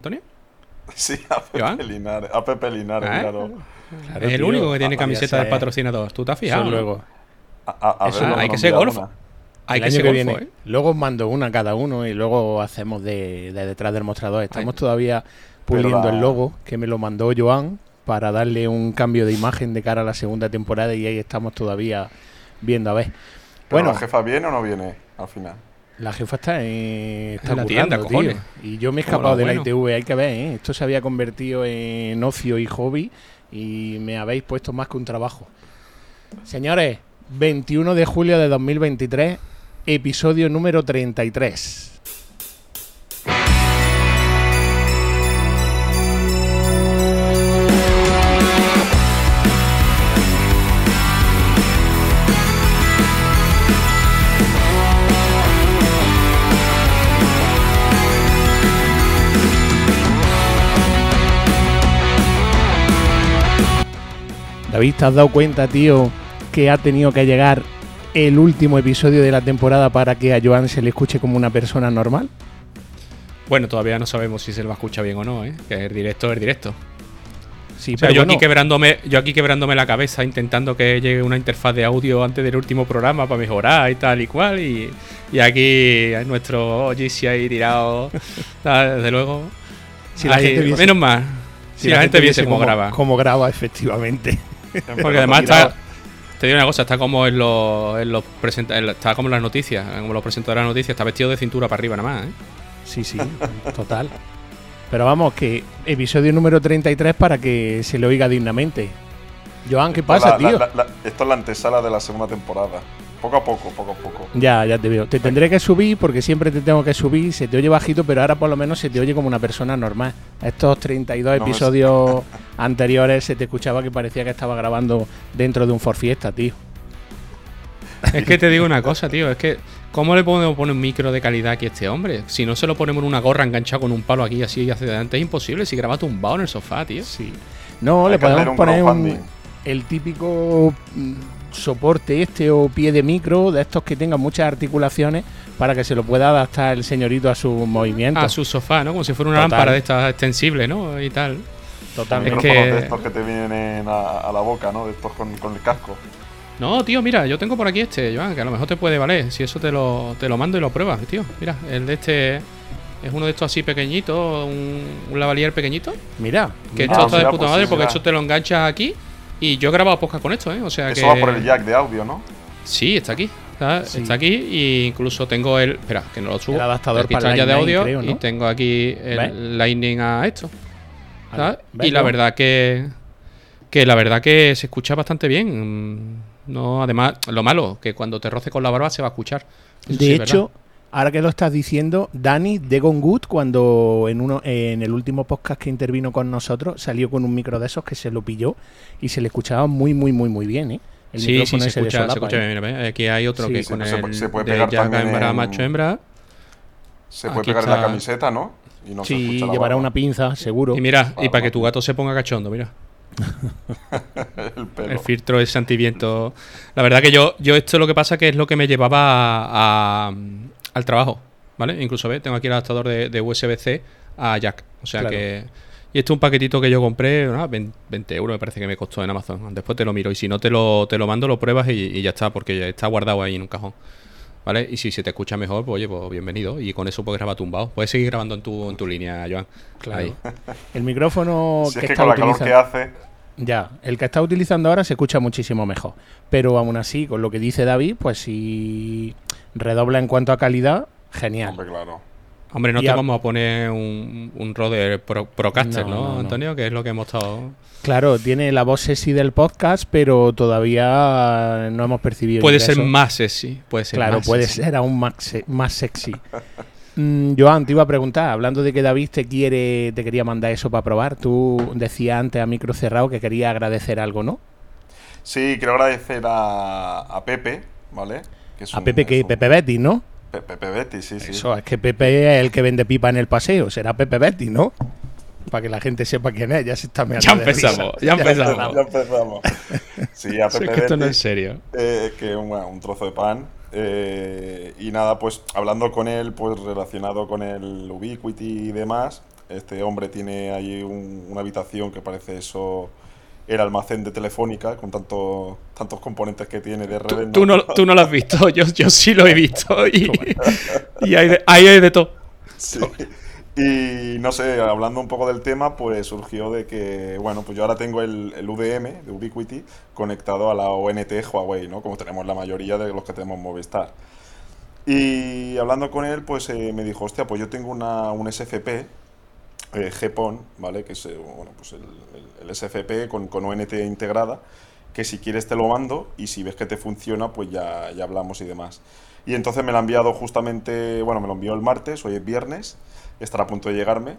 Antonio? Sí, a Pepe Linares, claro. Es el único que tiene camiseta del patrocinador. ¿Tú te has fijado? Luego. Hay que ser golfo. Hay que ser golfo, viene. Luego os mando una cada uno y luego hacemos de detrás del mostrador. Estamos todavía puliendo el logo, que me lo mandó Joan, para darle un cambio de imagen de cara a la segunda temporada, y ahí estamos todavía viendo a ver. Bueno, ¿la jefa viene o no viene al final? La jefa está en la tienda, cojones. Y yo me he escapado de la ITV, hay que ver, ¿eh? Esto se había convertido en ocio y hobby y me habéis puesto más que un trabajo. Señores, 21 de julio de 2023, episodio número 33. David, ¿te has dado cuenta, tío, que ha tenido que llegar el último episodio de la temporada para que a Joan se le escuche como una persona normal? Bueno, todavía no sabemos si se lo escucha bien o no, ¿eh? Que el directo es directo. Sí, o sea, yo aquí quebrándome la cabeza intentando que llegue una interfaz de audio antes del último programa para mejorar y tal y cual. Y aquí hay nuestro OGC ahí tirado, desde luego. Si la gente viese, menos mal. Si la gente viese cómo graba. Cómo graba, efectivamente. Porque además está, te digo una cosa, está como en los está como en las noticias, como los presentadores de las noticias, está vestido de cintura para arriba nada más, ¿eh? Sí, total. Pero vamos, que episodio número 33 para que se le oiga dignamente. Joan, ¿qué pasa, tío? Esto es la antesala de la segunda temporada. Poco a poco. Ya te veo. Te tendré que subir porque siempre te tengo que subir. Se te oye bajito, pero ahora por lo menos se te oye como una persona normal. Estos 32 episodios anteriores se te escuchaba que parecía que estaba grabando dentro de un Ford Fiesta, tío. Es que te digo una cosa, tío. Es que, ¿cómo le podemos poner un micro de calidad aquí a este hombre? Si no se lo ponemos en una gorra enganchada con un palo aquí así hacia adelante, es imposible. Si graba tumbado en el sofá, tío. Sí. No, le podemos poner el típico soporte o pie de micro de estos que tengan muchas articulaciones para que se lo pueda adaptar el señorito a sus movimientos. A su sofá, ¿no? Como si fuera una lámpara de estas extensibles, ¿no? Y tal. Totalmente. De estos que te vienen a la boca, ¿no? De estos con el casco. No, tío, mira, yo tengo por aquí Joan, que a lo mejor te puede valer. Si eso te lo mando y lo pruebas, tío. Mira, el de este es uno de estos así pequeñitos, un lavalier pequeñito. Mira. Que esto está de puta madre porque esto te lo enganchas aquí. Y yo he grabado podcast con esto, ¿eh? O sea eso va por el jack de audio, ¿no? Sí, está aquí. Está aquí y incluso tengo el... Espera, que no lo subo. El adaptador para el ya de audio, creo, ¿no? Y tengo aquí el Lightning a esto. Y la verdad que se escucha bastante bien. No, además, lo malo, que cuando te roce con la barba se va a escuchar. Eso de hecho, ahora que lo estás diciendo, Dani de Gone Good, cuando en el último podcast que intervino con nosotros, salió con un micro de esos que se lo pilló y se le escuchaba muy bien, ¿eh? Sí, se escucha bien. Mira, aquí hay otro que con se puede pegar también hembra, macho hembra. Se puede pegar en la camiseta, ¿no? Y no sí, se llevará una pinza, seguro. Y mira, y para que tu gato se ponga cachondo, mira. El filtro ese antiviento. La verdad que yo esto lo que pasa que es lo que me llevaba al trabajo, ¿vale? Incluso tengo aquí el adaptador de USB-C a jack. O sea que... Y esto es un paquetito que yo compré, 20 euros me parece que me costó en Amazon. Después te lo miro y si no te lo mando, lo pruebas y ya está, porque ya está guardado ahí en un cajón, ¿vale? Y si se te escucha mejor, pues oye, pues bienvenido. Y con eso puedes grabar tumbado. Puedes seguir grabando en tu línea, Joan. Claro. Ahí. El micrófono si que está utilizando... que hace... Ya, el que está utilizando ahora se escucha muchísimo mejor. Pero aún así, con lo que dice David, pues si redobla en cuanto a calidad, genial. Hombre, claro. Hombre, no te vamos a poner un Rode Procaster, ¿no, Antonio? Que es lo que hemos estado... Claro, tiene la voz sexy del podcast, pero todavía no hemos percibido. Puede ser más sexy. Claro, puede ser aún más sexy. Joan, te iba a preguntar, hablando de que David te quería mandar eso para probar, tú decías antes a micro cerrado que quería agradecer algo, ¿no? Sí, quiero agradecer a Pepe, ¿vale? Que es Pepe Betty, ¿no? Pepe Betty, sí. Eso, es que Pepe es el que vende pipa en el paseo, será Pepe Betty, ¿no? Para que la gente sepa quién es, ya se está meando. Ya empezamos. Sí, a Pepe Betty. Esto no es serio. Que un trozo de pan. Y nada, pues hablando con él, pues relacionado con el Ubiquiti y demás, este hombre tiene ahí una habitación que parece eso el almacén de Telefónica, con tantos componentes que tiene de redes. Tú no lo has visto, yo sí lo he visto y ahí hay de todo. Sí. Y no sé, hablando un poco del tema, pues surgió de que, bueno, pues yo ahora tengo el UDM de Ubiquiti conectado a la ONT Huawei, ¿no? Como tenemos la mayoría de los que tenemos Movistar. Y hablando con él, pues me dijo, hostia, pues yo tengo un SFP, GPON, ¿vale? Que es bueno, pues el SFP con ONT integrada, que si quieres te lo mando y si ves que te funciona, pues ya hablamos y demás. Y entonces me lo ha enviado justamente, bueno, me lo envió el martes, hoy es viernes, estará a punto de llegarme.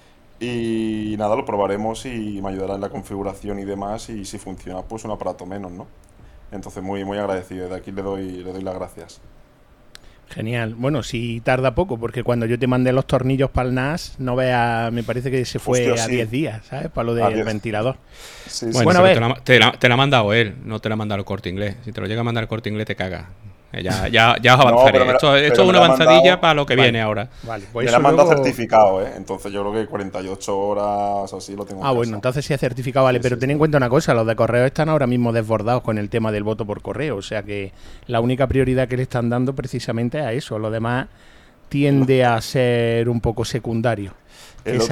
Y nada, lo probaremos y me ayudará en la configuración y demás. Y si funciona, pues un aparato menos, ¿no? Entonces muy, muy agradecido. De aquí le doy las gracias. Genial. Bueno, si tarda poco, porque cuando yo te mandé los tornillos para el NAS, no veas, me parece que se fue a 10 días, ¿sabes? Para lo del ventilador. Sí, bueno, a ver. Te la ha mandado él, no te la ha mandado el Corte Inglés. Si te lo llega a mandar el Corte Inglés, te cagas. Ya os avanzaré. No, esto es una avanzadilla para lo que viene ahora. Vale, pues me la ha mandado certificado, ¿eh? Entonces yo creo que 48 horas o así lo tengo. Bueno, entonces sí es certificado, vale. Pero ten en cuenta una cosa, los de correo están ahora mismo desbordados con el tema del voto por correo. O sea que la única prioridad que le están dando precisamente es a eso. Lo demás tiende a ser un poco secundario. El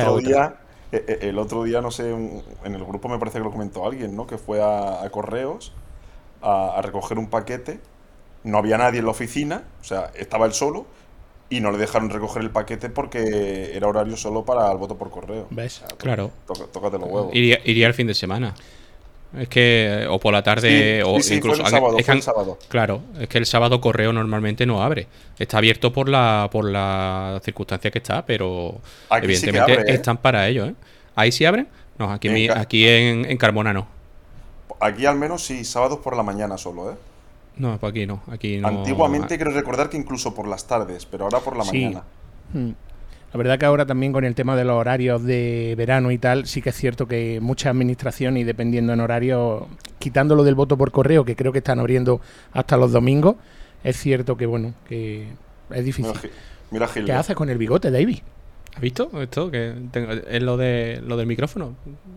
otro día, no sé, en el grupo me parece que lo comentó alguien, ¿no? Que fue a correos a recoger un paquete. No había nadie en la oficina, o sea, estaba él solo y no le dejaron recoger el paquete porque era horario solo para el voto por correo. ¿Ves? O sea, claro. Tócate los huevos. Iría el fin de semana. Es que, o por la tarde, o incluso. Fue el sábado. Claro, es que el sábado correo normalmente no abre. Está abierto por la circunstancia que está, pero aquí evidentemente sí que abre, están para ello, ¿eh? ¿Ahí sí abren? No, aquí en Carmona no. Aquí al menos sí, sábados por la mañana solo, ¿eh? No, pues aquí no. Antiguamente quiero recordar que incluso por las tardes, pero ahora por la mañana. La verdad que ahora también con el tema de los horarios de verano y tal, sí que es cierto que muchas administraciones, y dependiendo en horario, quitándolo del voto por correo, que creo que están abriendo hasta los domingos, es cierto que, bueno, que es difícil. Mira Gil. ¿Qué haces con el bigote, David? ¿Has visto esto? Que es lo del micrófono.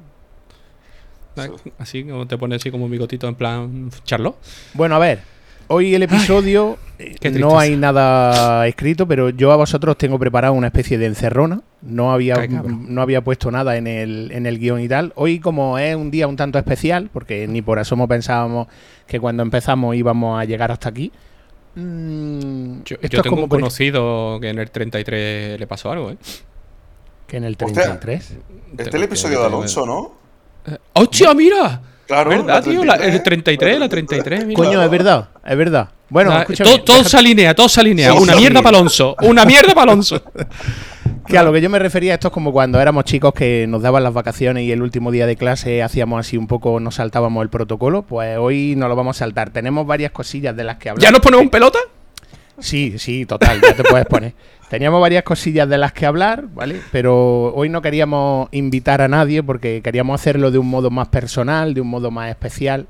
Así, como te pones así como un bigotito en plan Charlot. Bueno, a ver, hoy el episodio no hay nada escrito, pero yo a vosotros tengo preparado una especie de encerrona. No había puesto nada en el guión y tal. Hoy, como es un día un tanto especial, porque ni por asomo pensábamos que cuando empezamos íbamos a llegar hasta aquí. Yo tengo un conocido que en el 33 le pasó algo, ¿eh? ¿Que en el 33? Este es el episodio de Alonso, ¿no? ¡Hostia, mira! Claro, ¿verdad, tío? El 33, la 33. Mira. Coño, es verdad. Bueno, escúchame, todo se alinea. Una mierda para Alonso. Una mierda para Alonso. Que a lo que yo me refería, esto es como cuando éramos chicos que nos daban las vacaciones y el último día de clase hacíamos así un poco, nos saltábamos el protocolo. Pues hoy nos lo vamos a saltar. Tenemos varias cosillas de las que hablar. ¿Ya nos ponemos un pelota? Sí, total, ya te puedes poner. Teníamos varias cosillas de las que hablar, ¿vale? Pero hoy no queríamos invitar a nadie porque queríamos hacerlo de un modo más personal, de un modo más especial.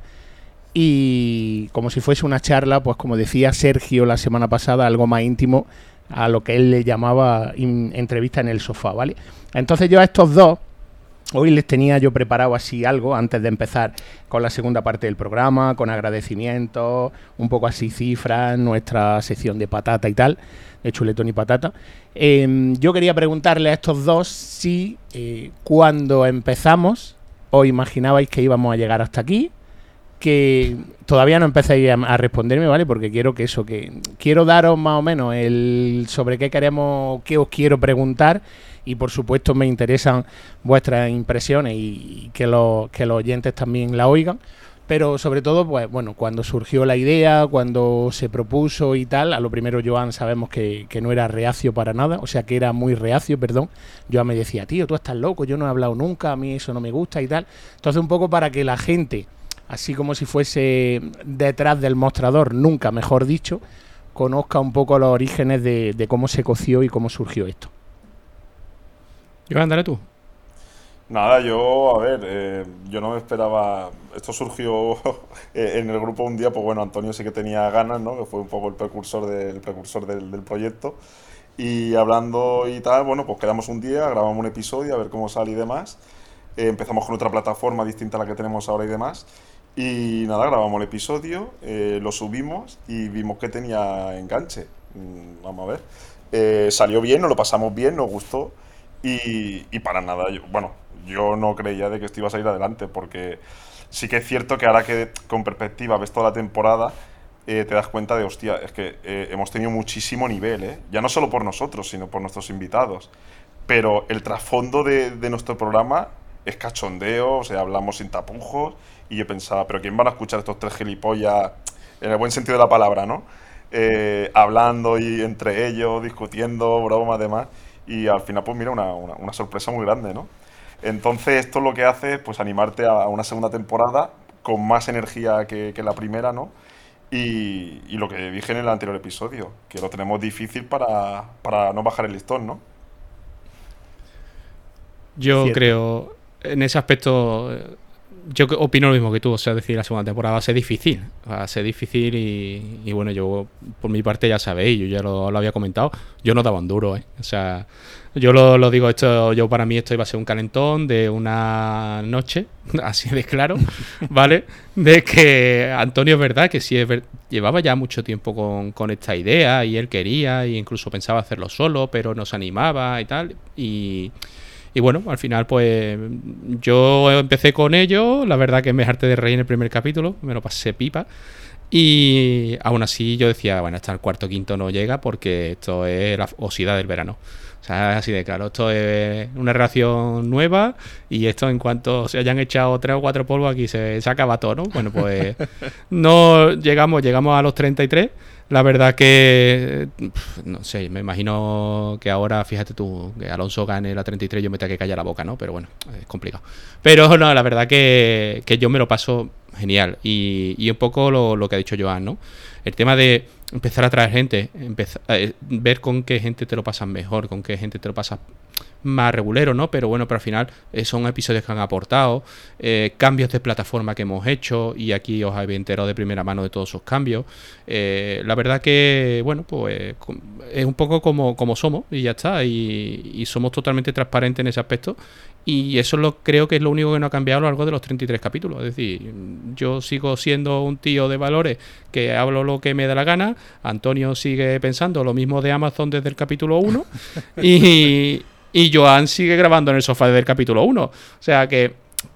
Y como si fuese una charla, pues como decía Sergio la semana pasada, algo más íntimo, a lo que él le llamaba entrevista en el sofá, ¿vale? Entonces yo a estos dos, hoy les tenía yo preparado así algo antes de empezar con la segunda parte del programa, con agradecimientos, un poco así cifras, nuestra sección de patata y tal, de chuletón y patata. Yo quería preguntarle a estos dos si cuando empezamos os imaginabais que íbamos a llegar hasta aquí, que todavía no empecéis a responderme, ¿vale? Porque quiero quiero daros más o menos el sobre qué os quiero preguntar. Y por supuesto me interesan vuestras impresiones y que los oyentes también la oigan. Pero sobre todo, pues bueno, cuando surgió la idea, cuando se propuso y tal, a lo primero Joan sabemos que no era reacio para nada, o sea que era muy reacio, perdón. Joan me decía, tío, tú estás loco, yo no he hablado nunca, a mí eso no me gusta y tal. Entonces un poco para que la gente, así como si fuese detrás del mostrador, nunca mejor dicho, conozca un poco los orígenes de cómo se coció y cómo surgió esto. Joan, dale tú. Nada, yo no me esperaba. Esto surgió en el grupo un día, pues bueno, Antonio sí que tenía ganas, ¿no? Que fue un poco el precursor del proyecto. Y hablando y tal, bueno, pues quedamos un día, grabamos un episodio, a ver cómo sale y demás. Empezamos con otra plataforma distinta a la que tenemos ahora y demás. Y nada, grabamos el episodio, lo subimos y vimos que tenía enganche. Vamos a ver. Salió bien, nos lo pasamos bien, nos gustó. Y para nada, yo no creía de que esto iba a salir adelante, porque sí que es cierto que ahora que con perspectiva ves toda la temporada, te das cuenta de, hostia, es que hemos tenido muchísimo nivel, ¿eh? Ya no solo por nosotros, sino por nuestros invitados. Pero el trasfondo de nuestro programa es cachondeo, o sea, hablamos sin tapujos. Y yo pensaba, ¿pero quién van a escuchar estos tres gilipollas? En el buen sentido de la palabra, ¿no? Hablando y entre ellos, discutiendo, bromas, demás. Y al final, pues mira, una sorpresa muy grande, ¿no? Entonces, esto lo que hace es pues animarte a una segunda temporada con más energía que la primera, ¿no? Y lo que dije en el anterior episodio, que lo tenemos difícil para no bajar el listón, ¿no? Yo Cierto. creo, en ese aspecto, yo opino lo mismo que tú. O sea, es decir, la segunda temporada va a ser difícil. Va a ser difícil y bueno, yo por mi parte ya sabéis, yo ya lo había comentado, yo no daba un duro, ¿eh? O sea, yo lo digo, yo para mí esto iba a ser un calentón de una noche, así de claro, ¿vale? De que Antonio es verdad que sí llevaba ya mucho tiempo con esta idea y él quería e incluso pensaba hacerlo solo, pero no se animaba y tal. Y bueno, al final pues yo empecé con ello, la verdad que me harté de reír en el primer capítulo, me lo pasé pipa. Y aún así yo decía, bueno, hasta el cuarto o quinto no llega porque esto es la osidad del verano. O sea, es así de claro, esto es una relación nueva y esto en cuanto se hayan echado 3 o 4 polvos aquí se acaba todo, ¿no? Bueno, pues no llegamos a los 33. La verdad que, no sé, me imagino que ahora, fíjate tú, que Alonso gane la 33 yo me tenga que callar la boca, ¿no? Pero bueno, es complicado. Pero no, la verdad que yo me lo paso genial. Y un poco lo que ha dicho Joan, ¿no? El tema de empezar a traer gente, ver con qué gente te lo pasas mejor, con qué gente te lo pasas más regulero, ¿no? Pero bueno, pero al final son episodios que han aportado, cambios de plataforma que hemos hecho y aquí os habéis enterado de primera mano de todos esos cambios. La verdad que, bueno, pues es un poco como somos y ya está, y somos totalmente transparentes en ese aspecto y eso creo que es lo único que no ha cambiado a lo largo de los 33 capítulos. Es decir, yo sigo siendo un tío de valores que hablo lo que me da la gana, Antonio sigue pensando lo mismo de Amazon desde el capítulo 1 y Joan sigue grabando en el sofá desde el capítulo 1. O sea que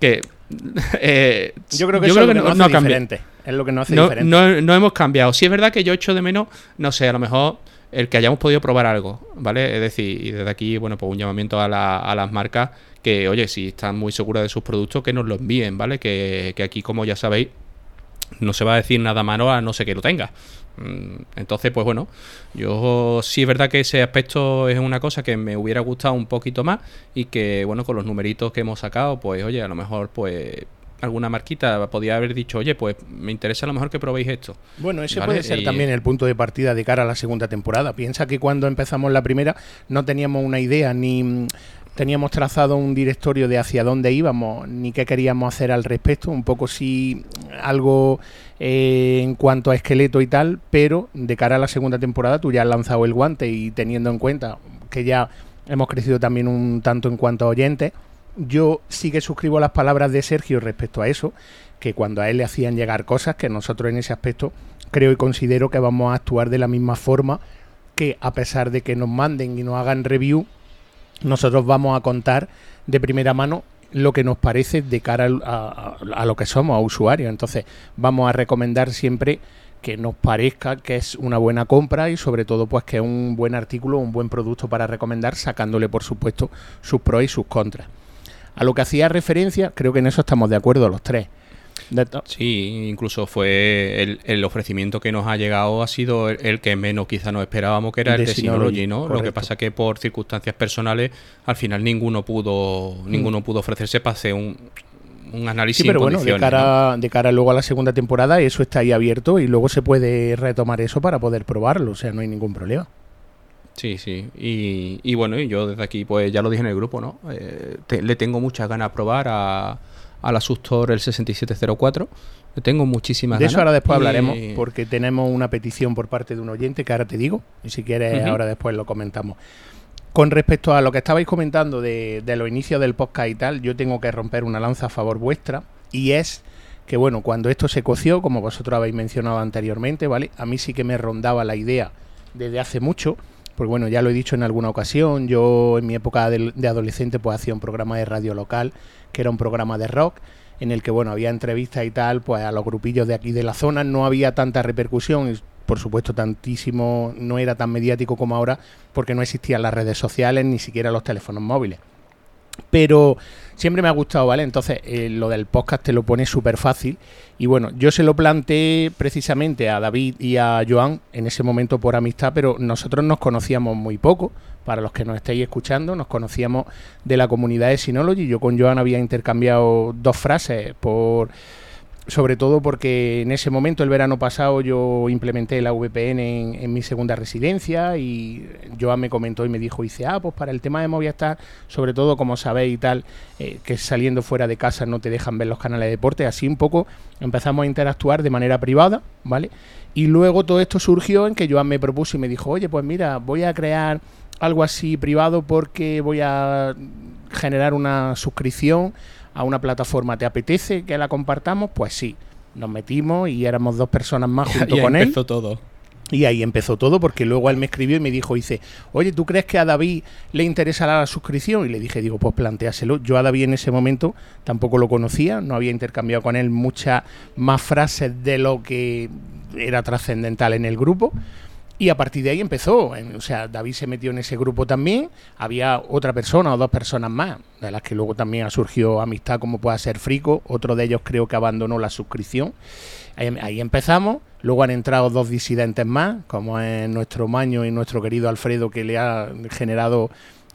yo creo que eso es lo que nos hace diferente. Es lo que nos hace diferente. No hemos cambiado. Sí es verdad que yo echo de menos, no sé, a lo mejor el que hayamos podido probar algo, ¿vale? Es decir, y desde aquí, bueno, pues un llamamiento a las marcas que, oye, si están muy seguras de sus productos, que nos lo envíen, ¿vale? Que aquí, como ya sabéis, no se va a decir nada malo a no ser que lo tenga. Entonces, pues bueno, yo sí es verdad que ese aspecto es una cosa que me hubiera gustado un poquito más y que, bueno, con los numeritos que hemos sacado, pues oye, a lo mejor, pues alguna marquita podía haber dicho, oye, pues me interesa a lo mejor que probéis esto. Bueno, ese puede ser también el punto de partida de cara a la segunda temporada. Piensa que cuando empezamos la primera no teníamos una idea ni teníamos trazado un directorio de hacia dónde íbamos ni qué queríamos hacer al respecto, un poco sí algo en cuanto a esqueleto y tal, pero de cara a la segunda temporada tú ya has lanzado el guante y teniendo en cuenta que ya hemos crecido también un tanto en cuanto a oyentes, yo sí que suscribo las palabras de Sergio respecto a eso, que cuando a él le hacían llegar cosas, que nosotros en ese aspecto creo y considero que vamos a actuar de la misma forma, que a pesar de que nos manden y nos hagan review, nosotros vamos a contar de primera mano lo que nos parece de cara a lo que somos, a usuarios. Entonces vamos a recomendar siempre que nos parezca que es una buena compra y sobre todo pues que es un buen artículo, un buen producto para recomendar, sacándole por supuesto sus pros y sus contras. A lo que hacía referencia, creo que en eso estamos de acuerdo los tres. Sí, incluso fue el ofrecimiento que nos ha llegado ha sido el que menos quizá nos esperábamos, que era el de Synology, ¿no? Correcto. Lo que pasa que por circunstancias personales al final ninguno pudo ofrecerse para hacer un análisis. Sí, pero bueno, de cara luego a la segunda temporada eso está ahí abierto y luego se puede retomar eso para poder probarlo, o sea, no hay ningún problema. Sí, sí. Y bueno, y yo desde aquí, pues ya lo dije en el grupo, ¿no? Le tengo muchas ganas de probar al Asustor el 6704, Tengo muchísimas ganas. De eso ahora después hablaremos, porque tenemos una petición por parte de un oyente que ahora te digo, y si quieres ahora después lo comentamos. Con respecto a lo que estabais comentando de los inicios del podcast y tal, yo tengo que romper una lanza a favor vuestra, y es que, bueno, cuando esto se coció, como vosotros habéis mencionado anteriormente, ¿vale? A mí sí que me rondaba la idea desde hace mucho, porque bueno, ya lo he dicho en alguna ocasión, yo en mi época de adolescente pues hacía un programa de radio local, que era un programa de rock, en el que, bueno, había entrevistas y tal, pues a los grupillos de aquí de la zona. No había tanta repercusión y, por supuesto, tantísimo, no era tan mediático como ahora, porque no existían las redes sociales, ni siquiera los teléfonos móviles. Pero siempre me ha gustado, ¿vale? Entonces, lo del podcast te lo pone súper fácil. Y bueno, yo se lo planteé precisamente a David y a Joan en ese momento por amistad, pero nosotros nos conocíamos muy poco. Para los que nos estéis escuchando, nos conocíamos de la comunidad de Synology. Yo con Joan había intercambiado 2 frases, sobre todo porque en ese momento, el verano pasado, yo implementé la VPN en mi segunda residencia, y Joan me comentó y me dijo, pues para el tema de Movistar, sobre todo, como sabéis y tal, que saliendo fuera de casa no te dejan ver los canales de deporte. Así un poco empezamos a interactuar de manera privada, ¿vale? Y luego todo esto surgió en que Joan me propuso y me dijo, oye, pues mira, voy a crear algo así privado porque voy a generar una suscripción a una plataforma. ¿Te apetece que la compartamos? Pues sí, nos metimos y éramos 2 personas más junto con él. Empezó todo. Y ahí empezó todo, porque luego él me escribió y me dijo, oye, ¿tú crees que a David le interesará la suscripción? Y le dije, pues plantéaselo. Yo a David en ese momento tampoco lo conocía, no había intercambiado con él muchas más frases de lo que era trascendental en el grupo. Y a partir de ahí empezó, o sea, David se metió en ese grupo también, había otra persona o 2 personas más, de las que luego también ha surgido amistad, como pueda ser Frico, otro de ellos creo que abandonó la suscripción. Ahí empezamos, luego han entrado 2 disidentes más, como es nuestro Maño y nuestro querido Alfredo, que le ha generado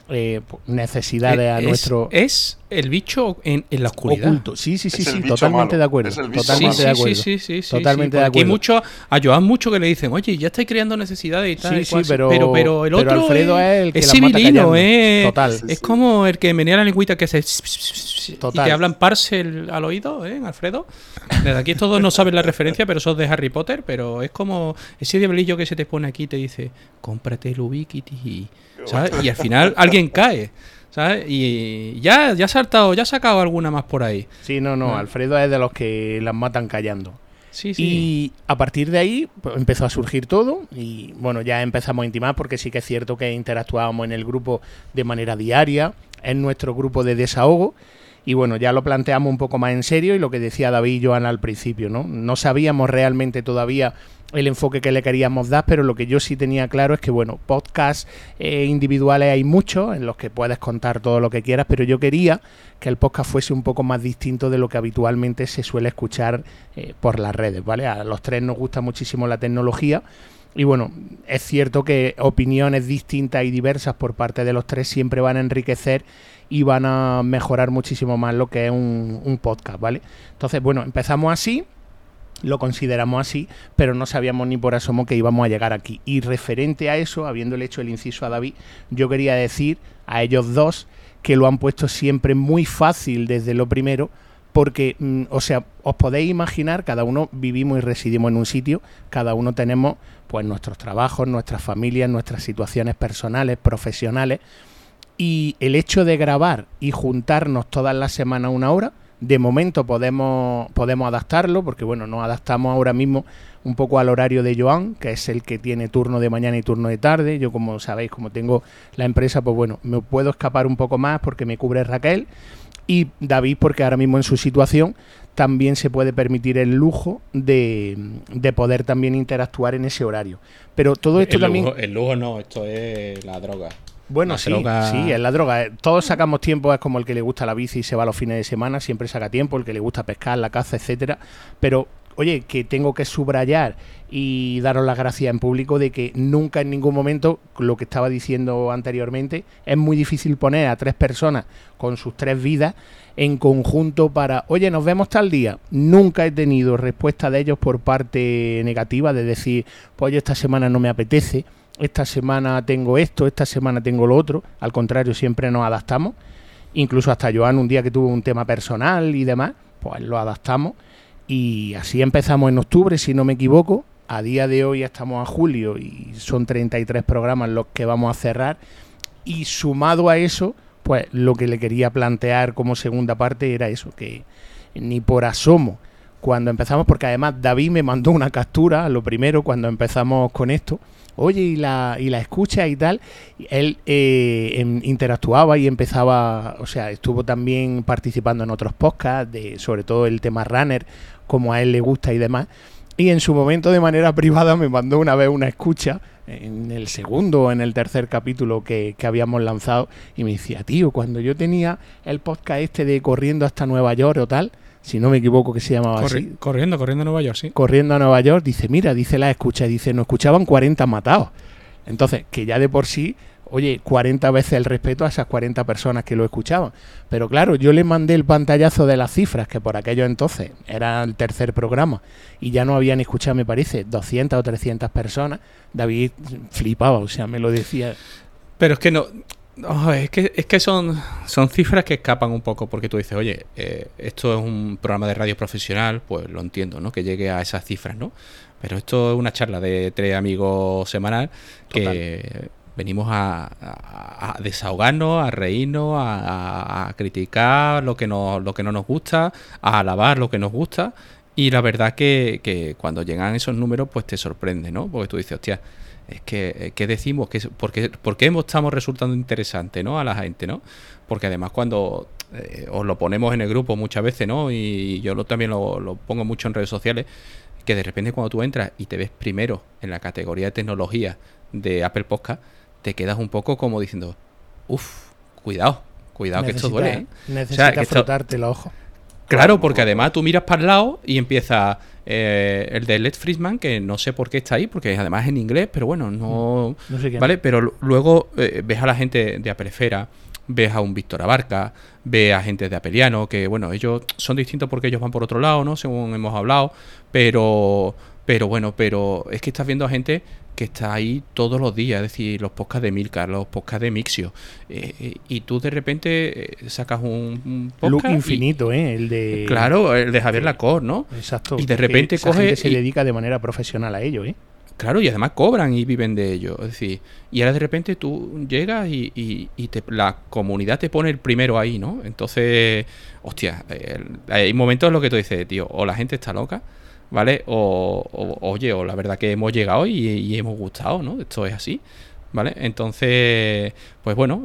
necesidades a nuestro... Es el bicho en la oscuridad. Oculto. Sí, totalmente de acuerdo. Totalmente de acuerdo. Sí. Totalmente de acuerdo. Hay a Joan mucho que le dicen, oye, ya estáis creando necesidades y tal. Sí, pero el otro Alfredo es el que es las mata civilino, Total. Es como el que menea la lengüita que hace Total. y te hablan parcel al oído, Alfredo. Desde aquí todos no saben la referencia, pero sos de Harry Potter, pero es como ese diablillo que se te pone aquí y te dice, cómprate el Ubiquiti, ¿sabes? Y al final alguien cae, ¿sabes? Y ya ha saltado, ya ha sacado alguna más por ahí. Sí, no, Alfredo es de los que las matan callando. Sí. Y a partir de ahí pues, empezó a surgir todo y bueno, ya empezamos a intimar, porque sí que es cierto que interactuábamos en el grupo de manera diaria, en nuestro grupo de desahogo. Y bueno, ya lo planteamos un poco más en serio, y lo que decía David y Joan al principio, ¿no? No sabíamos realmente todavía el enfoque que le queríamos dar, pero lo que yo sí tenía claro es que, bueno, podcasts individuales hay muchos en los que puedes contar todo lo que quieras, pero yo quería que el podcast fuese un poco más distinto de lo que habitualmente se suele escuchar por las redes, ¿vale? A los 3 nos gusta muchísimo la tecnología. Y bueno, es cierto que opiniones distintas y diversas por parte de los 3 siempre van a enriquecer y van a mejorar muchísimo más lo que es un podcast, ¿vale? Entonces, bueno, empezamos así, lo consideramos así, pero no sabíamos ni por asomo que íbamos a llegar aquí. Y referente a eso, habiéndole hecho el inciso a David, yo quería decir a ellos 2 que lo han puesto siempre muy fácil desde lo primero, porque, o sea, os podéis imaginar, cada uno vivimos y residimos en un sitio, cada uno tenemos pues nuestros trabajos, nuestras familias, nuestras situaciones personales, profesionales, y el hecho de grabar y juntarnos todas las semanas 1 hora, de momento podemos adaptarlo, porque bueno, nos adaptamos ahora mismo un poco al horario de Joan, que es el que tiene turno de mañana y turno de tarde. Yo, como sabéis, como tengo la empresa, pues bueno, me puedo escapar un poco más porque me cubre Raquel, y David porque ahora mismo en su situación también se puede permitir el lujo de poder también interactuar en ese horario. Pero todo esto el lujo no, esto es la droga. Bueno, sí, es la droga. Todos sacamos tiempo, es como el que le gusta la bici y se va los fines de semana, siempre saca tiempo, el que le gusta pescar, la caza, etcétera. Pero, oye, que tengo que subrayar y daros las gracias en público de que nunca en ningún momento, lo que estaba diciendo anteriormente, es muy difícil poner a 3 personas con sus 3 vidas en conjunto para, oye, nos vemos tal día. Nunca he tenido respuesta de ellos por parte negativa, de decir, pues oye, esta semana no me apetece, esta semana tengo esto, esta semana tengo lo otro. Al contrario, siempre nos adaptamos. Incluso hasta Joan, un día que tuvo un tema personal y demás, pues lo adaptamos. Y así empezamos en octubre, si no me equivoco. A día de hoy estamos a julio y son 33 programas los que vamos a cerrar. Y sumado a eso, pues lo que le quería plantear como segunda parte era eso, que ni por asomo cuando empezamos, porque además David me mandó una captura, lo primero, cuando empezamos con esto. Oye, y la escucha y tal. Él interactuaba y empezaba, o sea, estuvo también participando en otros podcasts, sobre todo el tema runner, como a él le gusta y demás. Y en su momento, de manera privada, me mandó una vez una escucha en el segundo o en el tercer capítulo que habíamos lanzado, y me decía, tío, cuando yo tenía el podcast este de Corriendo hasta Nueva York o tal, si no me equivoco que se llamaba así. Corriendo a Nueva York, sí. Corriendo a Nueva York, dice, mira, dice la escucha, dice, nos escuchaban 40 matados. Entonces, que ya de por sí, oye, 40 veces el respeto a esas 40 personas que lo escuchaban. Pero claro, yo le mandé el pantallazo de las cifras, que por aquello entonces era el tercer programa, y ya no habían escuchado, me parece, 200 o 300 personas. David flipaba, o sea, me lo decía. Pero es que no... Oh, es que son cifras que escapan un poco, porque tú dices, oye, esto es un programa de radio profesional, pues lo entiendo, ¿no? Que llegue a esas cifras, ¿no? Pero esto es una charla de 3 amigos semanal. Total. Que venimos a desahogarnos, a reírnos, a criticar lo que no nos gusta, a alabar lo que nos gusta, y la verdad que cuando llegan esos números, pues te sorprende, ¿no? Porque tú dices, hostia, es que ¿qué decimos? ¿Por qué estamos resultando interesantes, ¿no? A la gente, ¿no? Porque además cuando os lo ponemos en el grupo muchas veces, ¿no? Y yo también lo pongo mucho en redes sociales, que de repente cuando tú entras y te ves primero en la categoría de tecnología de Apple Podcast, te quedas un poco como diciendo, cuidado que esto duele, ¿eh? Necesitas frotarte los ojos. Claro, porque además tú miras para el lado y empieza el de Lex Fridman, que no sé por qué está ahí, porque además es en inglés, pero bueno, no sé ¿vale? Pero luego ves a la gente de Apelesfera, ves a un Víctor Abarca, ves a gente de Apeliano, que bueno, ellos son distintos porque ellos van por otro lado, ¿no? Según hemos hablado, pero es que estás viendo a gente que está ahí todos los días, es decir, los podcasts de Milcar, los podcasts de Mixio, y tú de repente sacas un podcast. Look Infinito, el de... Claro, el de Javier Lacorte, ¿no? Exacto. Y de repente coge... se dedica de manera profesional a ello, Claro, y además cobran y viven de ello, es decir, y ahora de repente tú llegas y la comunidad te pone el primero ahí, ¿no? Entonces, hostia, hay momentos en los que tú dices, tío, o la gente está loca, ¿vale? Oye, o la verdad que hemos llegado y hemos gustado, ¿no? Esto es así, ¿vale? Entonces, pues bueno,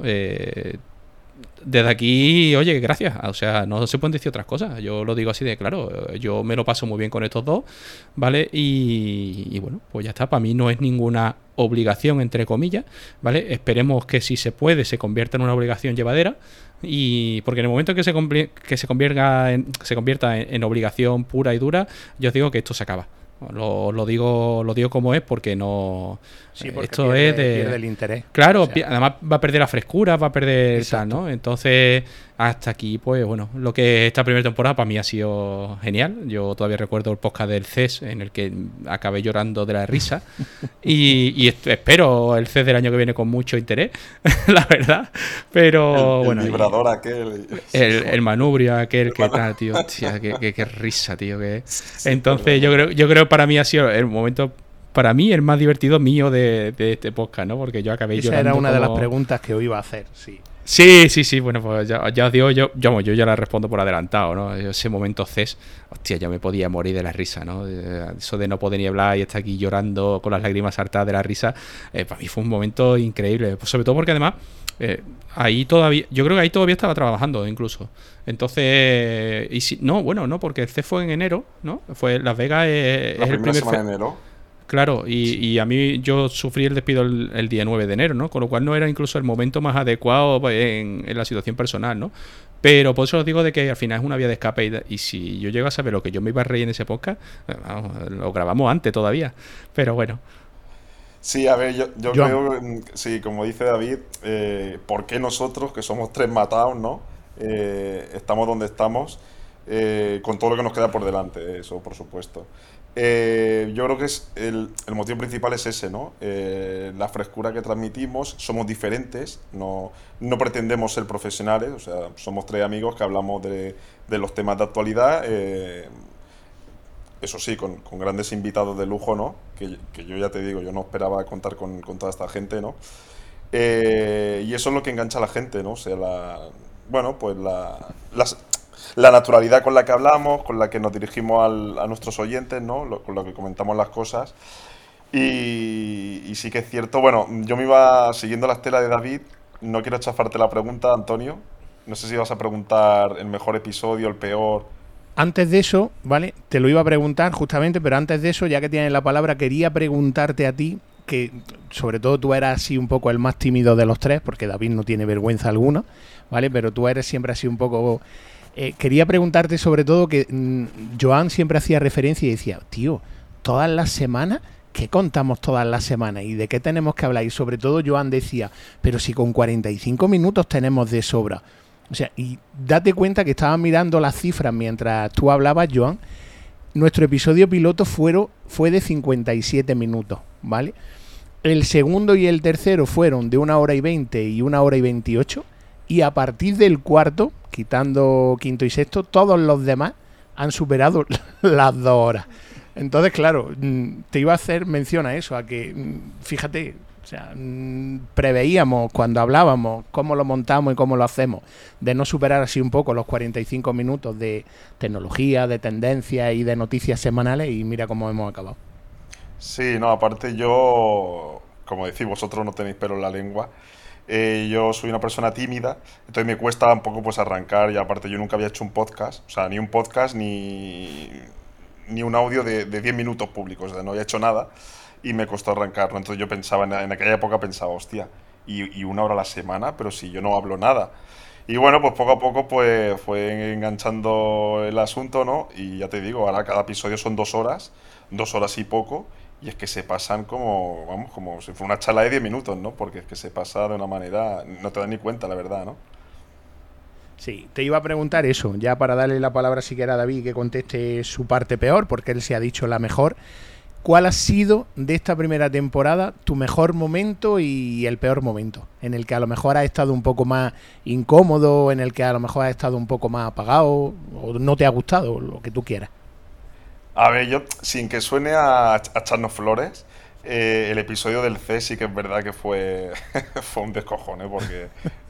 desde aquí, oye, gracias. O sea, no se pueden decir otras cosas. Yo lo digo así de claro. Yo me lo paso muy bien con estos dos, ¿vale? Y bueno, pues ya está. Para mí no es ninguna obligación, entre comillas, ¿vale? Esperemos que si se puede se convierta en una obligación llevadera. Y porque en el momento que se convierta en obligación pura y dura, yo os digo que esto se acaba. Lo digo como es, porque no... Sí, porque esto pierde el interés. Claro, o sea, además va a perder la frescura, va a perder tal, ¿no? Entonces, hasta aquí, pues bueno, lo que esta primera temporada para mí ha sido genial. Yo todavía recuerdo el podcast del CES en el que acabé llorando de la risa y espero el CES del año que viene con mucho interés, la verdad. Pero bueno, el vibrador aquel. El manubrio aquel, que tal, tío. Hostia, qué risa, tío. Entonces, yo creo para mí ha sido el momento... Para mí, el más divertido mío de este podcast, ¿no? Porque yo acabé llorando. Esa era una de las preguntas que os iba a hacer, sí. Sí. Bueno, pues ya os digo, yo ya la respondo por adelantado, ¿no? Ese momento CES, hostia, yo me podía morir de la risa, ¿no? Eso de no poder ni hablar y estar aquí llorando con las lágrimas saltadas de la risa, para mí fue un momento increíble. Pues sobre todo porque además, yo creo que ahí todavía estaba trabajando incluso. Entonces, no, porque el CES fue en enero, ¿no? Fue Las Vegas, es el primer semana de enero. Claro, y a mí yo sufrí el despido el día 9 de enero, ¿no? Con lo cual no era incluso el momento más adecuado en la situación personal, ¿no? Pero por eso os digo de que al final es una vía de escape y si yo llego a saber lo que yo me iba a reír en ese podcast, vamos, lo grabamos antes todavía, pero bueno. Sí, a ver, yo creo, sí, como dice David, ¿por qué nosotros, que somos 3 matados, ¿no? Estamos donde estamos, con todo lo que nos queda por delante, eso por supuesto. Yo creo que es el motivo principal es ese, ¿no? La frescura que transmitimos, somos diferentes, no pretendemos ser profesionales, o sea, somos 3 amigos que hablamos de los temas de actualidad, eso sí, con grandes invitados de lujo, ¿no? Que yo ya te digo, yo no esperaba contar con toda esta gente, ¿no? Y eso es lo que engancha a la gente, ¿no? O sea, bueno, pues la naturalidad con la que hablamos, con la que nos dirigimos a nuestros oyentes, ¿no? Con lo que comentamos las cosas. Y sí que es cierto, bueno, yo me iba siguiendo la estela de David, no quiero chafarte la pregunta, Antonio. No sé si vas a preguntar el mejor episodio, el peor. Antes de eso, ¿vale? Te lo iba a preguntar justamente, pero antes de eso, ya que tienes la palabra, quería preguntarte a ti, que sobre todo tú eras así un poco el más tímido de los tres, porque David no tiene vergüenza alguna, ¿vale? Pero tú eres siempre así un poco... quería preguntarte sobre todo que Joan siempre hacía referencia y decía, tío, todas las semanas... ¿Qué contamos todas las semanas y de qué tenemos que hablar? Y sobre todo Joan decía, pero si con 45 minutos tenemos de sobra. O sea, y date cuenta que estaba mirando las cifras mientras tú hablabas, Joan. Nuestro episodio piloto fue de 57 minutos, ¿vale? El segundo y el tercero fueron de 1 hora y 20 y 1 hora y 28. Y a partir del cuarto, quitando quinto y sexto, todos los demás han superado las 2 horas. Entonces, claro, te iba a hacer mención a eso, a que, fíjate, o sea, preveíamos cuando hablábamos cómo lo montamos y cómo lo hacemos, de no superar así un poco los 45 minutos de tecnología, de tendencias y de noticias semanales, y mira cómo hemos acabado. Sí, no, aparte yo, como decís, vosotros no tenéis pelo en la lengua. Yo soy una persona tímida, entonces me cuesta un poco pues arrancar, y aparte yo nunca había hecho un podcast, o sea, ni un podcast ni un audio de 10 minutos públicos, o sea, no había hecho nada y me costó arrancarlo. Entonces yo pensaba, en aquella época pensaba, hostia, y 1 hora a la semana, pero si yo no hablo nada. Y bueno, pues poco a poco pues fue enganchando el asunto, ¿no? Y ya te digo, ahora cada episodio son 2 horas y poco, y es que se pasan como, vamos, como si fuera una charla de 10 minutos, ¿no? Porque es que se pasa de una manera, no te das ni cuenta, la verdad, ¿no? Sí, te iba a preguntar eso, ya para darle la palabra siquiera a David que conteste su parte peor, porque él se ha dicho la mejor. ¿Cuál ha sido de esta primera temporada tu mejor momento y el peor momento? En el que a lo mejor has estado un poco más incómodo, en el que a lo mejor has estado un poco más apagado, o no te ha gustado, lo que tú quieras. A ver, yo, sin que suene a echarnos flores, el episodio del C sí que es verdad que fue un descojone, porque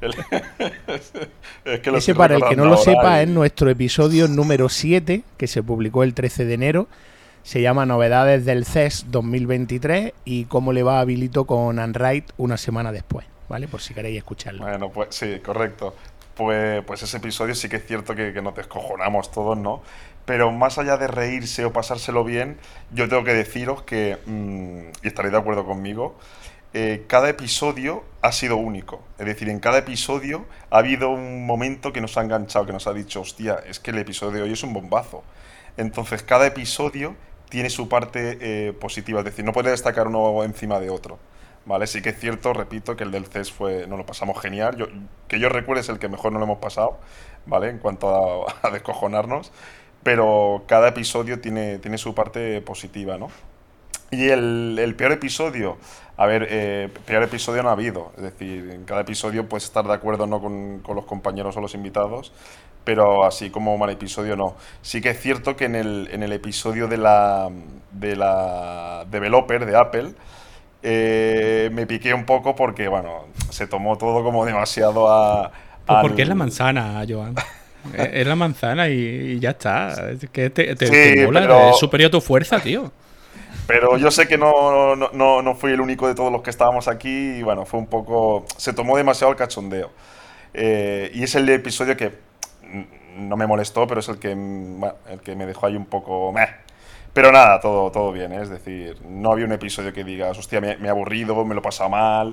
es que lo Ese, estoy para el que no lo sepa, y... es nuestro episodio número 7, que se publicó el 13 de enero. Se llama Novedades del CES 2023 y cómo le va a Habilito con Unwrite una semana después, ¿vale? Por si queréis escucharlo. Bueno, pues sí, correcto. Pues ese episodio sí que es cierto que nos descojonamos todos, ¿no? Pero más allá de reírse o pasárselo bien, yo tengo que deciros que, y estaréis de acuerdo conmigo, cada episodio ha sido único. Es decir, en cada episodio ha habido un momento que nos ha enganchado, que nos ha dicho, hostia, es que el episodio de hoy es un bombazo. Entonces, cada episodio tiene su parte positiva, es decir, no puede destacar uno encima de otro. ¿Vale? Sí que es cierto, repito, que el del CES nos lo pasamos genial. Que yo recuerde es el que mejor nos lo hemos pasado, ¿vale? En cuanto a descojonarnos. Pero cada episodio tiene su parte positiva, ¿no? Y el peor episodio, a ver, peor episodio no ha habido. Es decir, en cada episodio puedes estar de acuerdo, ¿no? con los compañeros o los invitados, pero así como mal episodio no. Sí que es cierto que en el episodio de la developer de Apple, me piqué un poco porque, bueno, se tomó todo como demasiado Pues porque es la manzana, Joan. Es la manzana y ya está. Es que te mola, pero... es superior a tu fuerza, tío. Pero yo sé que no fui el único de todos los que estábamos aquí y, bueno, fue un poco... Se tomó demasiado el cachondeo. Y es el episodio que no me molestó, pero es el que me dejó ahí un poco... meh. Pero nada, todo bien, ¿eh? Es decir, no había un episodio que digas, hostia, me he aburrido, me lo he pasado mal.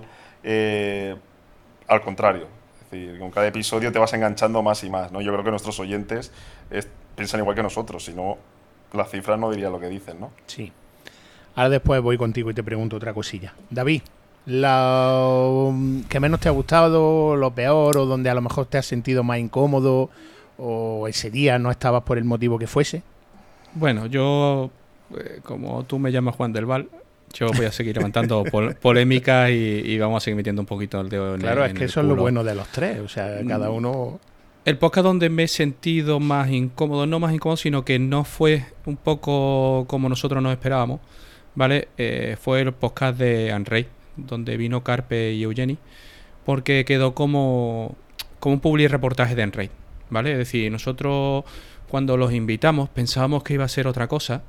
Al contrario, es decir, con cada episodio te vas enganchando más y más, ¿no? Yo creo que nuestros oyentes piensan igual que nosotros, si no, las cifras no dirían lo que dicen, ¿no? Sí. Ahora después voy contigo y te pregunto otra cosilla. David, lo que menos te ha gustado, lo peor, o donde a lo mejor te has sentido más incómodo, o ese día no estabas por el motivo que fuese. Bueno, yo, como tú me llamas Juan del Val, yo voy a seguir levantando polémicas y vamos a seguir metiendo un poquito el dedo en Claro, el es que eso culo. es lo bueno de los tres, o sea, cada uno... el podcast donde me he sentido más incómodo, no más incómodo, sino que no fue un poco como nosotros nos esperábamos, ¿vale? Fue el podcast de Unraid, donde vino Carpe y Eugeni, porque quedó como un public reportaje de Unraid, ¿vale? Es decir, nosotros cuando los invitamos pensábamos que iba a ser otra cosa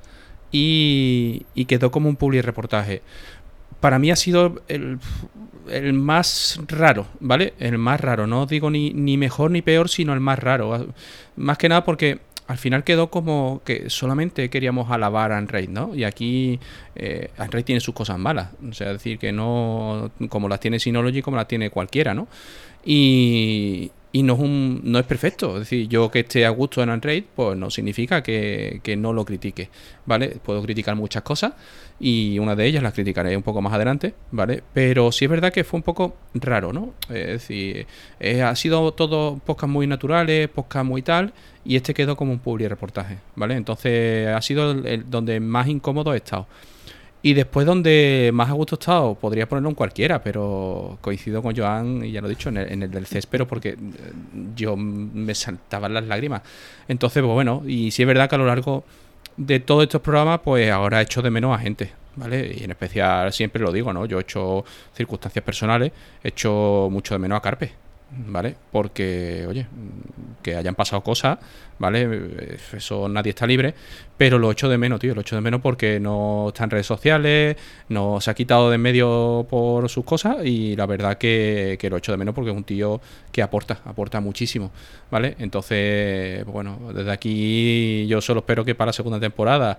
y quedó como un public reportaje. Para mí ha sido el más raro, ¿vale? El más raro, no digo ni mejor ni peor, sino el más raro. Más que nada porque al final quedó como que solamente queríamos alabar a Unraid, ¿no? Y aquí Unraid tiene sus cosas malas. O sea, es decir, que no como las tiene Synology, como las tiene cualquiera, ¿no? Y no es perfecto. Es decir, yo que esté a gusto en Unraid, pues no significa que no lo critique, ¿vale? Puedo criticar muchas cosas y una de ellas las criticaré un poco más adelante, ¿vale? Pero sí es verdad que fue un poco raro, ¿no? Es decir, ha sido todo podcast muy naturales, podcast muy tal, y este quedó como un public reportaje, ¿vale? Entonces ha sido el donde más incómodo he estado. Y después donde más a gusto he estado, podría ponerlo en cualquiera, pero coincido con Joan, y ya lo he dicho, en el del CES, pero porque yo me saltaban las lágrimas. Entonces, pues bueno, y sí es verdad que a lo largo de todos estos programas, pues ahora he hecho de menos a gente, ¿vale? Y en especial, siempre lo digo, ¿no? Yo he hecho circunstancias personales, he hecho mucho de menos a Carpe, ¿vale? Porque, oye, que hayan pasado cosas, ¿vale? Eso nadie está libre, pero lo echo de menos, tío, lo echo de menos porque no está en redes sociales, no se ha quitado de en medio por sus cosas y la verdad que lo echo de menos porque es un tío que aporta muchísimo, ¿vale? Entonces, bueno, desde aquí yo solo espero que para la segunda temporada,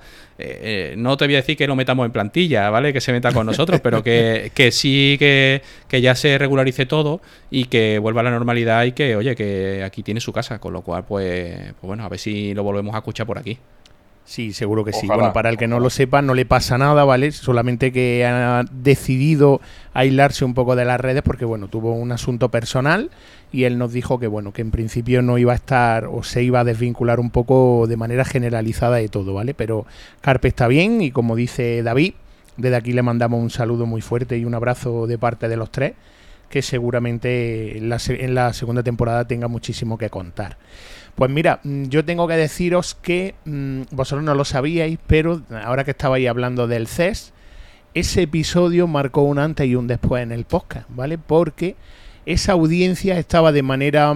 no te voy a decir que lo metamos en plantilla, ¿vale? Que se meta con nosotros, pero que sí, que ya se regularice todo y que vuelva a la normalidad y que, oye, que aquí tiene su casa, con lo cual, pues bueno, a ver si lo volvemos a escuchar por aquí. Sí, seguro que sí. Ojalá. Bueno, para el que no lo sepa, no le pasa nada, ¿vale? Solamente que ha decidido aislarse un poco de las redes porque, bueno, tuvo un asunto personal y él nos dijo que, bueno, que en principio no iba a estar o se iba a desvincular un poco de manera generalizada de todo, ¿vale? Pero Carpe está bien y, como dice David, desde aquí le mandamos un saludo muy fuerte y un abrazo de parte de los tres, que seguramente en la segunda temporada tenga muchísimo que contar. Pues mira, yo tengo que deciros que vosotros no lo sabíais, pero ahora que estabais hablando del CES, ese episodio marcó un antes y un después en el podcast, ¿vale? Porque esa audiencia estaba de manera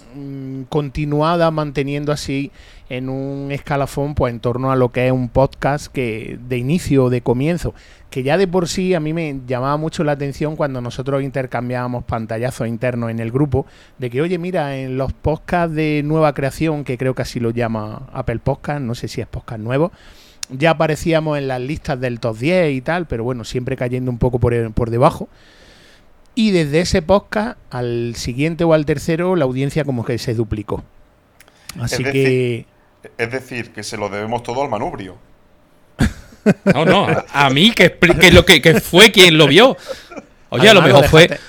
continuada, manteniendo así en un escalafón, pues en torno a lo que es un podcast que de inicio o de comienzo, que ya de por sí a mí me llamaba mucho la atención cuando nosotros intercambiábamos pantallazos internos en el grupo, de que, oye, mira, en los podcasts de nueva creación, que creo que así lo llama Apple Podcast, no sé si es podcast nuevo, ya aparecíamos en las listas del top 10 y tal, pero bueno, siempre cayendo un poco por debajo. Y desde ese podcast al siguiente o al tercero, la audiencia como que se duplicó. Así Es decir, que se lo debemos todo al manubrio. No, a mí, que fue quien lo vio. Oye, además, a lo mejor fue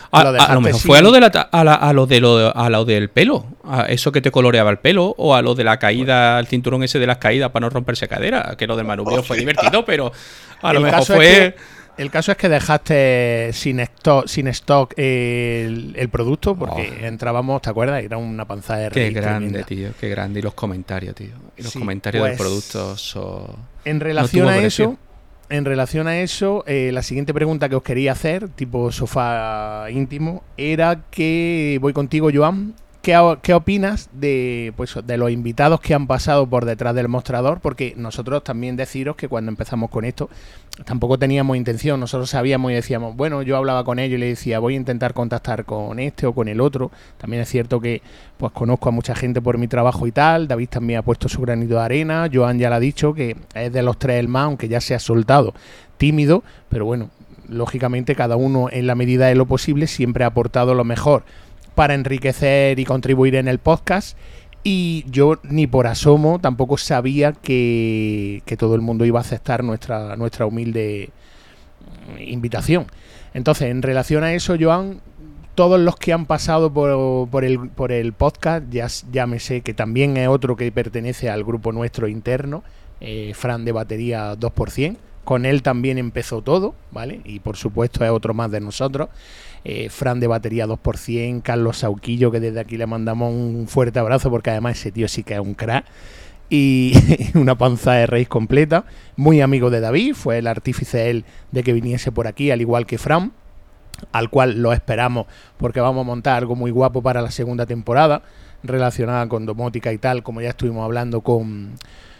a lo del pelo, a eso que te coloreaba el pelo, o a lo de la caída, el cinturón ese de las caídas para no romperse cadera, que lo del manubrio fue divertido, pero a lo mejor fue... El caso es que dejaste sin stock el producto porque entrábamos, ¿te acuerdas? Era una panza de Qué grande, tío, qué grande. Y los comentarios, tío. Y los comentarios del producto En relación a eso, la siguiente pregunta que os quería hacer, tipo sofá íntimo, era que voy contigo, Joan. ¿Qué opinas de los invitados que han pasado por detrás del mostrador? Porque nosotros también deciros que cuando empezamos con esto tampoco teníamos intención. Nosotros sabíamos y decíamos, bueno, yo hablaba con ellos y le decía, voy a intentar contactar con este o con el otro. También es cierto que pues conozco a mucha gente por mi trabajo y tal. David también ha puesto su granito de arena. Joan ya lo ha dicho, que es de los tres el más, aunque ya se ha soltado tímido. Pero bueno, lógicamente cada uno en la medida de lo posible siempre ha aportado lo mejor para enriquecer y contribuir en el podcast, y yo ni por asomo tampoco sabía que todo el mundo iba a aceptar nuestra humilde invitación. Entonces, en relación a eso, Joan, todos los que han pasado por el podcast, ya me sé que también es otro que pertenece al grupo nuestro interno, Fran de Batería 2%, con él también empezó todo, ¿vale? Y por supuesto es otro más de nosotros. Fran de Batería 2%, Carlos Sauquillo, que desde aquí le mandamos un fuerte abrazo porque además ese tío sí que es un crack. Y una panza de raíz completa. Muy amigo de David, fue el artífice él de que viniese por aquí, al igual que Fran, al cual lo esperamos porque vamos a montar algo muy guapo para la segunda temporada relacionada con domótica y tal, como ya estuvimos hablando con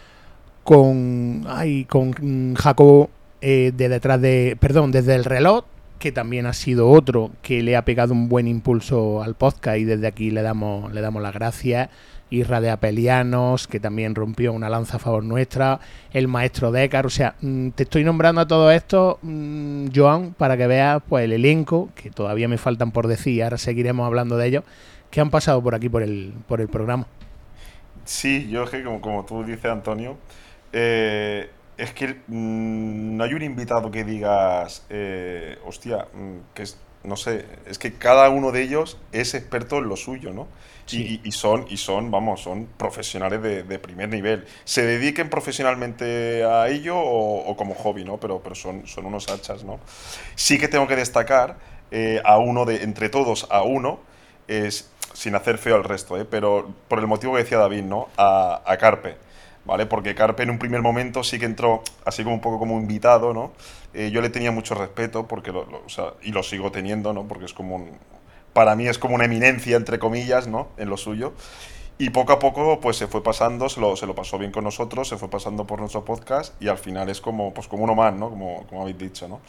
Jacobo desde el reloj, que también ha sido otro que le ha pegado un buen impulso al podcast, y desde aquí le damos las gracias. Isra de Apelianos, que también rompió una lanza a favor nuestra, el maestro Decar. O sea, te estoy nombrando a todo esto, Joan, para que veas pues el elenco, que todavía me faltan por decir, ahora seguiremos hablando de ellos, que han pasado por aquí por el programa. Sí, yo es que como tú dices, Antonio, es que no hay un invitado que digas, hostia, no sé, es que cada uno de ellos es experto en lo suyo, ¿no? Sí. Y son profesionales de primer nivel. Se dediquen profesionalmente a ello o como hobby, ¿no? Pero son unos hachas, ¿no? Sí que tengo que destacar entre todos a uno, sin hacer feo al resto, pero por el motivo que decía David, ¿no? A Carpe, ¿vale? Porque Carpe en un primer momento sí que entró así como un poco como invitado, ¿no? Yo le tenía mucho respeto porque y lo sigo teniendo, ¿no? Porque es para mí es como una eminencia, entre comillas, ¿no? En lo suyo. Y poco a poco pues se fue pasando, se lo pasó bien con nosotros, se fue pasando por nuestro podcast y al final es como uno más, ¿no? Como habéis dicho, ¿no?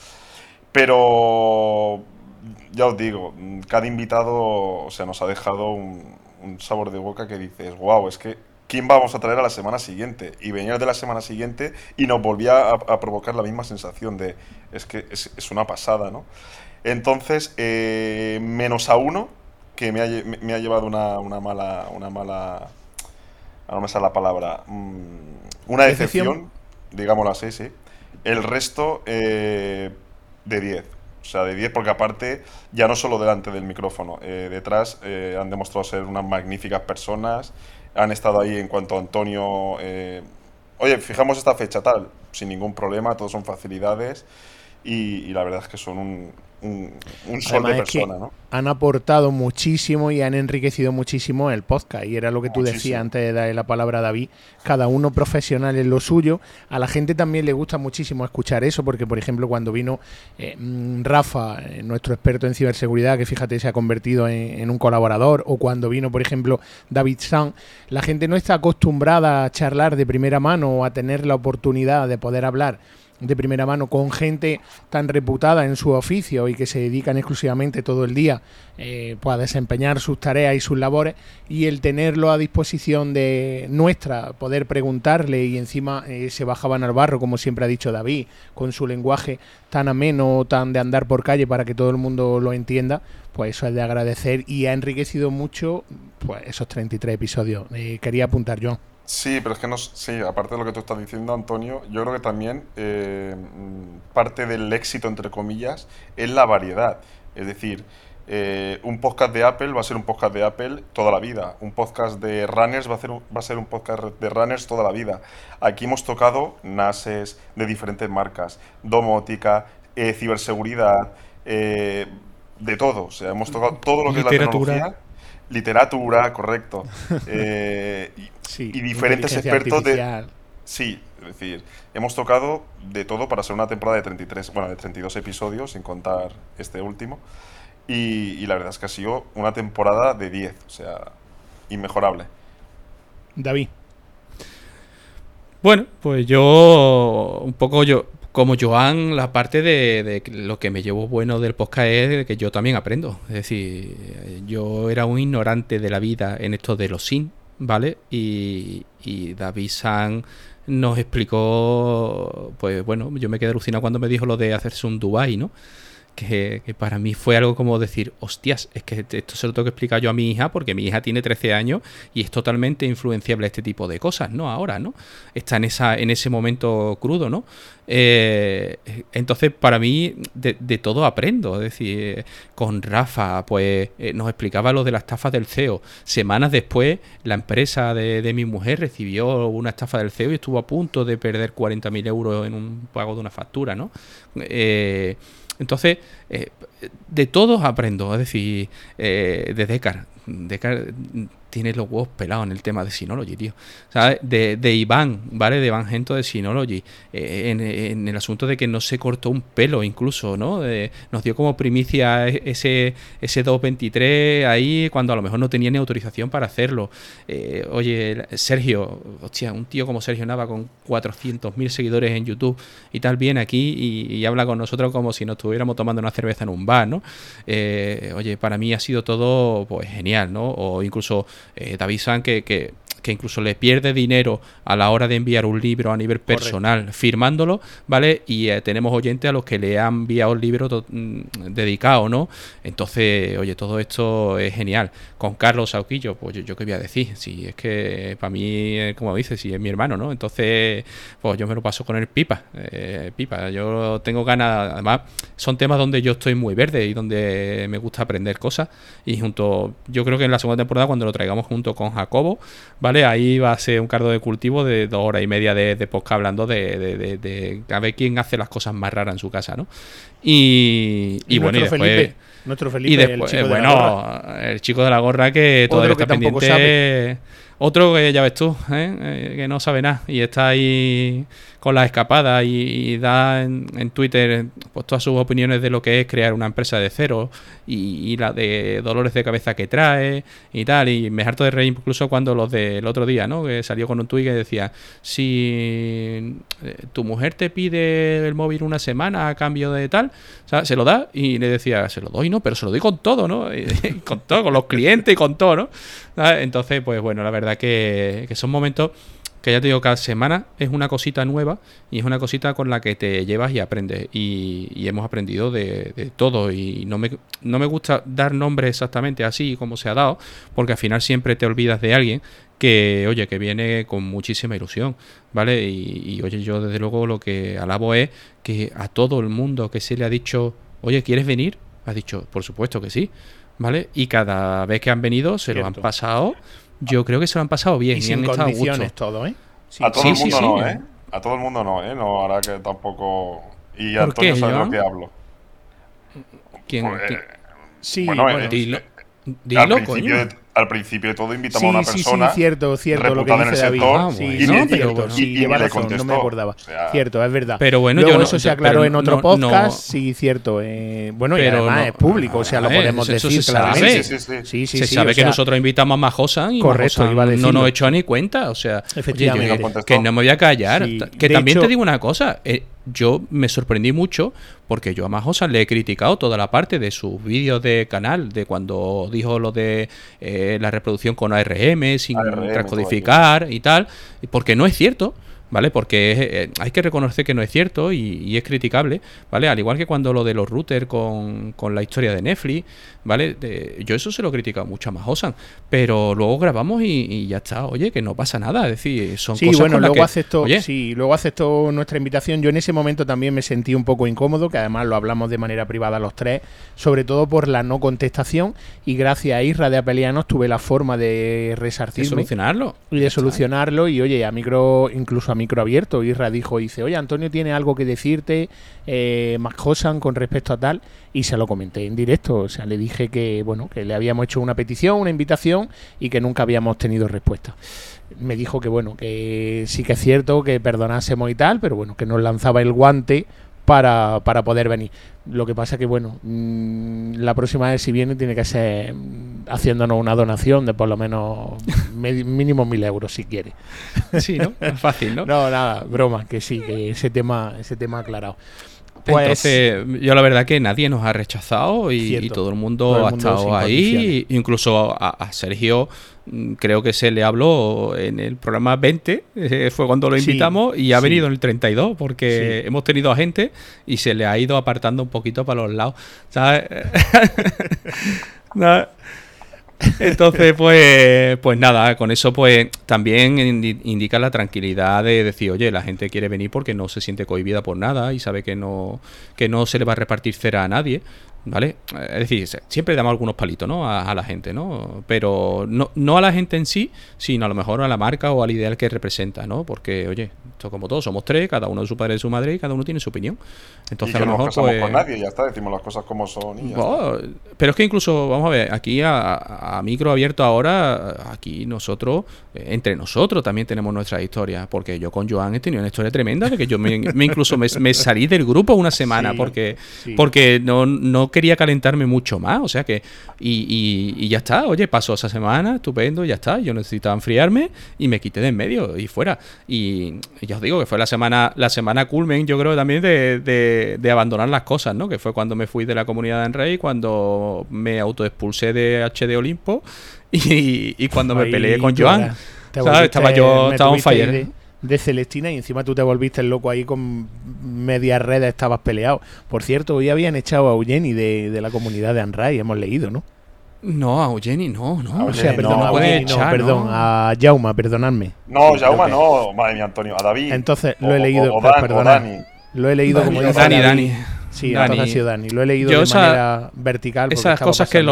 Pero ya os digo, cada invitado, o sea, nos ha dejado un sabor de boca que dices, wow, es que ¿quién vamos a traer a la semana siguiente? Y venía de la semana siguiente y nos volvía a provocar la misma sensación de, es que es una pasada, ¿no? Entonces, menos a uno, que me ha llevado una mala, no me sale la palabra, una decepción, digámoslo así, sí. El resto, de 10. O sea, de 10 porque aparte, ya no solo delante del micrófono, detrás han demostrado ser unas magníficas personas, han estado ahí en cuanto a Antonio, oye, fijamos esta fecha tal, sin ningún problema, todos son facilidades y la verdad es que son un sol de persona, ¿no? Han aportado muchísimo y han enriquecido muchísimo el podcast, y era lo que tú decías antes de darle la palabra a David, cada uno profesional en lo suyo. A la gente también le gusta muchísimo escuchar eso, porque por ejemplo cuando vino Rafa, nuestro experto en ciberseguridad, que fíjate se ha convertido en un colaborador, o cuando vino por ejemplo David San, la gente no está acostumbrada a charlar de primera mano o a tener la oportunidad de poder hablar de primera mano con gente tan reputada en su oficio y que se dedican exclusivamente todo el día pues a desempeñar sus tareas y sus labores, y el tenerlo a disposición de nuestra, poder preguntarle, y encima se bajaban al barro, como siempre ha dicho David, con su lenguaje tan ameno, tan de andar por calle para que todo el mundo lo entienda, pues eso es de agradecer y ha enriquecido mucho pues esos 33 episodios. Quería apuntar yo. Sí, pero es que sí, aparte de lo que tú estás diciendo, Antonio, yo creo que también parte del éxito, entre comillas, es la variedad. Es decir, un podcast de Apple va a ser un podcast de Apple toda la vida. Un podcast de runners va a ser un podcast de runners toda la vida. Aquí hemos tocado NASes de diferentes marcas, domótica, ciberseguridad, de todo. O sea, hemos tocado todo lo que es la tecnología. Literatura, correcto. Y diferentes expertos artificial. Sí, es decir, hemos tocado de todo para ser una temporada de 32 episodios, sin contar este último. Y la verdad es que ha sido una temporada de 10, o sea, inmejorable. David. Bueno, pues como Joan, la parte de lo que me llevo bueno del podcast es que yo también aprendo. Es decir, yo era un ignorante de la vida en esto de los SIM, ¿vale? Y David San nos explicó, pues bueno, yo me quedé alucinado cuando me dijo lo de hacerse un Dubai, ¿no? que para mí fue algo como decir, hostias, es que esto se lo tengo que explicar yo a mi hija, porque mi hija tiene 13 años y es totalmente influenciable este tipo de cosas, ¿no? Ahora, ¿no? Está en ese momento crudo, ¿no? Entonces, para mí, de todo aprendo. Es decir, con Rafa, pues nos explicaba lo de las estafas del CEO. Semanas después, la empresa de mi mujer recibió una estafa del CEO y estuvo a punto de perder 40.000 euros en un pago de una factura, ¿no? Entonces, de todos aprendo. Es decir, de Decar. Decar tiene los huevos pelados en el tema de Synology, tío. ¿Sabes? De Iván, ¿vale? De Iván Gento de Synology. En el asunto de que no se cortó un pelo incluso, ¿no? Nos dio como primicia ese 223 ahí cuando a lo mejor no tenía ni autorización para hacerlo. Oye, Sergio, hostia, un tío como Sergio Nava con 400.000 seguidores en YouTube y tal, viene aquí y habla con nosotros como si nos estuviéramos tomando una cerveza en un bar, ¿no? Oye, para mí ha sido todo pues genial, ¿no? O incluso David San que incluso le pierde dinero a la hora de enviar un libro a nivel personal. Correcto. Firmándolo, ¿vale? Y tenemos oyentes a los que le han enviado el libro dedicado, ¿no? Entonces, oye, todo esto es genial. Con Carlos Sauquillo, pues yo qué voy a decir, si es que para mí, como dices, si es mi hermano, ¿no? Entonces, pues yo me lo paso con el pipa, yo tengo ganas, además, son temas donde yo estoy muy verde y donde me gusta aprender cosas, y yo creo que en la segunda temporada, cuando lo traigamos junto con Jacobo, ¿vale? Ahí va a ser un caldo de cultivo de 2 horas y media de podcast hablando de a ver quién hace las cosas más raras en su casa, ¿no? Y bueno, y después... Nuestro Felipe, y después, el chico de la gorra que todavía está pendiente. Sabe. Otro que ya ves tú, que no sabe nada y está ahí con las escapadas y da en Twitter pues todas sus opiniones de lo que es crear una empresa de cero y la de dolores de cabeza que trae y tal. Y me harto de reír incluso cuando los del otro día, ¿no? Que salió con un tuit que decía, si tu mujer te pide el móvil una semana a cambio de tal, o sea, se lo da, y le decía, se lo doy, ¿no? Pero se lo doy con todo, ¿no? Con todo, con los clientes y con todo, ¿no? ¿Sabes? Entonces, pues bueno, la verdad que son momentos que ya te digo, cada semana es una cosita nueva y es una cosita con la que te llevas y aprendes, y hemos aprendido de todo, y no me gusta dar nombres exactamente así como se ha dado, porque al final siempre te olvidas de alguien que, oye, que viene con muchísima ilusión, ¿vale? Y oye, yo desde luego lo que alabo es que a todo el mundo que se le ha dicho, oye, ¿quieres venir? Ha dicho, por supuesto que sí, ¿vale? Y cada vez que han venido se lo han pasado. Yo creo que se lo han pasado bien y sin han estado a gusto. Todo, ¿eh? Sí. A todo el mundo no, ¿eh? A todo el mundo no, ¿eh? No, ahora que tampoco... Y Antonio sabe de lo que hablo. ¿Quién? Sí, bueno, dilo, al principio de todo invitamos a una persona cierto, lo que dice David. Lleva razón, no me acordaba. O sea, cierto, es verdad. Pero bueno, luego eso se aclaró en otro podcast, sí, cierto. Bueno, y además es público, o sea, lo podemos decir claramente. Sí, se sabe que nosotros invitamos a Majosan y correcto, no nos echó ni cuenta, o sea, efectivamente, que no me voy a callar. Que también te digo una cosa, yo me sorprendí mucho porque yo a Majosan le he criticado toda la parte de sus vídeos de canal, de cuando dijo lo de la reproducción con ARM sin transcodificar y tal, porque no es cierto, ¿vale? Porque hay que reconocer que no es cierto y es criticable, ¿vale? Al igual que cuando lo de los routers con la historia de Netflix, ¿vale? Yo eso se lo he criticado mucho a Majosan, pero luego grabamos y ya está, oye, que no pasa nada, es decir, son cosas bueno, con las luego que... luego aceptó nuestra invitación. Yo en ese momento también me sentí un poco incómodo, que además lo hablamos de manera privada los tres, sobre todo por la no contestación, y gracias a Isra de Apelianos tuve la forma de resarcirme. De solucionarlo. Y oye, incluso a micro abierto, Isra dice, oye, Antonio tiene algo que decirte, Majosan, con respecto a tal, y se lo comenté en directo. O sea, le dije que, bueno, que le habíamos hecho una petición, una invitación, y que nunca habíamos tenido respuesta. Me dijo que, bueno, que sí que es cierto, que perdonásemos y tal, pero bueno, que nos lanzaba el guante para poder venir. Lo que pasa que, bueno, la próxima vez si viene tiene que ser haciéndonos una donación de por lo menos mínimo 1.000 euros si quiere. Sí, ¿no? Es fácil, ¿no? No, nada, broma, que sí, que ese tema aclarado. Pues, entonces, yo la verdad que nadie nos ha rechazado y todo el mundo ha estado ahí. Incluso a Sergio creo que se le habló en el programa 20, fue cuando lo invitamos, y ha venido en el 32, porque hemos tenido a gente y se le ha ido apartando un poquito para los lados, ¿sabes? Entonces, pues nada, con eso pues también indica la tranquilidad de decir, oye, la gente quiere venir porque no se siente cohibida por nada y sabe que no se le va a repartir cera a nadie, ¿vale? Es decir, siempre damos algunos palitos, ¿no? A la gente, ¿no? Pero no a la gente en sí, sino a lo mejor a la marca o al ideal que representa, ¿no? Porque, oye, esto como todos somos tres, cada uno de su padre y de su madre, y cada uno tiene su opinión. Entonces, y que a lo mejor no nos casamos con nadie, ya está, decimos las cosas como son y ya está. Pero es que incluso, vamos a ver, aquí a micro abierto ahora, aquí nosotros, entre nosotros también tenemos nuestras historias, porque yo con Joan he tenido una historia tremenda de que yo incluso me salí del grupo una semana porque no quería calentarme mucho más, o sea que y ya está, oye, pasó esa semana, estupendo, ya está, yo necesitaba enfriarme y me quité de en medio y fuera, y ya os digo que fue la semana culmen, yo creo también de abandonar las cosas, ¿no? Que fue cuando me fui de la comunidad de Enrey, cuando me autoexpulsé de HD Olimpo y cuando me peleé con Joan, ¿sabes? Estaba on fire. De Celestina, y encima tú te volviste el loco ahí con medias redes, estabas peleado. Por cierto, hoy habían echado a Eugeni de la comunidad de Enrey, hemos leído, ¿no? No, a Eugeni no. O sea, perdón, a Jauma, perdonadme. No, Jauma no, madre mía, Antonio, a David. Entonces lo he leído, Dani. Lo he leído como dice Dani. Sí, entonces ha sido Dani. Lo he leído de manera vertical. Esas cosas que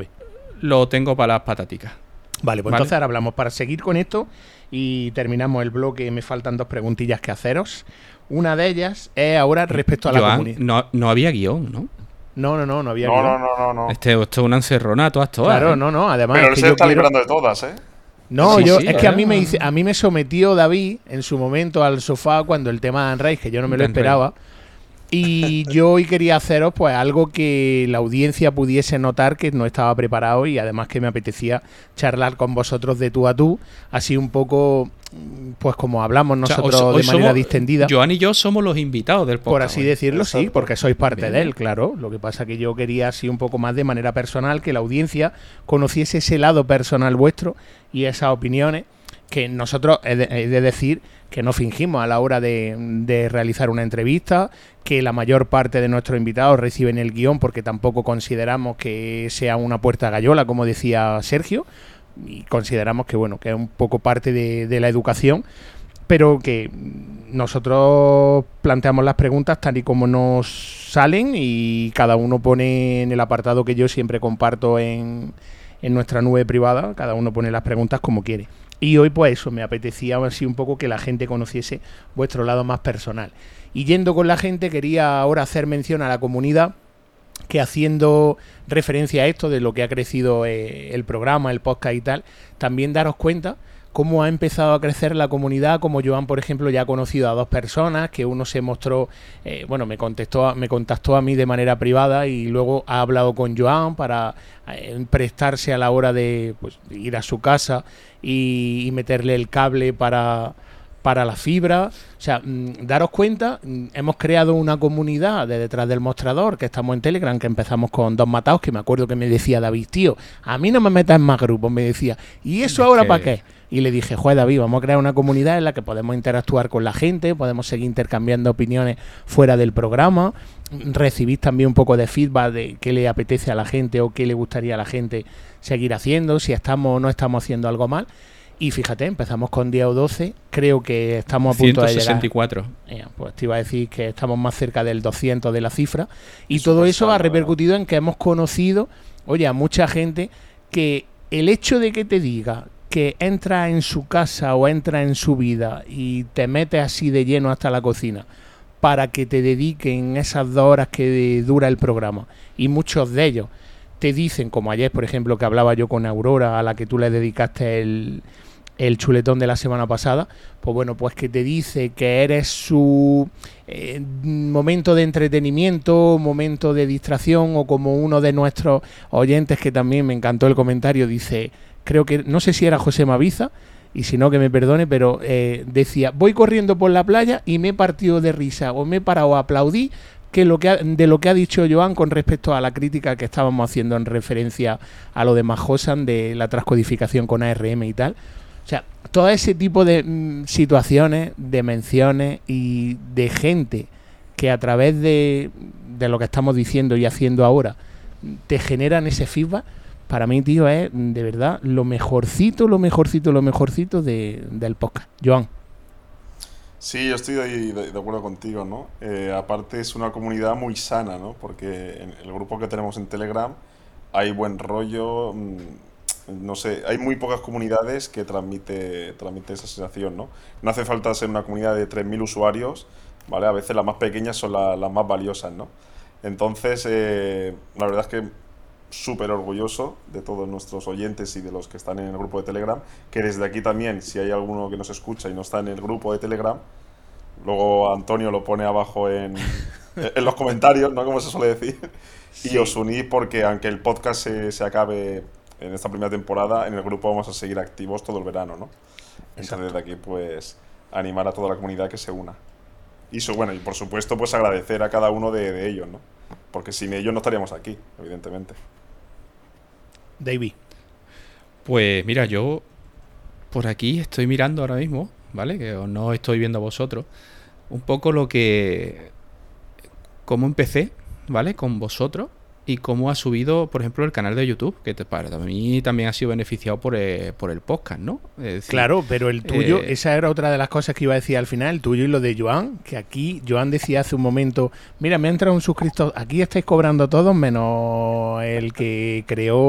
lo tengo para las pataticas. Vale, pues entonces ahora hablamos para seguir con esto y terminamos el bloque. Me faltan 2 preguntillas que haceros. Una de ellas es ahora respecto a la comunidad. No había guión, ¿no? No había guión. No. Esto es una encerrona todas. Claro, no, además. Pero él se está librando de todas, ¿eh? No, es que a mí me sometió David en su momento al sofá cuando el tema de Enrey, que yo no me lo esperaba. Y yo hoy quería haceros pues algo que la audiencia pudiese notar que no estaba preparado, y además que me apetecía charlar con vosotros de tú a tú, así un poco pues como hablamos nosotros de manera distendida. Joan y yo somos los invitados del podcast. Por así decirlo, sí, porque sois parte de él, claro. Lo que pasa que yo quería así un poco más de manera personal, que la audiencia conociese ese lado personal vuestro y esas opiniones que nosotros, he de decir, que no fingimos a la hora de realizar una entrevista, que la mayor parte de nuestros invitados reciben el guión porque tampoco consideramos que sea una puerta gallola, como decía Sergio, y consideramos que bueno, que es un poco parte de la educación, pero que nosotros planteamos las preguntas tal y como nos salen y cada uno pone en el apartado que yo siempre comparto en nuestra nube privada, cada uno pone las preguntas como quiere. Y hoy pues eso, me apetecía así un poco que la gente conociese vuestro lado más personal. Y yendo con la gente, quería ahora hacer mención a la comunidad, que haciendo referencia a esto de lo que ha crecido el programa, el podcast y tal, también daros cuenta cómo ha empezado a crecer la comunidad, como Joan, por ejemplo, ya ha conocido a 2 personas, que uno se mostró, me contactó a mí de manera privada y luego ha hablado con Joan para prestarse a la hora de pues, ir a su casa y meterle el cable para la fibra. O sea, daros cuenta, hemos creado una comunidad de detrás del mostrador, que estamos en Telegram, que empezamos con 2 matados, que me acuerdo que me decía David, tío, a mí no me metas en más grupos, me decía, ¿y eso ahora para qué? Y le dije, joder, David, vamos a crear una comunidad en la que podemos interactuar con la gente, podemos seguir intercambiando opiniones fuera del programa, recibís también un poco de feedback de qué le apetece a la gente o qué le gustaría a la gente seguir haciendo, si estamos o no estamos haciendo algo mal. Y fíjate, empezamos con 10 o 12, creo que estamos a punto 164. De llegar. Pues te iba a decir que estamos más cerca del 200 de la cifra. Y todo eso ha repercutido en que hemos conocido, oye, a mucha gente que el hecho de que te diga que entra en su casa o entra en su vida y te metes así de lleno hasta la cocina para que te dediquen esas 2 horas que dura el programa, y muchos de ellos te dicen, como ayer por ejemplo que hablaba yo con Aurora, a la que tú le dedicaste el chuletón de la semana pasada, pues bueno, pues que te dice que eres su momento de entretenimiento, momento de distracción, o como uno de nuestros oyentes que también me encantó el comentario, dice, creo que, no sé si era José Maviza, y si no que me perdone, pero decía, voy corriendo por la playa y me he partido de risa o me he parado a aplaudir de lo que ha dicho Joan con respecto a la crítica que estábamos haciendo en referencia a lo de Majosan, de la transcodificación con ARM y tal. O sea, todo ese tipo de situaciones, de menciones y de gente que a través de lo que estamos diciendo y haciendo ahora te generan ese feedback, para mí, tío, es de verdad lo mejorcito del podcast. Joan. Sí, yo estoy de acuerdo contigo, ¿no? Aparte es una comunidad muy sana, ¿no? Porque en el grupo que tenemos en Telegram hay buen rollo, no sé, hay muy pocas comunidades que transmite esa sensación, ¿no? No hace falta ser una comunidad de 3.000 usuarios, ¿vale? A veces las más pequeñas son las más valiosas, ¿no? Entonces, la verdad es que súper orgulloso de todos nuestros oyentes y de los que están en el grupo de Telegram, que desde aquí también, si hay alguno que nos escucha y no está en el grupo de Telegram, luego Antonio lo pone abajo en los comentarios, ¿no? Como se suele decir, sí. Y os unís porque aunque el podcast se acabe en esta primera temporada, en el grupo vamos a seguir activos todo el verano, ¿no? Entonces desde aquí pues animar a toda la comunidad que se una. Y bueno, y por supuesto pues agradecer a cada uno de ellos, ¿no? Porque sin ellos no estaríamos aquí, evidentemente. David. Pues mira, yo por aquí estoy mirando ahora mismo, ¿vale? Que no estoy viendo a vosotros. Un poco cómo empecé, ¿vale? Con vosotros y cómo ha subido, por ejemplo, el canal de YouTube, que para mí también ha sido beneficiado por el podcast, ¿no? Es decir, claro, pero el tuyo, esa era otra de las cosas que iba a decir al final, el tuyo y lo de Joan, que aquí Joan decía hace un momento, mira, me ha entrado un suscriptor, aquí estáis cobrando todos menos el que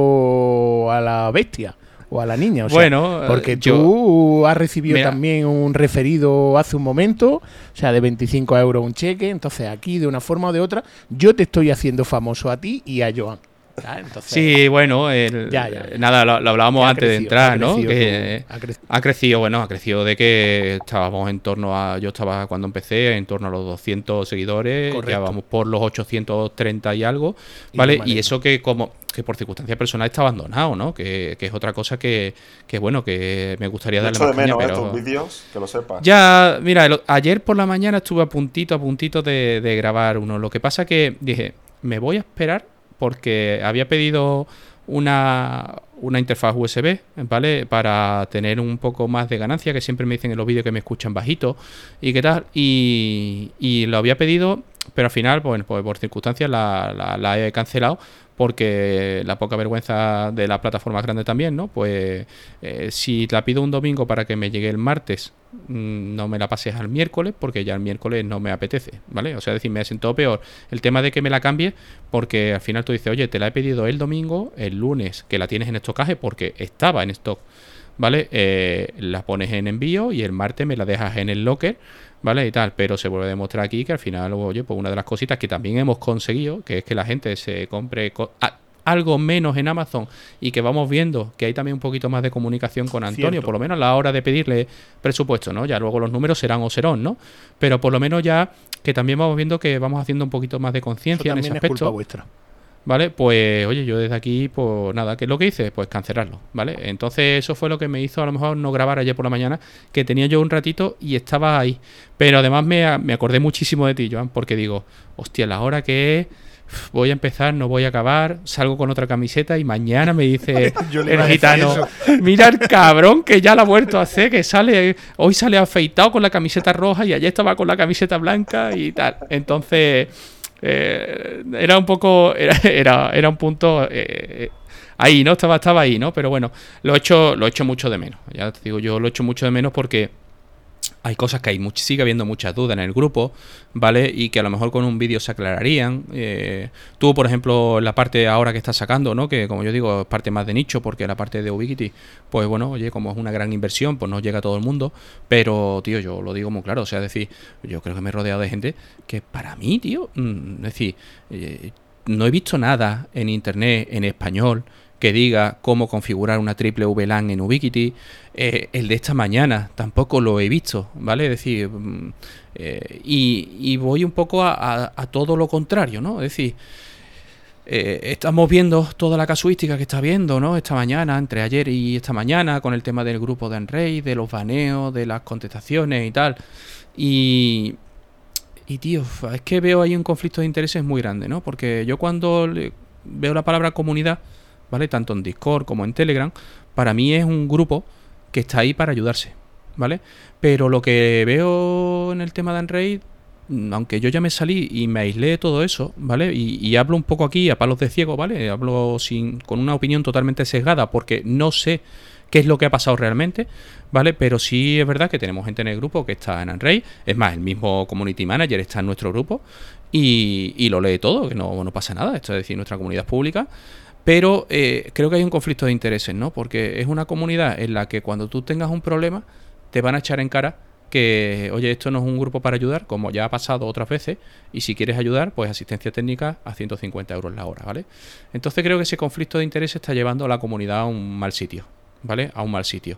creó a la bestia o a la niña, o sea, bueno, porque tú has recibido también un referido hace un momento, o sea, de 25 euros un cheque, entonces aquí de una forma o de otra yo te estoy haciendo famoso a ti y a Joan. Entonces, sí, bueno, nada, lo hablábamos antes de entrar, ¿no? Que ha crecido de que estábamos en torno a, yo estaba cuando empecé en torno a los 200 seguidores, correcto. Ya vamos por los 830 y algo, ¿vale? Y eso que por circunstancias personales está abandonado, ¿no? Que es otra cosa que bueno, que me gustaría darle más caña, pero estos vídeos, que lo sepas. Ya, mira, ayer por la mañana estuve a puntito de grabar uno. Lo que pasa que dije, me voy a esperar porque había pedido una interfaz USB, ¿vale? Para tener un poco más de ganancia, que siempre me dicen en los vídeos que me escuchan bajito y qué tal. Y lo había pedido, pero al final, pues por circunstancias la he cancelado porque la poca vergüenza de la plataforma grande también, ¿no? Pues si la pido un domingo para que me llegue el martes, no me la pases al miércoles porque ya el miércoles no me apetece, ¿vale? O sea, decir, me ha sentado peor el tema de que me la cambie porque al final tú dices, oye, te la he pedido el domingo, el lunes que la tienes en estocaje porque estaba en stock, ¿vale? La pones en envío y el martes me la dejas en el locker, ¿vale? Y tal, pero se vuelve a demostrar aquí que al final, oye, pues una de las cositas que también hemos conseguido, que es que la gente se compre algo menos en Amazon y que vamos viendo que hay también un poquito más de comunicación con Antonio, Cierto. por lo menos a la hora de pedirle presupuesto, ¿no? Ya luego los números serán o serán, ¿no? Pero por lo menos ya que también vamos viendo que vamos haciendo un poquito más de conciencia en ese aspecto. Es culpa vuestra. ¿Vale? Pues oye, yo desde aquí, pues nada, ¿qué es lo que hice? Pues cancelarlo, ¿vale? Entonces eso fue lo que me hizo a lo mejor no grabar ayer por la mañana, que tenía yo un ratito y estaba ahí. Pero además me acordé muchísimo de ti, Joan, porque digo, hostia, la hora que es, voy a empezar, no voy a acabar, salgo con otra camiseta y mañana me dice el gitano, mira el cabrón que ya la ha vuelto a hacer, que hoy sale afeitado con la camiseta roja y ayer estaba con la camiseta blanca y tal. Entonces... era un poco era un punto ahí, ¿no? Estaba ahí, ¿no? Pero bueno, lo he hecho mucho de menos. Ya te digo, yo lo he hecho mucho de menos porque hay cosas que sigue habiendo muchas dudas en el grupo, ¿vale? Y que a lo mejor con un vídeo se aclararían. Tú, por ejemplo, la parte ahora que estás sacando, ¿no? Que como yo digo, es parte más de nicho, porque la parte de Ubiquiti, pues bueno, oye, como es una gran inversión, pues no llega a todo el mundo. Pero, tío, yo lo digo muy claro. O sea, es decir, yo creo que me he rodeado de gente que para mí, tío, es decir, no he visto nada en internet, en español, que diga cómo configurar una triple VLAN en Ubiquiti. El de esta mañana tampoco lo he visto, ¿vale? Es decir, y voy un poco a todo lo contrario, ¿no? Es decir, estamos viendo toda la casuística que está viendo, ¿no? Esta mañana, entre ayer y esta mañana, con el tema del grupo de Enrey, de los baneos, de las contestaciones y tal. Y Y tío, es que veo ahí un conflicto de intereses muy grande, ¿no? Porque yo cuando veo la palabra comunidad, ¿vale? Tanto en Discord como en Telegram, para mí es un grupo que está ahí para ayudarse, ¿vale? Pero lo que veo en el tema de Unraid, aunque yo ya me salí y me aislé de todo eso, ¿vale? Y hablo un poco aquí a palos de ciego, ¿vale? Hablo con una opinión totalmente sesgada porque no sé qué es lo que ha pasado realmente, ¿vale? Pero sí es verdad que tenemos gente en el grupo que está en Unraid. Es más, el mismo community manager está en nuestro grupo y lo lee todo, que no pasa nada. Esto es decir, nuestra comunidad es pública. Pero creo que hay un conflicto de intereses, ¿no? Porque es una comunidad en la que cuando tú tengas un problema te van a echar en cara que, oye, esto no es un grupo para ayudar, como ya ha pasado otras veces, y si quieres ayudar, pues asistencia técnica a 150 euros la hora, ¿vale? Entonces creo que ese conflicto de intereses está llevando a la comunidad a un mal sitio, ¿vale? A un mal sitio.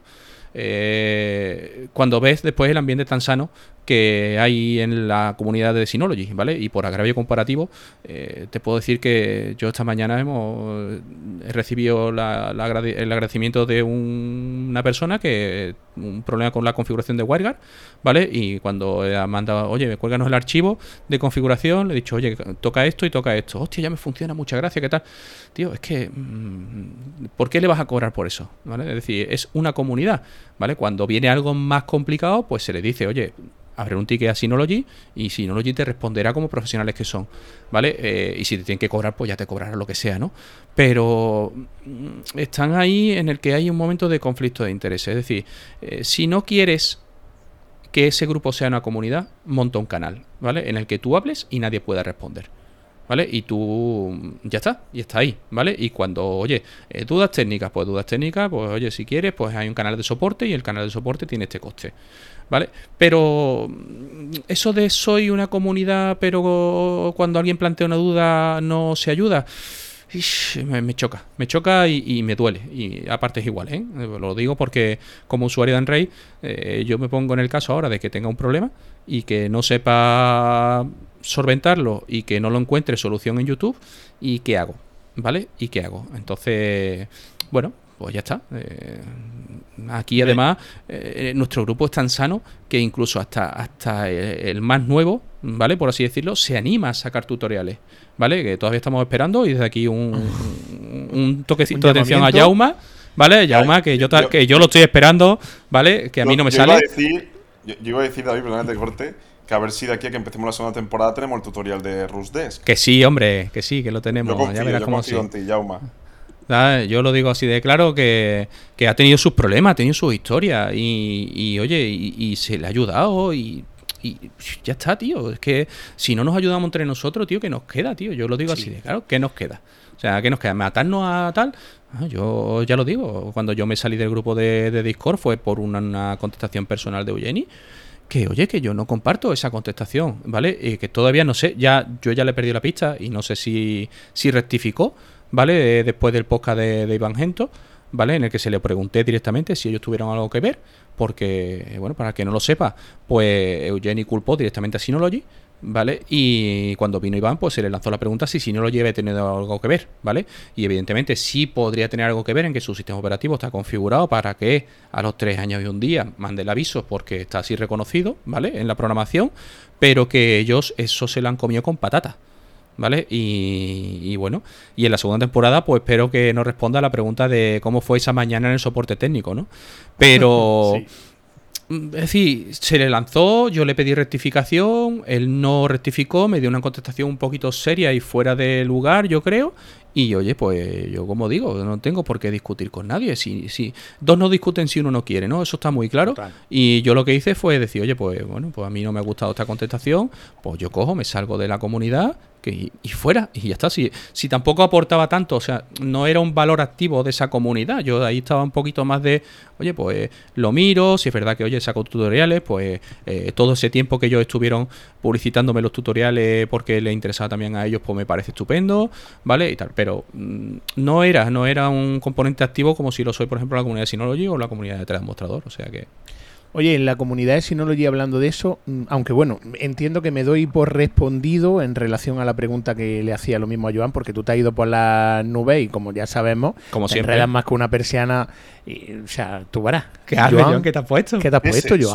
Cuando ves después el ambiente tan sano que hay en la comunidad de Synology, ¿vale? Y por agravio comparativo, te puedo decir que yo esta mañana he recibido el agradecimiento de una persona que un problema con la configuración de WireGuard, ¿vale? Y cuando ha mandado, oye, cuélganos el archivo de configuración, le he dicho, oye, toca esto y toca esto. Hostia, ya me funciona, muchas gracias, ¿qué tal? Tío, es que, ¿por qué le vas a cobrar por eso? ¿Vale? Es decir, es una comunidad, ¿vale? Cuando viene algo más complicado, pues se le dice, oye, abre un ticket a Synology y Synology te responderá como profesionales que son, ¿vale? Y si te tienen que cobrar, pues ya te cobrarán lo que sea, ¿no? Pero están ahí en el que hay un momento de conflicto de intereses. Es decir, si no quieres que ese grupo sea una comunidad, monta un canal, ¿vale? En el que tú hables y nadie pueda responder, ¿vale? Y tú ya está, y está ahí, ¿vale? Y cuando, oye, dudas técnicas, pues oye, si quieres, pues hay un canal de soporte y el canal de soporte tiene este coste, ¿vale? Pero eso de soy una comunidad, pero cuando alguien plantea una duda no se ayuda, me choca y me duele. Y aparte es igual, ¿eh? Lo digo porque como usuario de Unraid, yo me pongo en el caso ahora de que tenga un problema y que no sepa solventarlo y que no lo encuentre solución en YouTube, ¿y qué hago? ¿Vale? ¿Y qué hago? Entonces, bueno, pues ya está. Aquí además nuestro grupo es tan sano que incluso hasta el más nuevo, ¿vale? Por así decirlo, se anima a sacar tutoriales, ¿vale? Que todavía estamos esperando y desde aquí un toquecito de atención a Jauma, ¿vale? Jauma, que yo lo estoy esperando, ¿vale? Que a mí no me sale. Yo iba a decir, David, perdón, te corte, que a ver si de aquí a que empecemos la segunda temporada tenemos el tutorial de Rusdesk. Que sí, hombre, que sí, que lo tenemos. Ya verás cómo sí. En ti, Jauma. Yo lo digo así de claro que ha tenido sus problemas, ha tenido sus historias y oye, y se le ha ayudado y ya está, tío. Es que si no nos ayudamos entre nosotros, tío, ¿qué nos queda, tío? Yo lo digo así de claro, ¿qué nos queda? O sea, ¿qué nos queda? ¿Matarnos a tal? Yo ya lo digo, cuando yo me salí del grupo de Discord fue por una contestación personal de Eugeni, que oye, que yo no comparto esa contestación, ¿vale? Y que todavía no sé, yo ya le he perdido la pista y no sé si rectificó, ¿vale? Después del podcast de Iván Gento, ¿vale? En el que se le pregunté directamente si ellos tuvieron algo que ver, porque, bueno, para el que no lo sepa, pues Eugeni culpó directamente a Synology, ¿vale? Y cuando vino Iván, pues se le lanzó la pregunta si Synology había tenido algo que ver, ¿vale? Y evidentemente sí podría tener algo que ver en que su sistema operativo está configurado para que a los 3 años y un día mande el aviso porque está así reconocido, ¿vale? En la programación, pero que ellos eso se lo han comido con patata, ¿vale? Y bueno, y en la segunda temporada pues espero que nos responda a la pregunta de cómo fue esa mañana en el soporte técnico, ¿no? Pero sí. Es decir, se le lanzó, yo le pedí rectificación, él no rectificó, me dio una contestación un poquito seria y fuera de lugar, yo creo. Y oye, pues yo como digo, no tengo por qué discutir con nadie. Si dos no discuten si uno no quiere, ¿no? Eso está muy claro. Total. Y yo lo que hice fue decir, oye, pues bueno, pues a mí no me ha gustado esta contestación, pues yo cojo, me salgo de la comunidad y fuera, y ya está. Si tampoco aportaba tanto, o sea, no era un valor activo de esa comunidad. Yo ahí estaba un poquito más de, oye, pues lo miro, si es verdad que, oye, saco tutoriales, pues todo ese tiempo que ellos estuvieron publicitándome los tutoriales porque les interesaba también a ellos, pues me parece estupendo, ¿vale? Y tal, pero no era un componente activo como si lo soy, por ejemplo, la comunidad de Synology o la comunidad de Transmostrador, o sea que... Oye, en la comunidad de Synology, hablando de eso, aunque bueno, entiendo que me doy por respondido en relación a la pregunta que le hacía lo mismo a Joan, porque tú te has ido por la nube y como ya sabemos, como te siempre, enredas más que una persiana, o sea, tú verás. ¿Qué haces, Joan? ¿Qué te has puesto? ¿Qué te has puesto, Joan?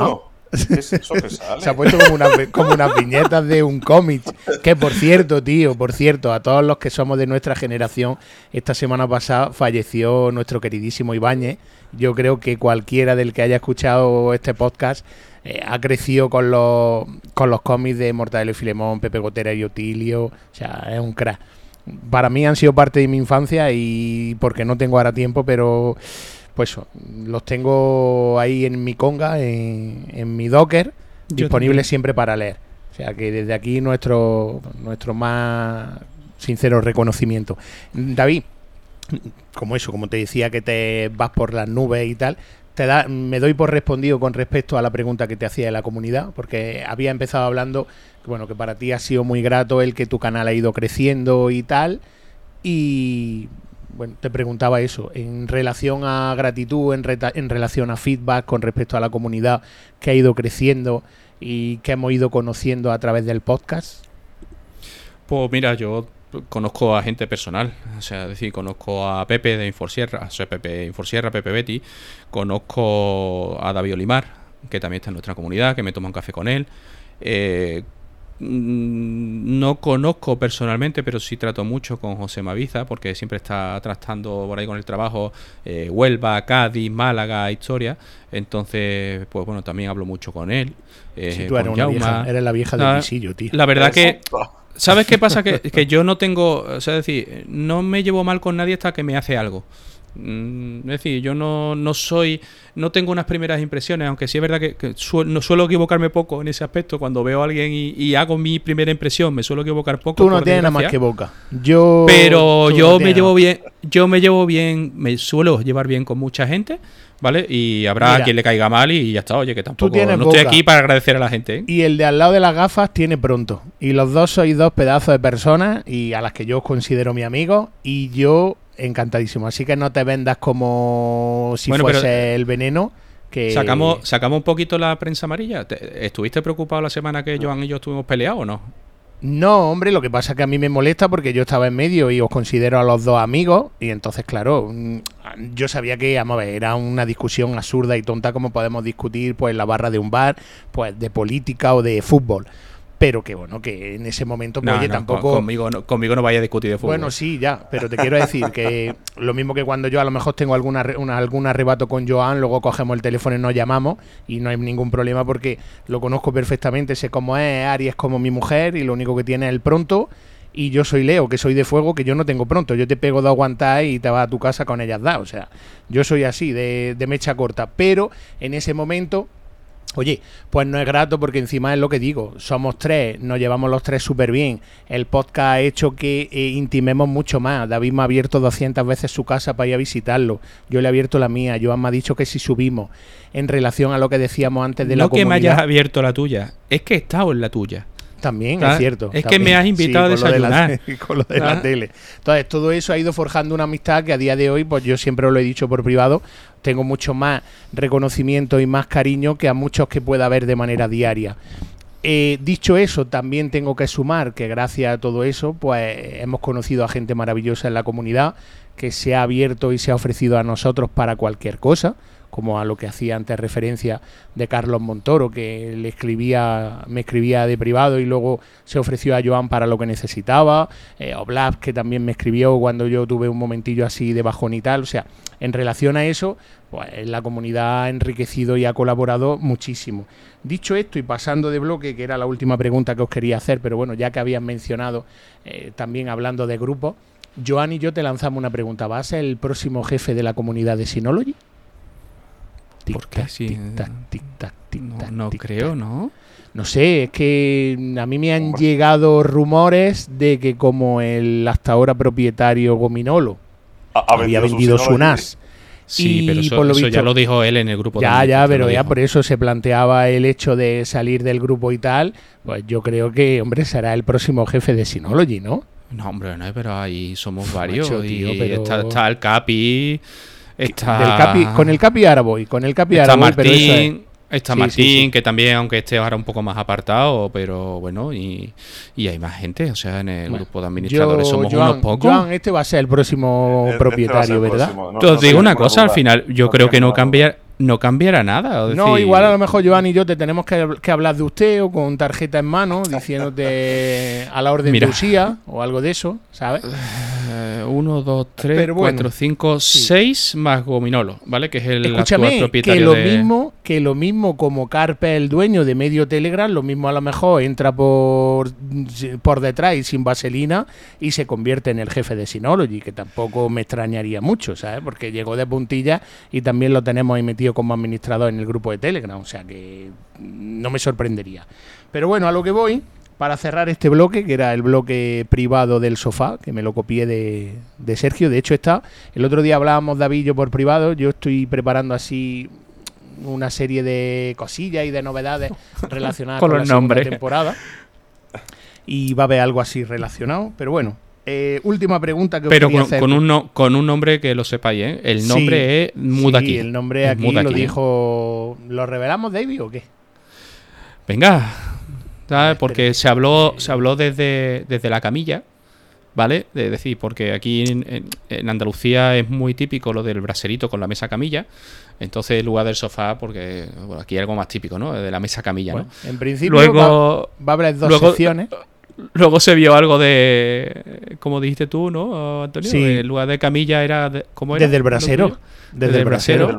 ¿Qué es eso que sale? Se ha puesto como unas viñetas de un cómic. Que por cierto, a todos los que somos de nuestra generación, esta semana pasada falleció nuestro queridísimo Ibáñez. Yo creo que cualquiera del que haya escuchado este podcast ha crecido con los cómics de Mortadelo y Filemón, Pepe Gotera y Otilio. O sea, es un crack. Para mí han sido parte de mi infancia y porque no tengo ahora tiempo, pero pues los tengo ahí en mi conga, en mi Docker, disponibles siempre para leer. O sea que desde aquí nuestro más sincero reconocimiento. David, como te decía que te vas por las nubes y tal, me doy por respondido con respecto a la pregunta que te hacía de la comunidad, porque había empezado hablando que para ti ha sido muy grato el que tu canal ha ido creciendo y tal, y bueno, te preguntaba eso, en relación a gratitud, en relación a feedback con respecto a la comunidad que ha ido creciendo y que hemos ido conociendo a través del podcast. Pues mira, yo conozco a gente personal, o sea, es decir, conozco a Pepe de Inforsierra, o sea, Pepe Betty, conozco a David Olimar, que también está en nuestra comunidad, que me toma un café con él. No conozco personalmente, pero sí trato mucho con José Maviza, porque siempre está tratando por ahí con el trabajo Huelva, Cádiz, Málaga, Historia. Entonces, pues bueno, también hablo mucho con él. Si tú eres la vieja del visillo, tío. La verdad que... ¿Sabes qué pasa? Que yo no tengo... O sea, es decir, no me llevo mal con nadie hasta que me hace algo. Es decir, yo no tengo unas primeras impresiones, aunque sí es verdad que no suelo equivocarme poco en ese aspecto. Cuando veo a alguien y hago mi primera impresión, me suelo equivocar poco. Tú no tienes nada más que boca. Pero yo me llevo bien, me suelo llevar bien con mucha gente, ¿vale? Y habrá quien le caiga mal y ya está. Oye, que tampoco no estoy aquí para agradecer a la gente, ¿eh? Y el de al lado de las gafas tiene pronto. Y los dos sois dos pedazos de personas y a las que yo os considero mi amigo, y yo encantadísimo. Así que no te vendas como si fuese el veneno. Que sacamos un poquito la prensa amarilla. ¿Estuviste preocupado la semana que Joan y yo estuvimos peleados o no? No, hombre, lo que pasa es que a mí me molesta porque yo estaba en medio y os considero a los dos amigos, y entonces, claro, yo sabía que, vamos a ver, era una discusión absurda y tonta como podemos discutir pues en la barra de un bar, pues de política o de fútbol. Pero que bueno, que en ese momento pues, tampoco... Conmigo no vaya a discutir de fútbol. Bueno, sí, ya, pero te quiero decir que lo mismo que cuando yo a lo mejor tengo algún arrebato con Joan, luego cogemos el teléfono y nos llamamos y no hay ningún problema porque lo conozco perfectamente, sé cómo es, Ari es como mi mujer y lo único que tiene es el pronto, y yo soy Leo, que soy de fuego, que yo no tengo pronto, yo te pego de aguantar y te vas a tu casa con ellas da, o sea, yo soy así, de mecha corta, pero en ese momento... Oye, pues no es grato porque encima es lo que digo, somos tres, nos llevamos los tres súper bien, el podcast ha hecho que intimemos mucho más. David me ha abierto 200 veces su casa para ir a visitarlo, yo le he abierto la mía, Joan me ha dicho que si subimos, en relación a lo que decíamos antes de la comunidad... No que me hayas abierto la tuya, es que he estado en la tuya. También, es cierto. Es que me has invitado a desayunar. Con lo de la tele. Entonces, todo eso ha ido forjando una amistad que a día de hoy, pues yo siempre lo he dicho por privado, tengo mucho más reconocimiento y más cariño que a muchos que pueda haber de manera diaria. Dicho eso, también tengo que sumar que gracias a todo eso, pues hemos conocido a gente maravillosa en la comunidad que se ha abierto y se ha ofrecido a nosotros para cualquier cosa, como a lo que hacía antes referencia de Carlos Montoro, que me escribía de privado y luego se ofreció a Joan para lo que necesitaba, o Blas, que también me escribió cuando yo tuve un momentillo así de bajón y tal. O sea, en relación a eso, pues la comunidad ha enriquecido y ha colaborado muchísimo. Dicho esto y pasando de bloque, que era la última pregunta que os quería hacer, pero bueno, ya que habían mencionado también hablando de grupos, Joan y yo te lanzamos una pregunta. ¿Vas a ser el próximo jefe de la comunidad de Synology? Porque sí, no creo, ¿no? No sé, es que a mí me han llegado rumores de que como el hasta ahora propietario Gominolo había vendido su NAS. Sí, pero eso ya lo dijo él en el grupo. Pero ya por eso se planteaba el hecho de salir del grupo y tal. Pues yo creo que, hombre, será el próximo jefe de Synology, ¿no? No, hombre, no, pero ahí somos varios. Macho, tío, está el Capi... Con el Capi ahora voy. Está Martín, sí. Que también, aunque esté ahora un poco más apartado, pero bueno, y hay más gente, o sea, en el grupo de administradores somos unos pocos. Joan, este va a ser el próximo propietario, ¿verdad? Te os digo una cosa, al final, yo creo que no no cambiará nada. O decir... No, igual a lo mejor Joan y yo te tenemos que hablar de usted o con tarjeta en mano, diciéndote a la orden de Usía o algo de eso, ¿sabes? 1, 2, 3, 4, 5, 6 más Gominolo, ¿vale? Que es el Escúchame, actual propietario que lo mismo como Carpe, el dueño de Medio Telegram, lo mismo a lo mejor entra por detrás y sin vaselina y se convierte en el jefe de Synology, que tampoco me extrañaría mucho, ¿sabes? Porque llegó de puntilla y también lo tenemos ahí metido como administrador en el grupo de Telegram, o sea que no me sorprendería. Pero bueno, a lo que voy, para cerrar este bloque, que era el bloque privado del sofá, que me lo copié de Sergio. De hecho el otro día hablábamos David y yo por privado, yo estoy preparando así una serie de cosillas y de novedades relacionadas con la segunda temporada. Y va a haber algo así relacionado, pero bueno. Última pregunta que os quería hacer. Pero con un nombre que lo sepáis, ¿eh? El nombre es Mudaki. Sí, el nombre aquí lo dijo... ¿Lo revelamos, David, o qué? Venga, ¿sabes? Porque se habló desde la camilla, ¿vale? Es decir, porque aquí en Andalucía es muy típico lo del braserito con la mesa camilla. Entonces, en lugar del sofá, porque bueno, aquí hay algo más típico, ¿no? De la mesa camilla, bueno, ¿no? En principio va a haber dos secciones. Luego se vio algo de... Como dijiste tú, ¿no, Antonio? Sí. En lugar de camilla era... ¿Cómo era? Desde el brasero. Desde el brasero.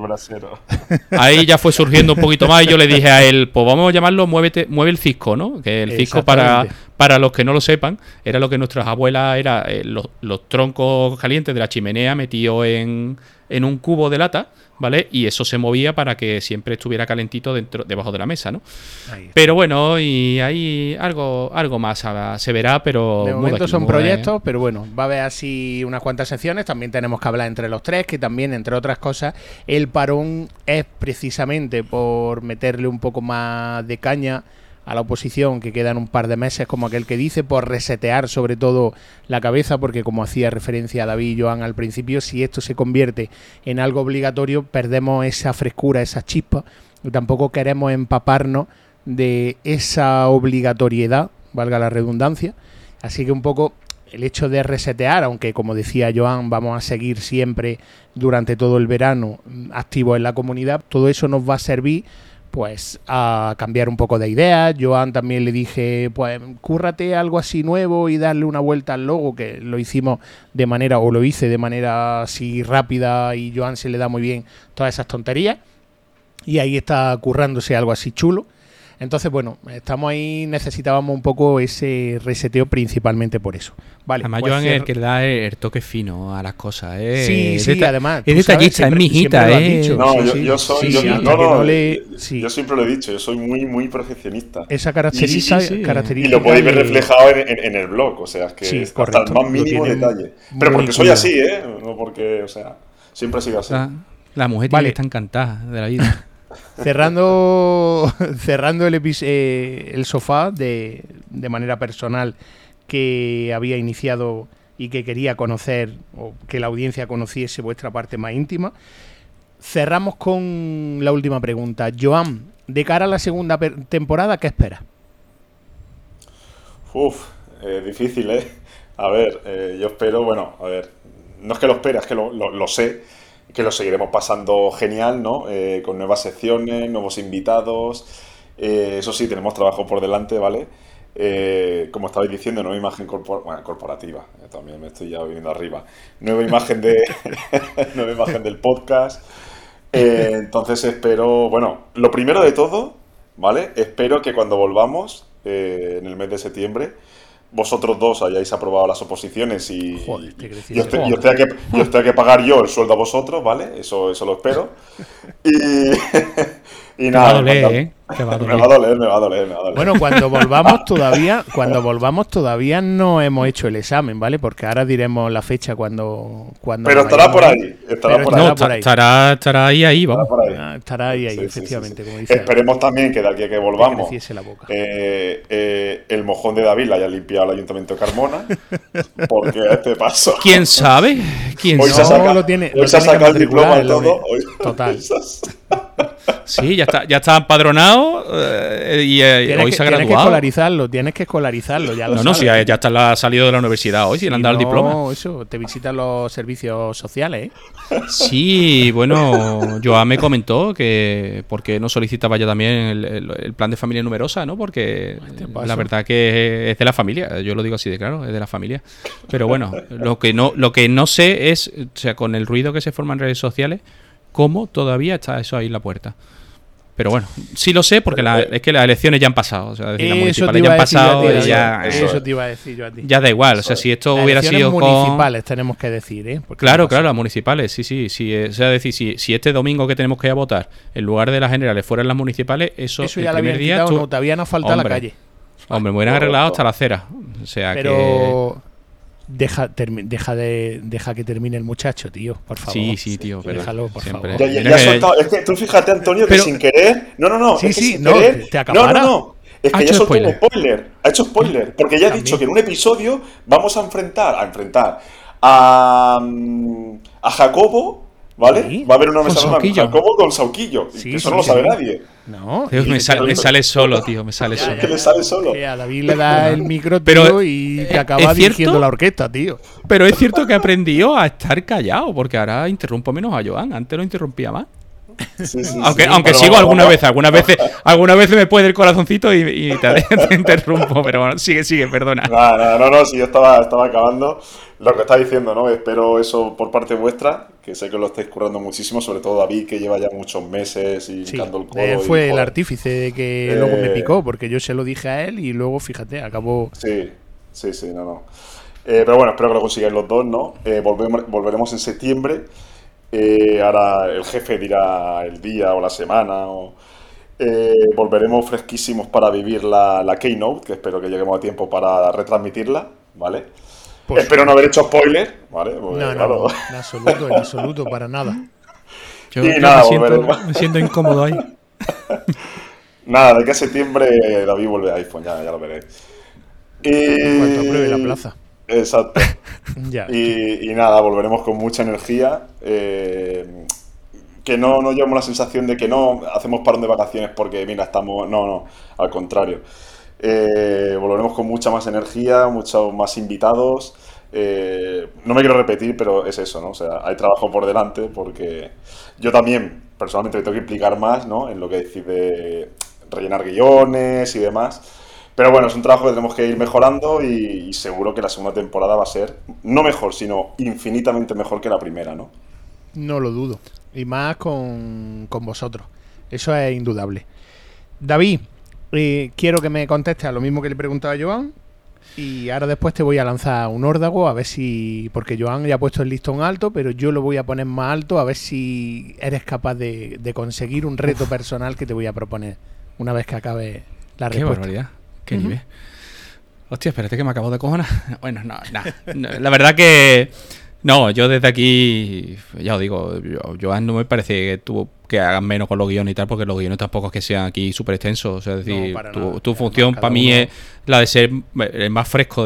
Ahí ya fue surgiendo un poquito más y yo le dije a él, pues vamos a llamarlo Mueve el Cisco, ¿no? Que el Cisco, para los que no lo sepan, era lo que nuestras abuelas era los troncos calientes de la chimenea metidos en un cubo de lata, ¿vale? Y eso se movía para que siempre estuviera calentito debajo de la mesa, ¿no? Pero bueno, y hay algo más se verá, pero... De momento son proyectos, pero bueno, va a haber así unas cuantas secciones. También tenemos que hablar entre los tres, que también, entre otras cosas, el parón es precisamente por meterle un poco más de caña a la oposición, que quedan un par de meses, como aquel que dice, por resetear sobre todo la cabeza, porque como hacía referencia David y Joan al principio, si esto se convierte en algo obligatorio, perdemos esa frescura, esa chispa, y tampoco queremos empaparnos de esa obligatoriedad, valga la redundancia. Así que un poco el hecho de resetear, aunque como decía Joan, vamos a seguir siempre durante todo el verano activos en la comunidad, todo eso nos va a servir pues a cambiar un poco de ideas. Joan también le dije, pues cúrrate algo así nuevo y darle una vuelta al logo, que lo hicimos lo hice de manera así rápida, y Joan se le da muy bien todas esas tonterías, y ahí está currándose algo así chulo. Entonces, bueno, estamos ahí, necesitábamos un poco ese reseteo principalmente por eso. Vale, además, pues Joan es el que le da el toque fino a las cosas. Sí, además. Es detallista, es mi hijita. Yo siempre lo he dicho, yo soy muy, muy perfeccionista. Esa característica. Y lo podéis ver reflejado en el blog, o sea, es que es hasta el más mínimo detalle. Pero porque soy así, no porque, o sea, siempre he sido así. La mujer tiene que estar encantada de la vida. Cerrando el sofá de manera personal, que había iniciado y que quería conocer, o que la audiencia conociese vuestra parte más íntima, cerramos con la última pregunta. Joan, de cara a la segunda temporada, ¿qué esperas? Difícil, ¿eh? A ver, yo espero, no es que lo espere, es que lo sé, que lo seguiremos pasando genial, ¿no? Con nuevas secciones, nuevos invitados. Eso sí, tenemos trabajo por delante, ¿vale? Como estabais diciendo, nueva imagen corporativa. También me estoy ya viniendo arriba. Nueva imagen nueva imagen del podcast. Entonces espero, lo primero de todo, ¿vale? Espero que cuando volvamos, en el mes de septiembre, vosotros dos hayáis aprobado las oposiciones y os tenga que pagar yo el sueldo a vosotros, ¿vale? Eso lo espero. Y nada, me va a doler. Bueno, cuando volvamos todavía no hemos hecho el examen, ¿vale? Porque ahora diremos la fecha cuando pero estará por ahí. Estará ahí, vamos. Estará ahí, sí, efectivamente. Sí. Como dice, esperemos también que de aquí a que volvamos, la boca. El mojón de David la haya limpiado el Ayuntamiento de Carmona, porque a este paso... ¿Quién sabe? Hoy se ha sacado el diploma y todo. Total. Sí, ya está empadronado y hoy se ha graduado. Tienes que escolarizarlo. Ya lo no, sabes. sí, ya ha salido de la universidad hoy, sí, le han dado el diploma. No, eso, te visitan los servicios sociales, ¿eh? Sí, bueno, Joan me comentó que por qué no solicitaba yo también el plan de familia numerosa, ¿no? Porque la verdad que es de la familia, yo lo digo así de claro, es de la familia. Pero bueno, lo que no sé es, o sea, con el ruido que se forma en redes sociales, cómo todavía está eso ahí en la puerta. Pero bueno, sí lo sé porque es que las elecciones ya han pasado. O sea, las municipales ya han pasado y ya... Eso te iba a decir yo a ti. Ya da igual. O sea, si esto hubiera sido con... municipales tenemos que decir, ¿eh? Claro, las municipales. Sí. O sea, decir, si este domingo que tenemos que ir a votar, en lugar de las generales, fueran las municipales, eso ya lo habían quitado, no, todavía nos falta la calle. Hombre, me hubieran arreglado hasta la acera. O sea, pero... Deja que termine el muchacho, tío, por favor. Sí, tío. Pero déjalo, por favor. Ya soltado. Es que tú fíjate, Antonio, que sin querer... No. Te acapara. No. Es que ya soltó un spoiler. Ha hecho spoiler. Porque ya ha dicho que en un episodio vamos a enfrentar a Jacobo, ¿vale? ¿Sí? Va a haber una mesa de Jacobo con Sauquillo. Sí, eso no lo sabe nadie. No. Dios, me sale solo, tío. Me sale solo. Es que le sale solo. A David le da el micro, tío, y te acaba dirigiendo la orquesta, tío. Pero es cierto que aprendió a estar callado, porque ahora interrumpo menos a Joan. Antes lo interrumpía más. Sí, aunque sigo algunas veces me puede el corazoncito y te interrumpo, pero bueno, sigue, perdona. No, sí, yo estaba acabando. Lo que está diciendo, ¿no? Espero eso por parte vuestra, que sé que lo estáis currando muchísimo, sobre todo David, que lleva ya muchos meses y picando el codo. Él fue el artífice de que luego me picó, porque yo se lo dije a él y luego, fíjate, acabó... Sí, no. Pero bueno, espero que lo consigáis los dos, ¿no? Volveremos en septiembre. Ahora el jefe dirá el día o la semana. Volveremos fresquísimos para vivir la Keynote, que espero que lleguemos a tiempo para retransmitirla, ¿vale? Pues espero no haber hecho spoiler, ¿vale? Porque, no, en absoluto, para nada. Yo me siento incómodo ahí. Nada, de que a septiembre David vuelve a iPhone, ya lo veréis. En cuanto apruebe la plaza. Exacto. Ya. Y nada, volveremos con mucha energía. Que no llevamos la sensación de que no hacemos parón de vacaciones porque, mira, estamos... No, al contrario. Volveremos con mucha más energía, muchos más invitados. No me quiero repetir, pero es eso, ¿no? O sea, hay trabajo por delante porque yo también, personalmente, me tengo que implicar más, ¿no? En lo que decide rellenar guiones y demás. Pero bueno, es un trabajo que tenemos que ir mejorando y seguro que la segunda temporada va a ser no mejor, sino infinitamente mejor que la primera, ¿no? No lo dudo. Y más con vosotros. Eso es indudable. David, quiero que me contestes a lo mismo que le preguntaba a Joan. Y ahora después te voy a lanzar un órdago a ver si... Porque Joan ya ha puesto el listón alto, pero yo lo voy a poner más alto a ver si eres capaz de conseguir un reto personal que te voy a proponer una vez que acabe la respuesta. Qué barbaridad. Qué nivel. Hostia, espérate que me acabo de cojonar. Bueno, no, la verdad que... No, yo desde aquí, ya os digo, Joan no me parece que hagan menos con los guiones y tal, porque los guiones tampoco es que sean aquí súper extensos. O sea, es decir, tu función para mí es la de ser el más fresco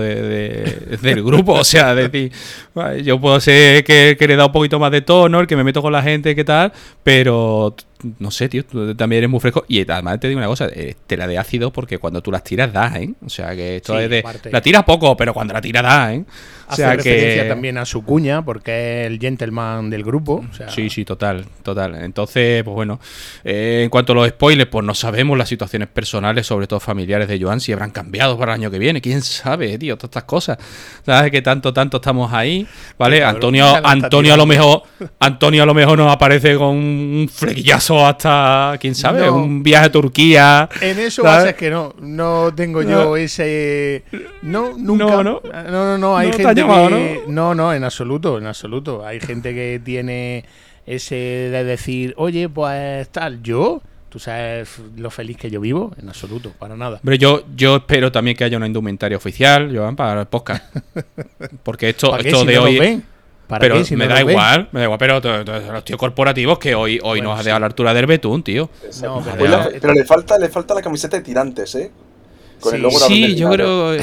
del grupo. O sea, es decir, yo puedo ser que le da un poquito más de tono, el que me meto con la gente, qué tal, pero... No sé, tío, tú también eres muy fresco. Y además te digo una cosa, te la de ácido porque cuando tú las tiras das, ¿eh? O sea, que esto es de... La tiras poco, pero cuando la tiras das, ¿eh? O sea, hace referencia también a su cuña, porque es el gentleman del grupo. O sea... Sí, total. Entonces, pues bueno, en cuanto a los spoilers, pues no sabemos las situaciones personales, sobre todo familiares de Joan, si habrán cambiado para el año que viene. ¿Quién sabe, tío? Todas estas cosas. ¿Sabes? Que tanto estamos ahí, ¿vale? Sí, Antonio a lo mejor nos aparece con un flequillazo hasta, quién sabe, un viaje a Turquía. En eso haces que no tengo yo ese... No, nunca. No, hay gente llamado, que... No, en absoluto. Hay gente que tiene ese de decir, oye, pues tal, yo... ¿Tú sabes lo feliz que yo vivo? En absoluto, para nada. Pero yo espero también que haya una indumentaria oficial, Joan, para el podcast. Porque esto de hoy... Pero me da igual, pero los tíos corporativos que hoy nos ha dejado a la altura del betún, tío. No, pero le falta la camiseta de tirantes, ¿eh? Con el logo de yo creo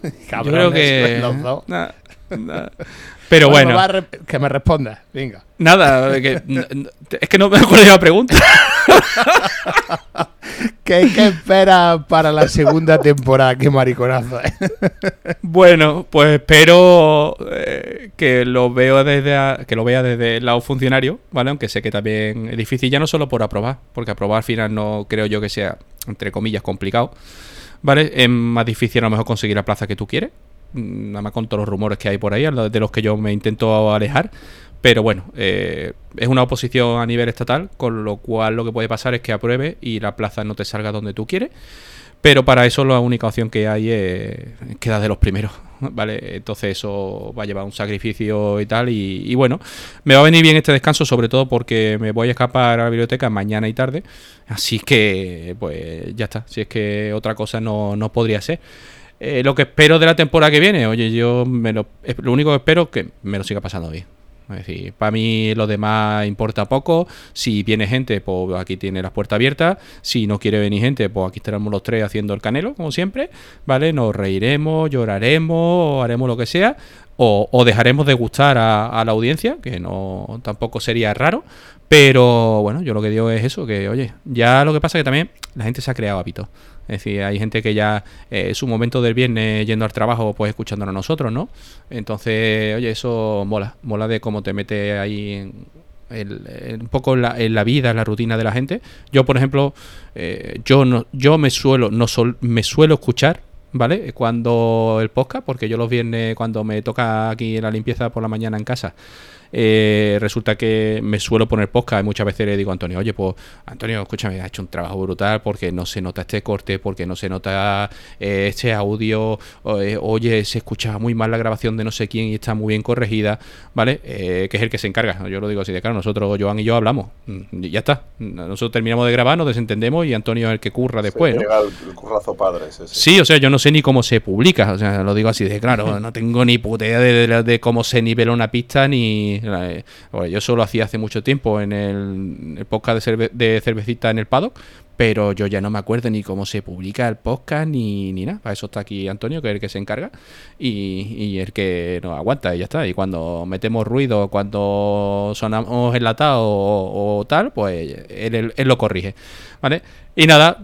que... Pero bueno. Que me responda, venga. Nada, es que no me acuerdo de la pregunta. ¿Qué esperas para la segunda temporada? ¡Qué mariconazo! Bueno, pues espero que lo vea desde el lado funcionario, ¿vale? Aunque sé que también es difícil, ya no solo por aprobar, porque aprobar al final no creo yo que sea, entre comillas, complicado, ¿vale? Es más difícil a lo mejor conseguir la plaza que tú quieres, nada más con todos los rumores que hay por ahí, de los que yo me intento alejar. Pero bueno, es una oposición a nivel estatal, con lo cual lo que puede pasar es que apruebe y la plaza no te salga donde tú quieres. Pero para eso la única opción que hay es quedar de los primeros, ¿vale? Entonces eso va a llevar un sacrificio y tal. Y bueno, me va a venir bien este descanso, sobre todo porque me voy a escapar a la biblioteca mañana y tarde. Así que, pues ya está. Si es que otra cosa no podría ser. Lo que espero de la temporada que viene, oye, lo único que espero es que me lo siga pasando bien. Es decir, para mí lo demás importa poco. Si viene gente, pues aquí tiene las puertas abiertas. Si no quiere venir gente, pues aquí estaremos los tres haciendo el canelo, como siempre, ¿vale? Nos reiremos, lloraremos, haremos lo que sea. O dejaremos de gustar a la audiencia, que no tampoco sería raro. Pero bueno, yo lo que digo es eso, que oye, ya lo que pasa es que también la gente se ha creado hábitos. Es decir, hay gente que ya su momento del viernes yendo al trabajo, pues escuchándonos a nosotros, ¿no? Entonces, oye, eso mola de cómo te metes ahí un poco en la vida, en la rutina de la gente. Yo, por ejemplo, yo me suelo escuchar, ¿vale? Cuando el podcast, porque yo los viernes cuando me toca aquí la limpieza por la mañana en casa, resulta que me suelo poner podcast y muchas veces le digo a Antonio, oye, pues Antonio, escúchame, ha hecho un trabajo brutal porque no se nota este corte, porque no se nota este audio, oye, se escucha muy mal la grabación de no sé quién y está muy bien corregida, ¿vale? Que es el que se encarga, yo lo digo así de claro, nosotros, Joan y yo hablamos, y ya está, nosotros terminamos de grabar, nos desentendemos y Antonio es el que curra después, ¿no? El currazo padre, sí. Sí, o sea, yo no sé ni cómo se publica, o sea, lo digo así de claro, no tengo ni puta idea de cómo se nivela una pista ni... Bueno, yo solo hacía hace mucho tiempo en el podcast de cervecita en el paddock, pero yo ya no me acuerdo ni cómo se publica el podcast ni nada. Para eso está aquí Antonio, que es el que se encarga y el que nos aguanta y ya está. Y cuando metemos ruido, cuando sonamos enlatados o tal, pues él lo corrige, ¿vale? Y nada,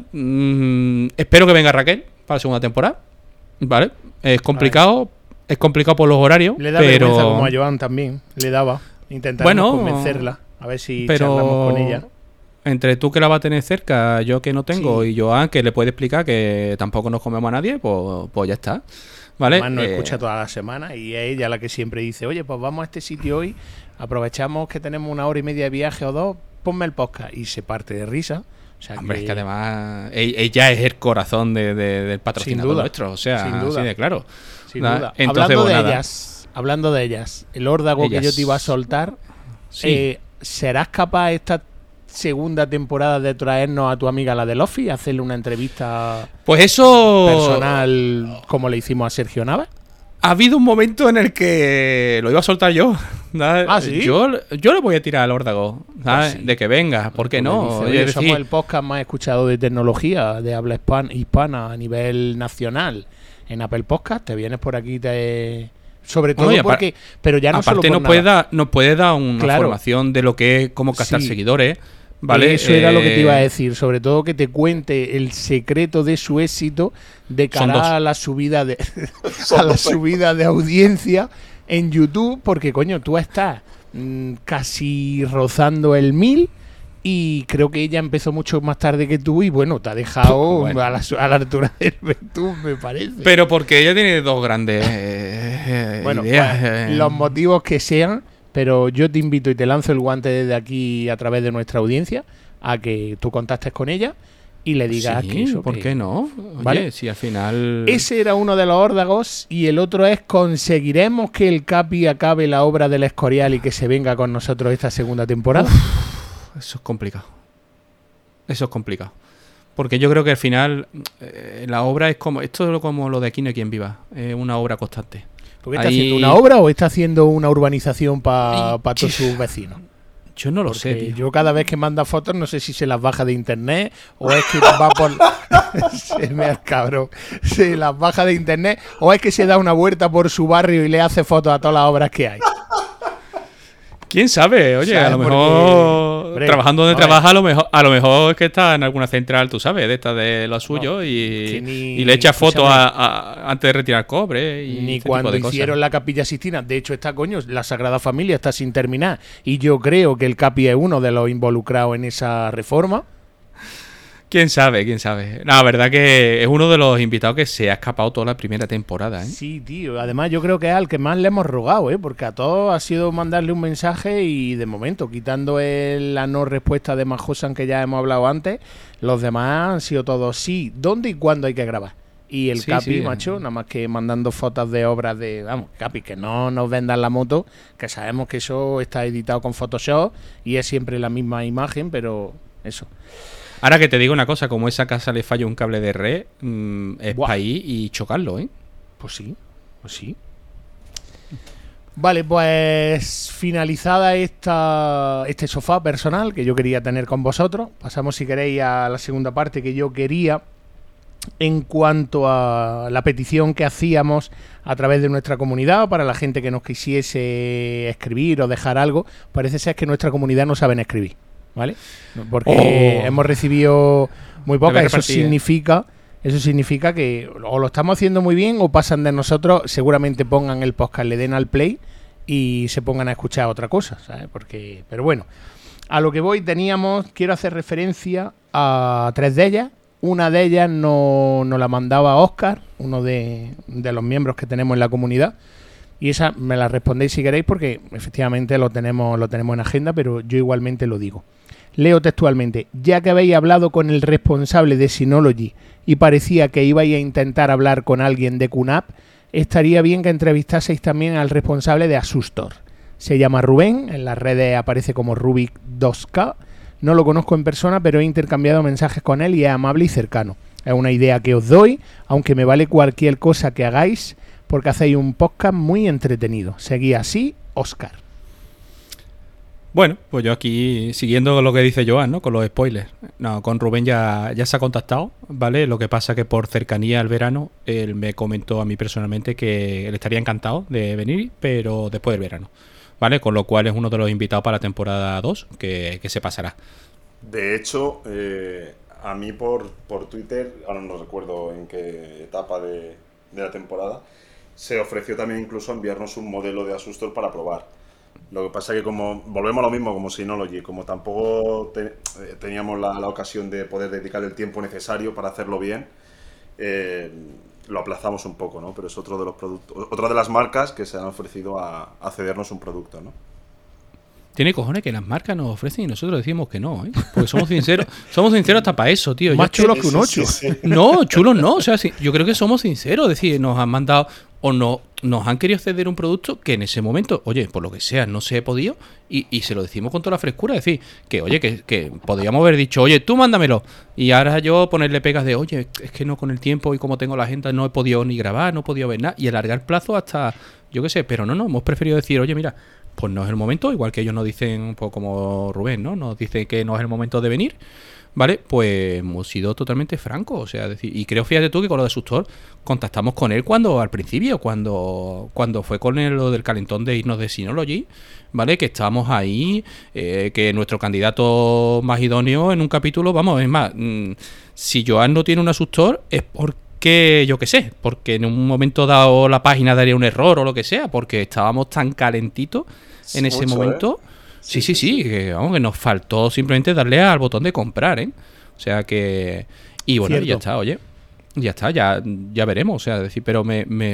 espero que venga Raquel para la segunda temporada, ¿vale? Es complicado. Es complicado por los horarios, le da vergüenza, como a Joan también. Le daba. Intentaremos convencerla. A ver si charlamos con ella. Entre tú que la vas a tener cerca, yo que no tengo, sí, y Joan que le puede explicar que tampoco nos comemos a nadie, pues ya está. ¿Vale? Además nos escucha toda la semana y es ella la que siempre dice, oye, pues vamos a este sitio hoy, aprovechamos que tenemos 1 hora y media de viaje o 2, ponme el podcast. Y se parte de risa. O sea, hombre, es que además ella es el corazón del patrocinador nuestro. O sea, sin duda. Así de claro. Sin duda. Entonces, hablando de ellas, el órdago que yo te iba a soltar, sí. ¿Serás capaz esta segunda temporada de traernos a tu amiga la de Lofi, hacerle una entrevista pues eso personal como le hicimos a Sergio Navas? Ha habido un momento en el que lo iba a soltar yo. ¿Sabes? ¿Ah, sí? Yo le voy a tirar al órdago, ¿sabes? Sí. De que venga, ¿por qué no? Dice, oye, somos el podcast más escuchado de tecnología, de habla hispana a nivel nacional. En Apple Podcast, te vienes por aquí, sobre todo porque... Pero ya no aparte solo por nos puede dar una formación de lo que es cómo captar seguidores, ¿vale? Eso era lo que te iba a decir, sobre todo que te cuente el secreto de su éxito de cara a la subida de subida de audiencia en YouTube, porque coño, tú estás casi rozando el 1000 y creo que ella empezó mucho más tarde que tú y bueno, te ha dejado a la altura del YouTube, me parece. Pero porque ella tiene dos grandes bueno, ideas. Pues, los motivos que sean, pero yo te invito y te lanzo el guante desde aquí a través de nuestra audiencia a que tú contactes con ella y le digas que eso. ¿Por qué no? Oye, ¿vale? Si al final... Ese era uno de los órdagos y el otro es conseguiremos que el Capi acabe la obra del Escorial y que se venga con nosotros esta segunda temporada. Eso es complicado. Porque yo creo que al final la obra es como... Esto es como lo de Aquí no hay quien viva. Es una obra constante. ¿Porque está haciendo una obra o está haciendo una urbanización para todos sus vecinos? Yo no lo sé, tío. Yo cada vez que manda fotos no sé si se las baja de internet o es que va por... se me ha cabrón. Se las baja de internet o es que se da una vuelta por su barrio y le hace fotos a todas las obras que hay. ¿Quién sabe? Oye, a lo mejor trabajando donde trabaja, a lo mejor es que está en alguna central, tú sabes, de esta de lo suyo y le echa fotos antes de retirar cobre. Y ni cuando hicieron la Capilla Sixtina. De hecho, la Sagrada Familia está sin terminar y yo creo que el Capi es uno de los involucrados en esa reforma. ¿Quién sabe? ¿Quién sabe? La verdad que es uno de los invitados que se ha escapado toda la primera temporada, ¿eh? Sí, tío. Además, yo creo que es al que más le hemos rogado, ¿eh? Porque a todos ha sido mandarle un mensaje y, de momento, quitando la no respuesta de Majosan que ya hemos hablado antes, los demás han sido todos sí, dónde y cuándo hay que grabar. Y el Capi, macho, nada más que mandando fotos de obras de... Vamos, Capi, que no nos vendan la moto, que sabemos que eso está editado con Photoshop y es siempre la misma imagen, pero eso... Ahora que te digo una cosa, como esa casa le falla un cable de red, es para ir y chocarlo, ¿eh? Pues sí. Vale, pues finalizada este sofá personal que yo quería tener con vosotros, pasamos si queréis a la segunda parte que yo quería en cuanto a la petición que hacíamos a través de nuestra comunidad para la gente que nos quisiese escribir o dejar algo. Parece ser que nuestra comunidad no saben escribir, ¿vale? Porque hemos recibido muy pocas. Eso significa que o lo estamos haciendo muy bien o pasan de nosotros. Seguramente pongan el podcast, le den al play y se pongan a escuchar otra cosa, ¿sabes? Pero bueno, a lo que voy, quiero hacer referencia a 3 de ellas. Una de ellas nos la mandaba Óscar, uno de los miembros que tenemos en la comunidad. Y esa me la respondéis si queréis, porque efectivamente lo tenemos en agenda, pero yo igualmente lo digo. Leo textualmente: ya que habéis hablado con el responsable de Synology y parecía que ibais a intentar hablar con alguien de QNAP, estaría bien que entrevistaseis también al responsable de Asustor. Se llama Rubén, en las redes aparece como Rubik2K. No lo conozco en persona, pero he intercambiado mensajes con él y es amable y cercano. Es una idea que os doy, aunque me vale cualquier cosa que hagáis, porque hacéis un podcast muy entretenido. Seguí así, Óscar. Bueno, pues yo aquí, siguiendo lo que dice Joan, ¿no? Con los spoilers. No, con Rubén ya se ha contactado, ¿vale? Lo que pasa que por cercanía al verano, él me comentó a mí personalmente que él estaría encantado de venir, pero después del verano, ¿vale? Con lo cual es uno de los invitados para la temporada 2 que se pasará. De hecho, a mí por Twitter, ahora no recuerdo en qué etapa de la temporada, se ofreció también incluso enviarnos un modelo de Asustor para probar. Lo que pasa es que como volvemos a lo mismo como Synology, como tampoco teníamos la ocasión de poder dedicar el tiempo necesario para hacerlo bien, lo aplazamos un poco, ¿no? Pero es otro de los productos, otra de las marcas que se han ofrecido a cedernos un producto, ¿no? Tiene cojones que las marcas nos ofrecen y nosotros decimos que no, ¿eh? Porque somos sinceros hasta para eso, tío. Más chulos que un 8. Sí. No, chulos no. O sea, sí, yo creo que somos sinceros. Es decir, nos han mandado o no, nos han querido ceder un producto que en ese momento, oye, por lo que sea, no se ha podido y se lo decimos con toda la frescura. Es decir, que oye, que podríamos haber dicho, oye, tú mándamelo. Y ahora yo ponerle pegas de, oye, es que no, con el tiempo y como tengo la agenda no he podido ni grabar, no he podido ver nada. Y alargar plazo hasta, yo qué sé, pero no, hemos preferido decir, oye, mira, pues no es el momento, igual que ellos nos dicen, un poco como Rubén, ¿no? Nos dice que no es el momento de venir, ¿vale? Pues hemos sido totalmente francos, o sea, decir, y creo, fíjate tú, que con lo de Asustor contactamos con él al principio, cuando fue con lo del calentón de irnos de Synology, ¿vale? Que estábamos ahí, que nuestro candidato más idóneo en un capítulo, vamos, es más, si Joan no tiene un Asustor es porque, yo qué sé, porque en un momento dado la página daría un error o lo que sea, porque estábamos tan calentitos en ese momento. Sí, que vamos, que nos faltó simplemente darle al botón de comprar, ¿eh? O sea que... Y bueno, ya está, oye. Ya está, ya veremos, o sea, decir, pero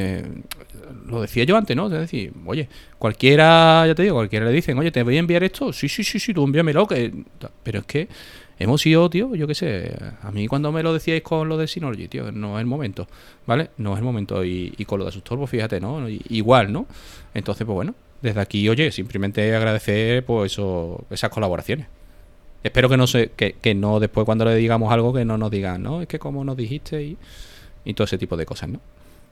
lo decía yo antes, ¿no? Es decir, oye, cualquiera le dicen, oye, ¿te voy a enviar esto? Sí, tú envíamelo, pero es que hemos ido, tío, yo qué sé, a mí cuando me lo decíais con lo de Synology, tío, no es el momento, ¿vale? No es el momento, y con lo de Asustor, pues fíjate, ¿no? Igual, ¿no? Entonces, pues bueno, desde aquí, oye, simplemente agradecer, pues esas colaboraciones. Espero que no que no después cuando le digamos algo que no nos digan, no, es que como nos dijiste y todo ese tipo de cosas, ¿no?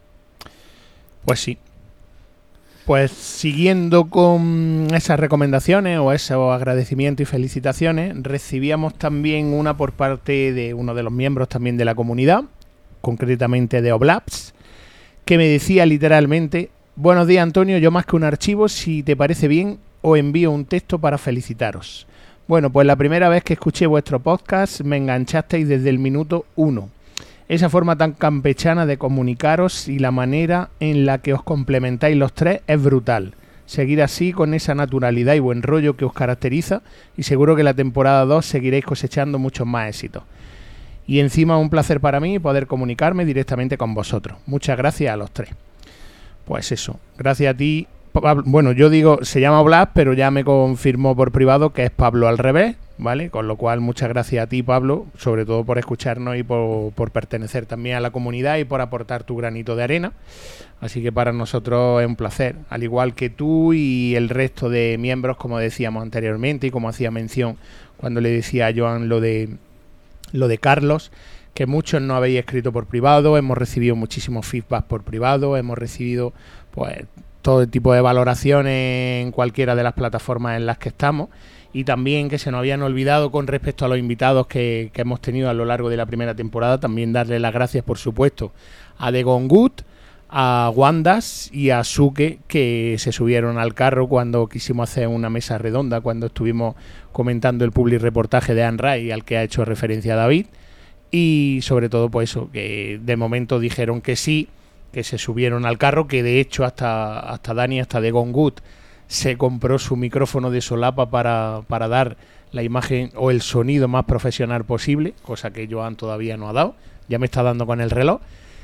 Pues sí. Pues siguiendo con esas recomendaciones o esos agradecimientos y felicitaciones, recibíamos también una por parte de uno de los miembros también de la comunidad, concretamente de Oblabs, que me decía literalmente: buenos días, Antonio, yo más que un archivo, si te parece bien, os envío un texto para felicitaros. Bueno, pues la primera vez que escuché vuestro podcast me enganchasteis desde el minuto 1. Esa forma tan campechana de comunicaros y la manera en la que os complementáis los tres es brutal. Seguir así con esa naturalidad y buen rollo que os caracteriza y seguro que la temporada 2 seguiréis cosechando muchos más éxitos. Y encima un placer para mí poder comunicarme directamente con vosotros. Muchas gracias a los tres. Pues eso, gracias a ti. Bueno, yo digo, se llama Blas, pero ya me confirmó por privado que es Pablo al revés, ¿vale? Con lo cual, muchas gracias a ti, Pablo, sobre todo por escucharnos y por pertenecer también a la comunidad y por aportar tu granito de arena. Así que para nosotros es un placer, al igual que tú y el resto de miembros, como decíamos anteriormente y como hacía mención cuando le decía a Joan lo de Carlos, que muchos no habéis escrito por privado, hemos recibido muchísimos feedback por privado, hemos recibido pues todo tipo de valoraciones en cualquiera de las plataformas en las que estamos, y también que se nos habían olvidado con respecto a los invitados que hemos tenido a lo largo de la primera temporada, también darle las gracias, por supuesto, a The Gone Good, a Wandas y a Suke, que se subieron al carro cuando quisimos hacer una mesa redonda, cuando estuvimos comentando el public reportaje de Anne Ray al que ha hecho referencia David, y sobre todo pues eso, que de momento dijeron que sí, que se subieron al carro, que de hecho hasta Dani, hasta The Gone Good, se compró su micrófono de solapa para dar la imagen o el sonido más profesional posible, cosa que Joan todavía no ha dado, ya me está dando con el reloj.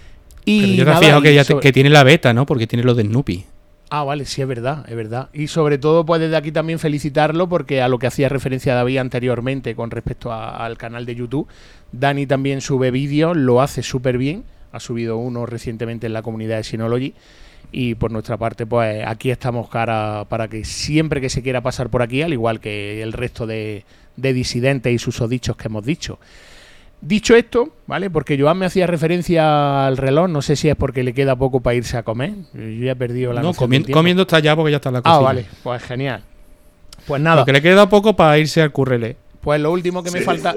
Y pero yo te has fijado que tiene la beta, ¿no? Porque tiene lo de Snoopy. Ah, vale, sí, es verdad, es verdad. Y sobre todo, pues desde aquí también felicitarlo, porque a lo que hacía referencia David anteriormente con respecto al canal de YouTube, Dani también sube vídeos, lo hace súper bien. Ha subido uno recientemente en la comunidad de Synology, y por nuestra parte pues aquí estamos para que siempre que se quiera pasar por aquí, al igual que el resto de disidentes y susodichos que hemos dicho. Dicho esto, ¿vale? Porque Joan me hacía referencia al reloj, no sé si es porque le queda poco para irse a comer. Yo ya he perdido la noción del tiempo. Comiendo está ya porque ya está en la cocina. Ah, vale, pues genial. Pues nada. Porque le queda poco para irse al currele. Pues lo último que me falta.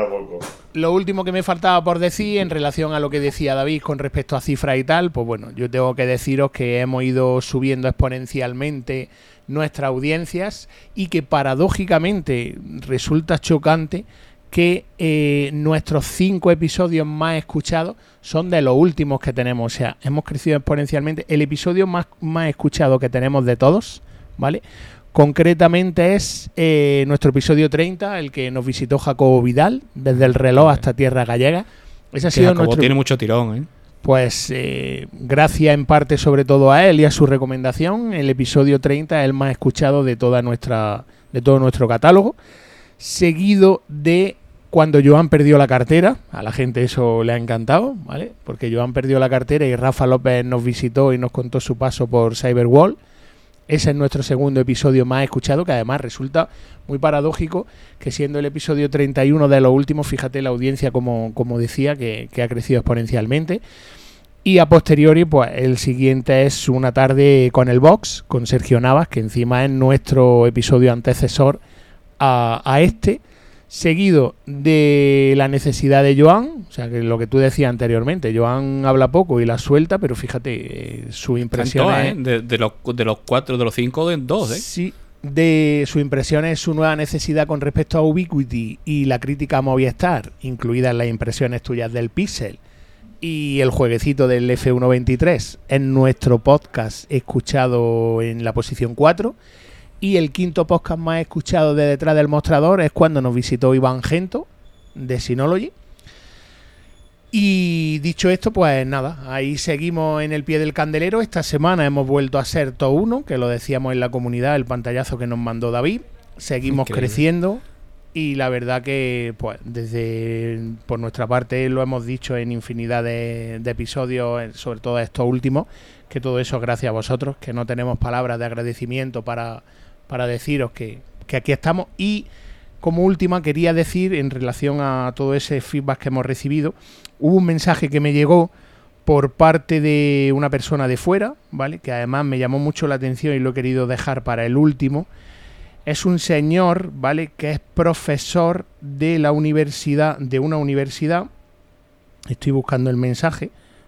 Lo último que me faltaba por decir en relación a lo que decía David con respecto a cifras y tal, pues bueno, yo tengo que deciros que hemos ido subiendo exponencialmente nuestras audiencias y que paradójicamente resulta chocante que nuestros 5 episodios más escuchados son de los últimos que tenemos. O sea, hemos crecido exponencialmente. El episodio más escuchado que tenemos de todos, ¿vale? Concretamente es nuestro episodio 30, el que nos visitó Jacobo Vidal, desde el reloj hasta Tierra Gallega. Ese ha sido Jacobo tiene mucho tirón, ¿eh? Pues gracias en parte sobre todo a él y a su recomendación, el episodio 30 es el más escuchado de todo nuestro catálogo, seguido de cuando Joan perdió la cartera. A la gente eso le ha encantado, ¿vale? Porque Joan perdió la cartera y Rafa López nos visitó y nos contó su paso por Cyberwall. Ese es nuestro segundo episodio más escuchado, que además resulta muy paradójico que siendo el episodio 31 de los últimos, fíjate la audiencia como decía, que ha crecido exponencialmente. Y a posteriori, pues el siguiente es Una tarde con el Box, con Sergio Navas, que encima es nuestro episodio antecesor a este, seguido de La necesidad de Joan, o sea, que lo que tú decías anteriormente, Joan habla poco y la suelta, pero fíjate, su impresión es... De los 4, de los 5, de 2, ¿eh? Sí, de su impresión es su nueva necesidad con respecto a Ubiquiti y la crítica a Movistar, incluidas las impresiones tuyas del Pixel y el jueguecito del F123, en nuestro podcast escuchado en la posición 4. Y el quinto podcast más escuchado de Detrás del Mostrador es cuando nos visitó Iván Gento, de Synology. Y dicho esto, pues nada, ahí seguimos en el pie del candelero. Esta semana hemos vuelto a ser top 1, que lo decíamos en la comunidad, el pantallazo que nos mandó David. Seguimos creciendo y la verdad que, pues, por nuestra parte lo hemos dicho en infinidad de episodios, sobre todo estos últimos, que todo eso es gracias a vosotros, que no tenemos palabras de agradecimiento para deciros que aquí estamos. Y como última quería decir, en relación a todo ese feedback que hemos recibido, hubo un mensaje que me llegó por parte de una persona de fuera, ¿vale? Que además me llamó mucho la atención y lo he querido dejar para el último. Es un señor, ¿vale?, que es profesor de una universidad. Estoy buscando el mensaje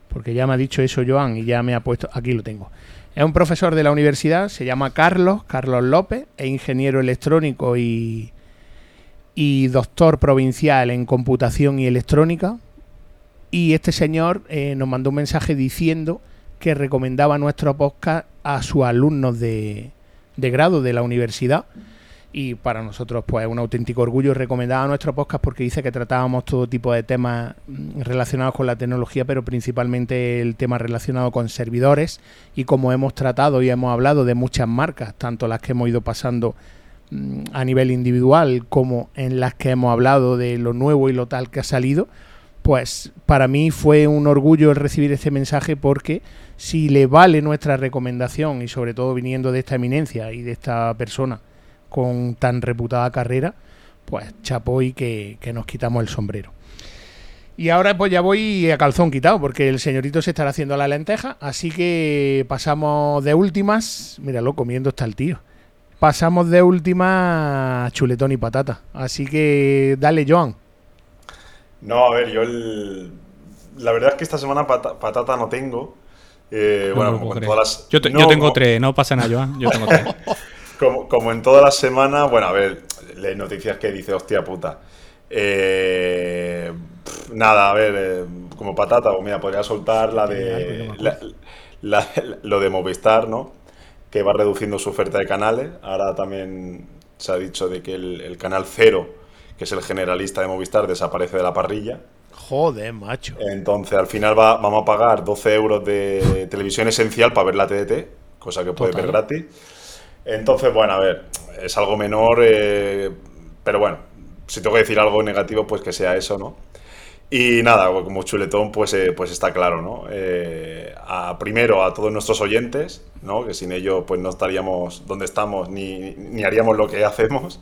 porque ya me ha dicho eso Joan y ya me ha puesto... Aquí lo tengo. Es un profesor de la universidad, se llama Carlos López, es ingeniero electrónico y doctor provincial en computación y electrónica. Y este señor nos mandó un mensaje diciendo que recomendaba nuestro podcast a sus alumnos de grado de la universidad. Y para nosotros pues es un auténtico orgullo recomendar a nuestro podcast porque dice que tratábamos todo tipo de temas relacionados con la tecnología, pero principalmente el tema relacionado con servidores, y como hemos tratado y hemos hablado de muchas marcas, tanto las que hemos ido pasando a nivel individual como en las que hemos hablado de lo nuevo y lo tal que ha salido, pues para mí fue un orgullo el recibir este mensaje, porque si le vale nuestra recomendación, y sobre todo viniendo de esta eminencia y de esta persona con tan reputada carrera, pues chapó y que nos quitamos el sombrero. Y ahora pues ya voy a calzón quitado, porque el señorito se estará haciendo la lenteja, así que pasamos de últimas. Míralo, comiendo está el tío. Pasamos de última chuletón y patata. Así que dale, Joan. No, a ver, la verdad es que esta semana patata no tengo. Bueno, como en todas las... Yo tengo 3, no pasa nada, Joan. Yo tengo 3. Como en todas las semanas, bueno, a ver, lees noticias que dice, hostia puta. Nada, a ver, como patata, pues mira, podría soltar lo de Movistar, ¿no? Que va reduciendo su oferta de canales. Ahora también se ha dicho de que el canal 0, que es el generalista de Movistar, desaparece de la parrilla. Joder, macho. Entonces, al final vamos a pagar 12 euros de televisión esencial para ver la TDT, cosa que puedes ver gratis. Entonces, bueno, a ver, es algo menor, pero bueno, si tengo que decir algo negativo, pues que sea eso, ¿no? Y nada, como chuletón, pues está claro, ¿no? Primero a todos nuestros oyentes, ¿no? Que sin ellos pues no estaríamos donde estamos ni haríamos lo que hacemos.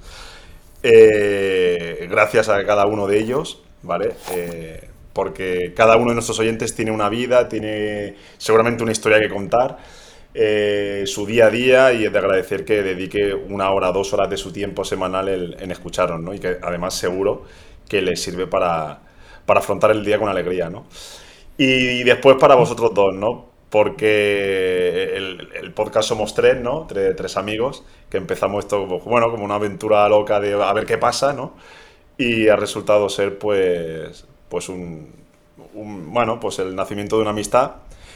Gracias a cada uno de ellos, ¿vale? Porque cada uno de nuestros oyentes tiene una vida, tiene seguramente una historia que contar. Su día a día, y es de agradecer que dedique 1 hora, 2 horas de su tiempo semanal en escucharnos, ¿no? Y que además seguro que les sirve para afrontar el día con alegría, ¿no? Y después para vosotros dos, ¿no? Porque el podcast somos 3, ¿no? Tres amigos que empezamos esto, bueno, como una aventura loca de a ver qué pasa, ¿no? Y ha resultado ser pues bueno, pues el nacimiento de una amistad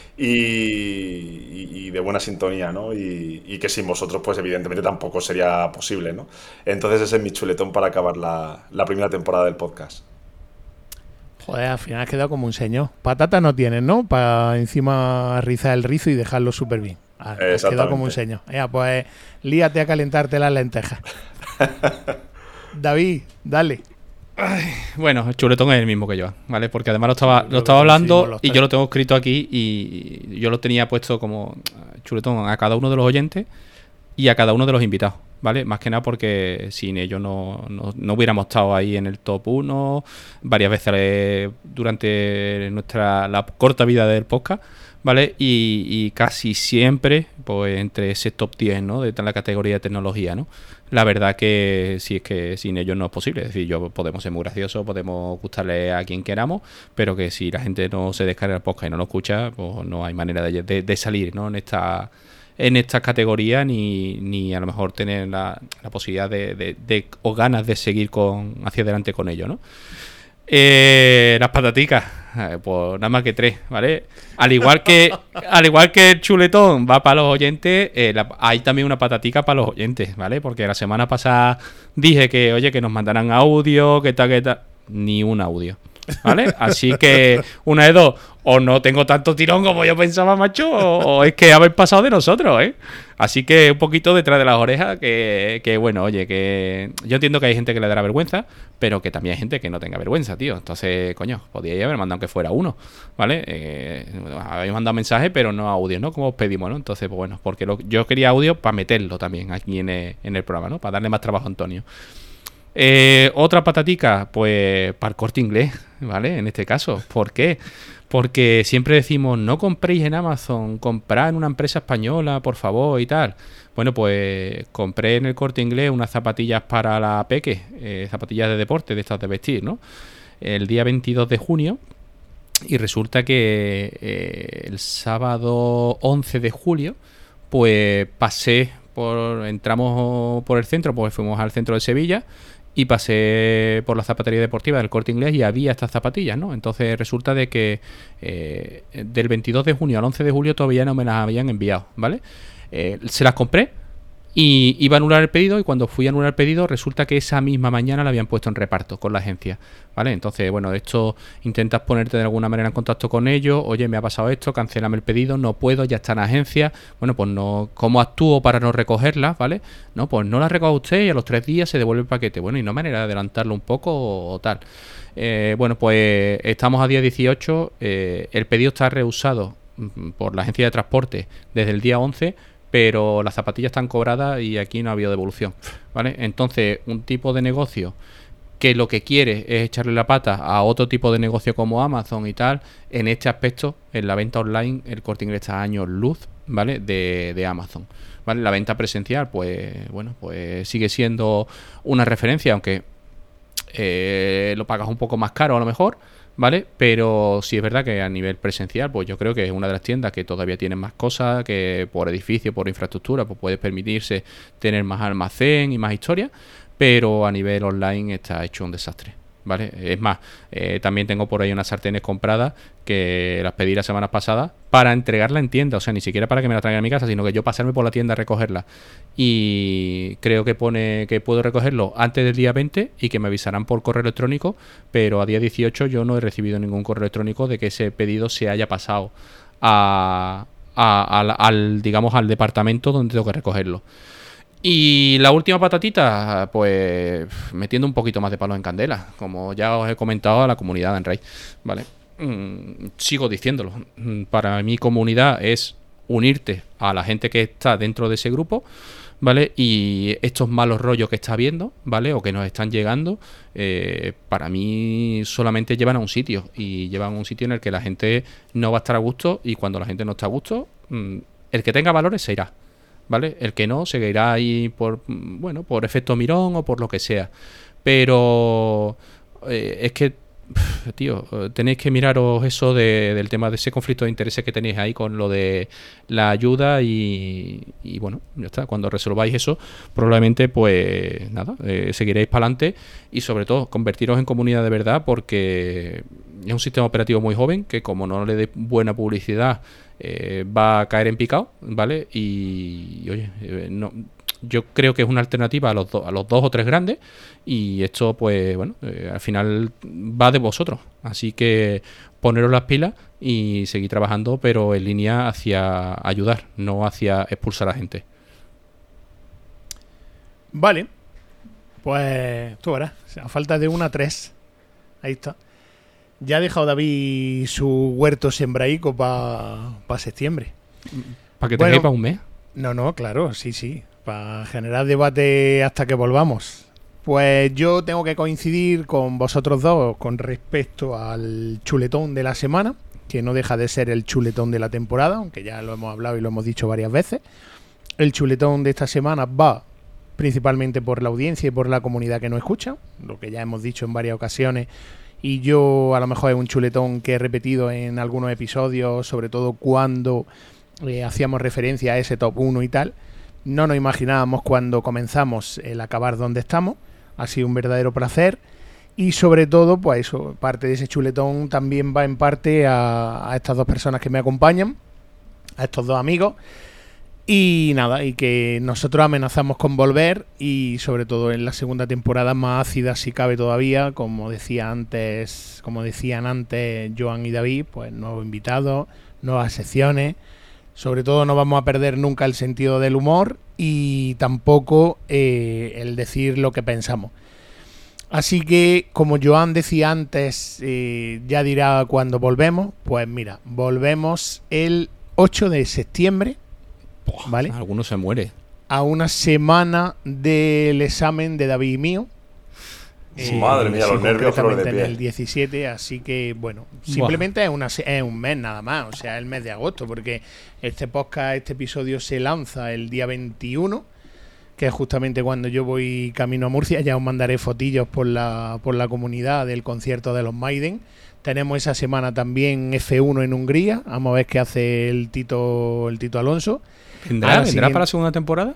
y de buena sintonía, ¿no? Y que sin vosotros, pues evidentemente tampoco sería posible, ¿no? Entonces ese es mi chuletón para acabar la primera temporada del podcast. Joder, al final has quedado como un señor. Patata no tienes, ¿no? Para encima rizar el rizo y dejarlo súper bien. Has quedado como un señor. Pues líate a calentarte las lentejas. David, dale. Ay, bueno, el chuletón es el mismo que yo, ¿vale? Porque además lo estaba hablando y yo lo tengo escrito aquí y yo lo tenía puesto como chuletón a cada uno de los oyentes y a cada uno de los invitados, ¿vale? Más que nada porque sin ellos no hubiéramos estado ahí en el top 1 varias veces durante la corta vida del podcast, ¿vale? Y casi siempre pues entre ese top 10, ¿no? De la categoría de tecnología, ¿no? La verdad que sí, es que sin ellos no es posible. Es decir, podemos ser muy graciosos, podemos gustarle a quien queramos, pero que si la gente no se descarga el podcast y no lo escucha, pues no hay manera de salir, ¿no? En esta categoría ni a lo mejor tener la posibilidad o ganas de seguir hacia adelante con ello, ¿no? Las pataticas, pues nada más que 3, ¿vale? Al igual que el chuletón va para los oyentes, hay también una patatica para los oyentes, ¿vale? Porque la semana pasada dije que, oye, que nos mandaran audio, que tal, ni un audio, ¿vale? Así que una de dos, o no tengo tanto tirón como yo pensaba, macho, o es que habéis pasado de nosotros, ¿eh? Así que un poquito detrás de las orejas, que bueno, oye, que yo entiendo que hay gente que le dará vergüenza, pero que también hay gente que no tenga vergüenza, tío. Entonces, coño, podíais haber mandado aunque fuera uno, ¿vale? Habéis mandado mensajes, pero no audio, ¿no? Como os pedimos, ¿no? Entonces, pues bueno, porque yo quería audio para meterlo también aquí en el programa, ¿no? Para darle más trabajo a Antonio. Otra patatica, pues para el Corte Inglés, ¿vale? En este caso, ¿por qué? Porque siempre decimos, no compréis en Amazon, comprad en una empresa española, por favor, y tal. Bueno, pues compré en el Corte Inglés unas zapatillas para la peque, zapatillas de deporte, de estas de vestir, ¿no? El día 22 de junio Y resulta que el sábado 11 de julio, pues entramos por el centro, pues fuimos al centro de Sevilla y pasé por la zapatería deportiva del Corte Inglés y había estas zapatillas, ¿no? Entonces resulta de que del 22 de junio al 11 de julio todavía no me las habían enviado, ¿vale? Se las compré y iba a anular el pedido, y cuando fui a anular el pedido resulta que esa misma mañana la habían puesto en reparto con la agencia, ¿vale? Entonces, bueno, esto intentas ponerte de alguna manera en contacto con ellos. Oye, me ha pasado esto, cancélame el pedido, no puedo, ya está en agencia. Bueno, pues no, ¿cómo actúo para no recogerla, ¿vale? No, pues no la recoja usted y a los 3 días se devuelve el paquete. Bueno, y no manera de adelantarlo un poco o tal. Bueno, pues estamos a día 18, el pedido está rehusado por la agencia de transporte desde el día 11, pero las zapatillas están cobradas y aquí no ha habido devolución, ¿vale? Entonces, un tipo de negocio que lo que quiere es echarle la pata a otro tipo de negocio como Amazon y tal, en este aspecto, en la venta online, el Corte Inglés está a años luz, ¿vale? De Amazon, ¿vale? La venta presencial, pues, bueno, pues sigue siendo una referencia, aunque lo pagas un poco más caro a lo mejor, ¿vale? Pero sí es verdad que a nivel presencial, pues yo creo que es una de las tiendas que todavía tienen más cosas, que por edificio, por infraestructura, pues puedes permitirse tener más almacén y más historia, pero a nivel online está hecho un desastre, ¿vale? Es más, también tengo por ahí unas sartenes compradas que las pedí la semana pasada para entregarla en tienda, o sea, ni siquiera para que me la traigan a mi casa, sino que yo pasarme por la tienda a recogerla. Y creo que pone que puedo recogerlo antes del día 20 y que me avisarán por correo electrónico, pero a día 18 yo no he recibido ningún correo electrónico de que ese pedido se haya pasado al digamos, al departamento donde tengo que recogerlo. Y la última patatita, pues metiendo un poquito más de palo en candela, como ya os he comentado a la comunidad de Enraid, ¿vale? Sigo diciéndolo, para mi comunidad es unirte a la gente que está dentro de ese grupo, ¿vale? Y estos malos rollos que está habiendo, ¿vale? O que nos están llegando, para mí solamente llevan a un sitio, y llevan a un sitio en el que la gente no va a estar a gusto, y cuando la gente no está a gusto, el que tenga valores se irá, ¿vale? El que no se irá ahí por efecto mirón o por lo que sea. Pero es que, tío, tenéis que miraros eso del tema de ese conflicto de intereses que tenéis ahí con lo de la ayuda y bueno, ya está. Cuando resolváis eso, probablemente, pues nada, seguiréis para adelante y sobre todo convertiros en comunidad de verdad, porque es un sistema operativo muy joven que, como no le dé buena publicidad, va a caer en picado, ¿vale? Y oye, no, yo creo que es una alternativa a los dos o tres grandes, y esto, pues bueno, al final va de vosotros, así que poneros las pilas y seguir trabajando, pero en línea hacia ayudar, no hacia expulsar a gente. Vale, pues tú verás, a falta de 1 a 3, ahí está. Ya ha dejado David su huerto sembraico para septiembre. ¿Para que tengáis para un mes? No, claro, sí. Para generar debate hasta que volvamos. Pues yo tengo que coincidir con vosotros dos con respecto al chuletón de la semana, que no deja de ser el chuletón de la temporada, aunque ya lo hemos hablado y lo hemos dicho varias veces. El chuletón de esta semana va principalmente por la audiencia y por la comunidad que nos escucha, lo que ya hemos dicho en varias ocasiones. Y yo, a lo mejor es un chuletón que he repetido en algunos episodios, sobre todo cuando hacíamos referencia a ese top 1 y tal. No nos imaginábamos cuando comenzamos el acabar donde estamos. Ha sido un verdadero placer. Y sobre todo, pues eso, parte de ese chuletón también va en parte a estas dos personas que me acompañan, a estos dos amigos. Y nada, y que nosotros amenazamos con volver, y sobre todo en la segunda temporada más ácida si cabe todavía, como decían antes Joan y David, pues nuevos invitados, nuevas secciones. Sobre todo no vamos a perder nunca el sentido del humor y tampoco el decir lo que pensamos. Así que, como Joan decía antes, ya dirá cuándo volvemos. Pues mira, volvemos el 8 de septiembre. ¿Vale? Alguno se muere. A una semana del examen de David y mío. Madre mía, los nervios flor de piel. El 17, así que bueno, simplemente es un mes nada más, o sea, el mes de agosto, porque este episodio se lanza el día 21, que es justamente cuando yo voy camino a Murcia. Ya os mandaré fotillos por la comunidad del concierto de los Maiden, Tenemos esa semana también F1 en Hungría. Vamos a ver qué hace el Tito Alonso. ¿Vendrá para la segunda temporada?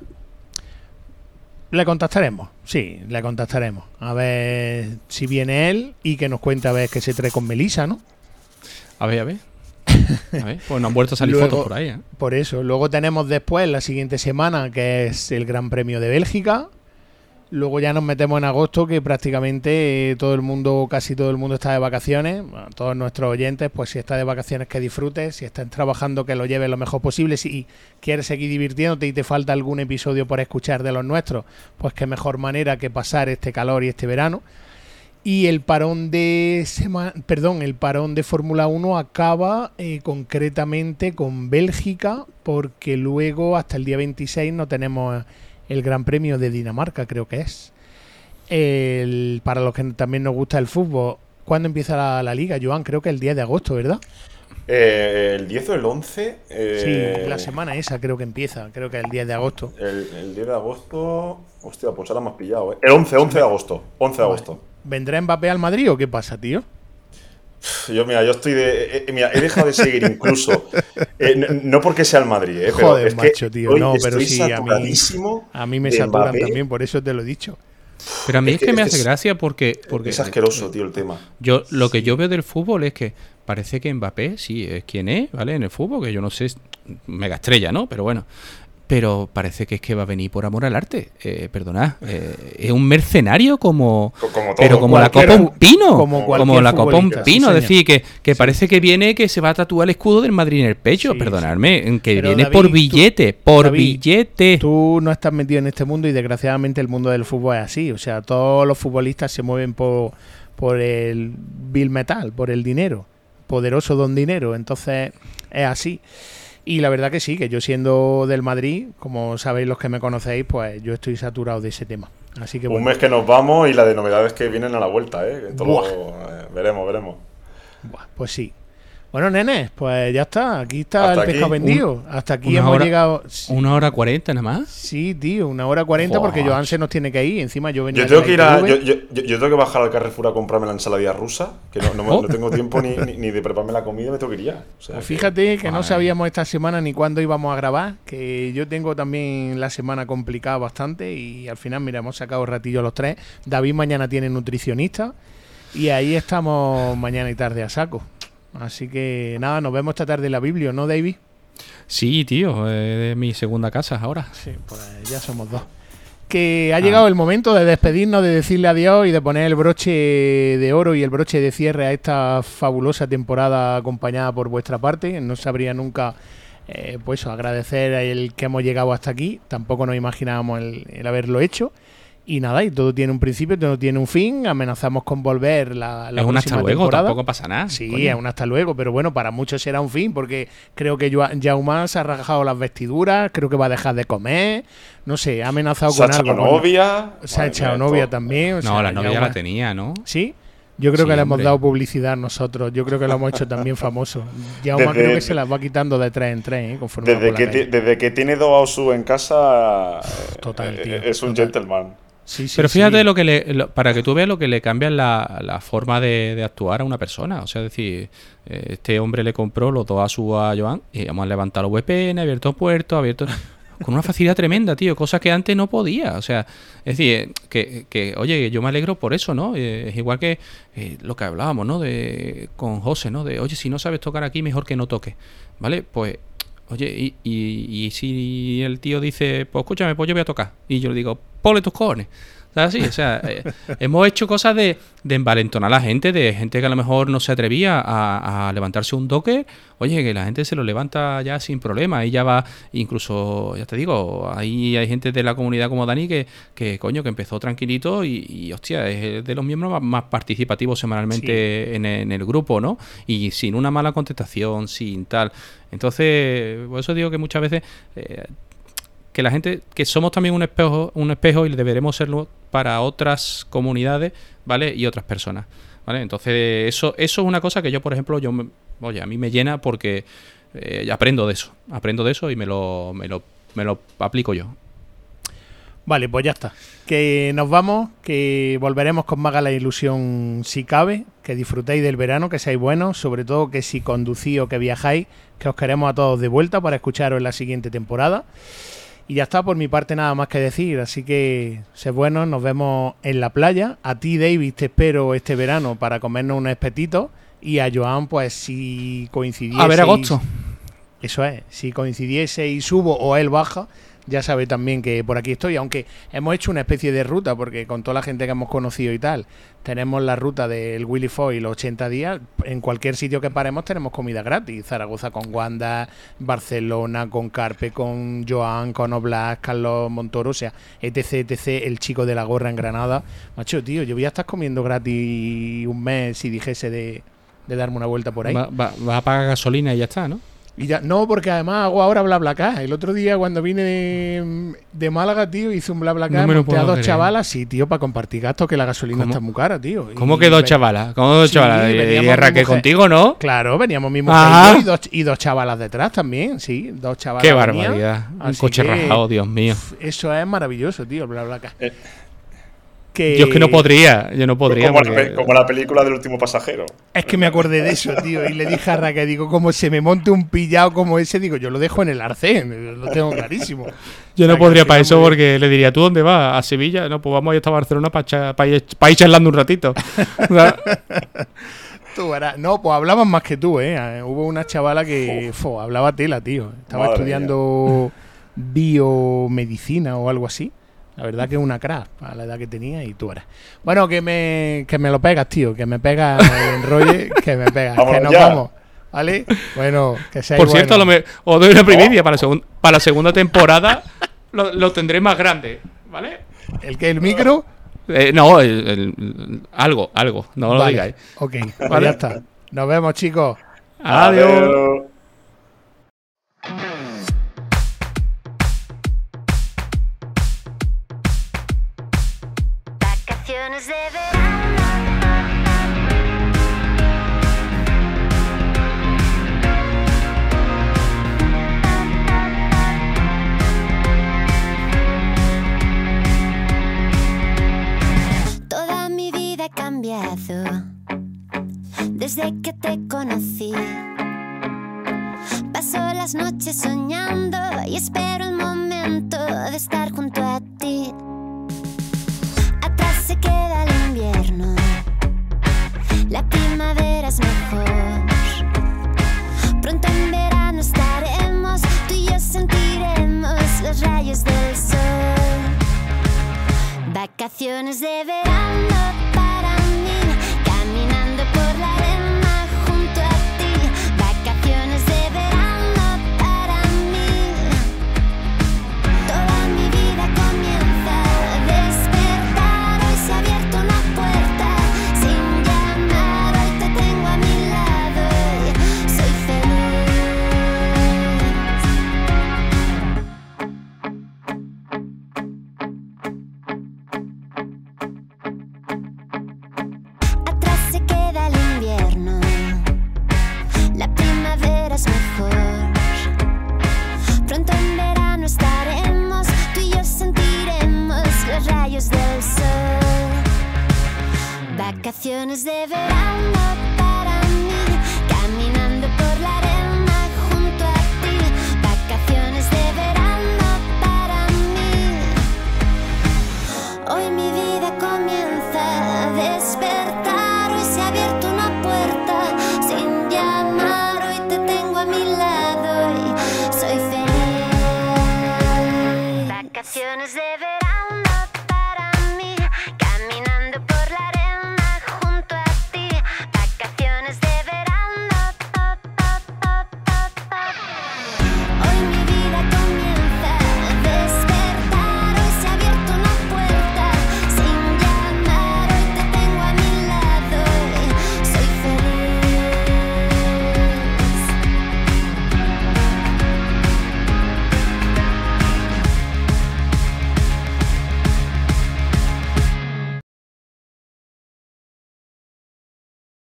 Le contactaremos, sí, le contactaremos. A ver si viene él y que nos cuente a ver qué se trae con Melissa, ¿no? A ver. Pues no han vuelto a salir luego, fotos por ahí, ¿eh? Por eso. Luego tenemos después la siguiente semana, que es el Gran Premio de Bélgica. Luego ya nos metemos en agosto, que prácticamente casi todo el mundo está de vacaciones. Bueno, todos nuestros oyentes, pues si estás de vacaciones, que disfrutes. Si estás trabajando, que lo lleves lo mejor posible. Si quieres seguir divirtiéndote y te falta algún episodio por escuchar de los nuestros, pues qué mejor manera que pasar este calor y este verano. Y el parón de Fórmula 1 acaba concretamente con Bélgica, porque luego hasta el día 26 no tenemos el Gran Premio de Dinamarca, creo que es. Para los que también nos gusta el fútbol, ¿cuándo empieza la liga, Joan? Creo que el 10 de agosto, ¿verdad? ¿El 10 o el 11? Sí, la semana esa creo que empieza, creo que el 10 de agosto. El 10 de agosto... Hostia, pues ahora me has pillado, ¿eh? El 11 de agosto. 11 de agosto. ¿Vendrá Mbappé al Madrid o qué pasa, tío? Yo estoy he dejado de seguir incluso. No porque sea el Madrid, pero joder, es macho, que tío. hoy No, pero estoy sí, a mí me saturan Mbappé. también, por eso te lo he dicho. Pero a mí es que me hace gracia porque es asqueroso, tío, el tema. Lo que yo veo del fútbol es que parece que Mbappé sí es quien es, ¿vale? En el fútbol, que yo no sé, es mega estrella, ¿no? Pero bueno. Pero parece que es que va a venir por amor al arte. Perdonad. Es un mercenario como la copa un pino. Como la copa un pino. Es decir, que parece que viene, que se va a tatuar el escudo del Madrid en el pecho. Sí, perdonadme. Que pero viene David, por billete. Billete. Tú no estás metido en este mundo y desgraciadamente el mundo del fútbol es así. O sea, todos los futbolistas se mueven por el bill metal, por el dinero. Poderoso don dinero. Entonces es así. Y la verdad que sí, que yo siendo del Madrid, como sabéis los que me conocéis, pues yo estoy saturado de ese tema. Así que un mes que nos vamos y la de novedades que vienen a la vuelta, ¿eh? Veremos. Buah, pues sí. Bueno, nenes, pues ya está. Aquí está el pescado vendido. Hasta aquí hemos llegado. Sí. 1h40 nada más. Sí, tío, 1h40 porque Joan se nos tiene que ir. Encima yo venía. Yo tengo que ir yo tengo que bajar al Carrefour a comprarme la ensaladilla rusa, que no tengo tiempo ni de prepararme la comida, me tengo que ir ya. O sea, pues fíjate que no sabíamos esta semana ni cuándo íbamos a grabar, que yo tengo también la semana complicada bastante y al final, mira, hemos sacado ratillo los tres. David mañana tiene nutricionista y ahí estamos mañana y tarde a saco. Así que nada, nos vemos esta tarde en la Biblia, ¿no, David? Sí, tío, es mi segunda casa ahora. Sí, pues ya somos dos. Que ha llegado el momento de despedirnos, de decirle adiós y de poner el broche de oro y el broche de cierre a esta fabulosa temporada acompañada por vuestra parte. No sabría nunca, pues agradecer el que hemos llegado hasta aquí. Tampoco nos imaginábamos el haberlo hecho. Y nada, y todo tiene un principio, todo tiene un fin. Amenazamos con volver la es un hasta luego, temporada. Tampoco pasa nada. Sí, coño. Es un hasta luego, pero bueno, para muchos será un fin, porque creo que Jaume se ha rajado las vestiduras, creo que va a dejar de comer, no sé, ha amenazado con algo. Se ha echado novia también. No, la novia la tenía, ¿no? Sí. Yo creo que le hemos dado publicidad nosotros. Yo creo que lo hemos hecho también famoso. Jaume creo que se las va quitando de 3 en 3, conforme desde que tiene dos Ausu en casa, total, tío, es un gentleman. Sí, pero fíjate para que tú veas lo que le cambian la forma de actuar a una persona. O sea, es decir, este hombre le compró los dos Asus a Joan y hemos levantado los VPN, abierto puertos, con una facilidad tremenda, tío, cosas que antes no podía. O sea, es decir, oye, yo me alegro por eso, ¿no? Es igual que lo que hablábamos, ¿no? Con José, ¿no? Oye, si no sabes tocar aquí, mejor que no toques, ¿vale? Pues, oye, y si el tío dice, pues escúchame, pues yo voy a tocar. Y yo le digo, ponle tus cojones. ¿Sabes? Sí, o sea, hemos hecho cosas de envalentonar a la gente, de gente que a lo mejor no se atrevía a levantarse un Docker. Oye, que la gente se lo levanta ya sin problema. Y ya va, incluso, ya te digo, ahí hay gente de la comunidad como Dani que coño, que empezó tranquilito y hostia, es de los miembros más participativos semanalmente sí. en el grupo, ¿no? Y sin una mala contestación, sin tal. Entonces, por eso digo que muchas veces... que la gente, que somos también un espejo y deberemos serlo para otras comunidades, ¿vale? Y otras personas, ¿vale? Entonces, eso es una cosa que yo, por ejemplo, a mí me llena porque aprendo de eso y me lo aplico yo. Vale, pues ya está. Que nos vamos, que volveremos con más Gala Ilusión si cabe, que disfrutéis del verano, que seáis buenos, sobre todo que si conducís o que viajáis, que os queremos a todos de vuelta para escucharos en la siguiente temporada. Y ya está, por mi parte nada más que decir, así que sed buenos, nos vemos en la playa. A ti, David, te espero este verano para comernos unos espetitos, y a Joan, pues si coincidiese... A ver, agosto. Eso es, si coincidiese y subo o él baja, ya sabe también que por aquí estoy, aunque hemos hecho una especie de ruta, porque con toda la gente que hemos conocido y tal, tenemos la ruta del Willy Foy los 80 días, en cualquier sitio que paremos tenemos comida gratis, Zaragoza con Wanda, Barcelona con Carpe, con Joan, con Oblast, Carlos Montoro, o sea, etc, el chico de la gorra en Granada. Macho, tío, yo voy a estar comiendo gratis un mes si dijese de darme una vuelta por ahí. Va a pagar gasolina y ya está, ¿no? Y ya, no, porque además hago ahora BlaBlaCar. El otro día cuando vine de Málaga, tío, hice un BlaBlaCar, monté a dos chavalas, sí, tío, para compartir gastos, que la gasolina está muy cara, tío. ¿Cómo que dos chavalas? ¿Cómo dos chavalas? ¿Y Raquel contigo, no? Claro, veníamos mi mujer y dos chavalas detrás también, sí, dos chavalas. Qué barbaridad, un coche rajado, Dios mío. Eso es maravilloso, tío, BlaBlaCar. Yo es que no podría, como la película del último pasajero. Es que me acordé de eso, tío, y le dije a Raquel, digo, como se me monte un pillado como ese, digo, yo lo dejo en el arcén, lo tengo clarísimo. Yo no podría para eso, porque le diría, ¿tú dónde vas? ¿A Sevilla? No, pues vamos a ir hasta Barcelona para ir charlando un ratito. Tú verás. No, pues hablaban más que tú, Hubo una chavala que hablaba tela, tío. Estaba estudiando biomedicina o algo así. La verdad que es una crack a la edad que tenía, y tú eras. Bueno, que me lo pegas, tío. Que me pegas el enrolle, que me pegas. Que nos vamos. ¿Vale? Bueno, que seáis Por cierto, os doy una primicia. Para la segunda temporada lo tendré más grande. ¿Vale? ¿El que el micro? No, algo. No lo digáis. Ok, pues ya está. Nos vemos, chicos. Adiós. Vacaciones de verano. Toda mi vida ha cambiado desde que te conocí. Paso las noches soñando y espero el momento de estar junto a ti. Atrás se queda el invierno, la primavera es mejor. Pronto en verano estaremos, tú y yo sentiremos los rayos del sol. Vacaciones de verano para mí, caminando por la arena junto a ti. Vacaciones de verano para mí, toda mi vida comienza a despertar. Hoy se ha abierto una puerta sin llamar, hoy te tengo a mi lado y soy feliz. Atrás se queda el invierno, la primavera es mejor. Pronto en verano estaremos, tú y yo sentiremos los rayos del sol. Vacaciones de verano.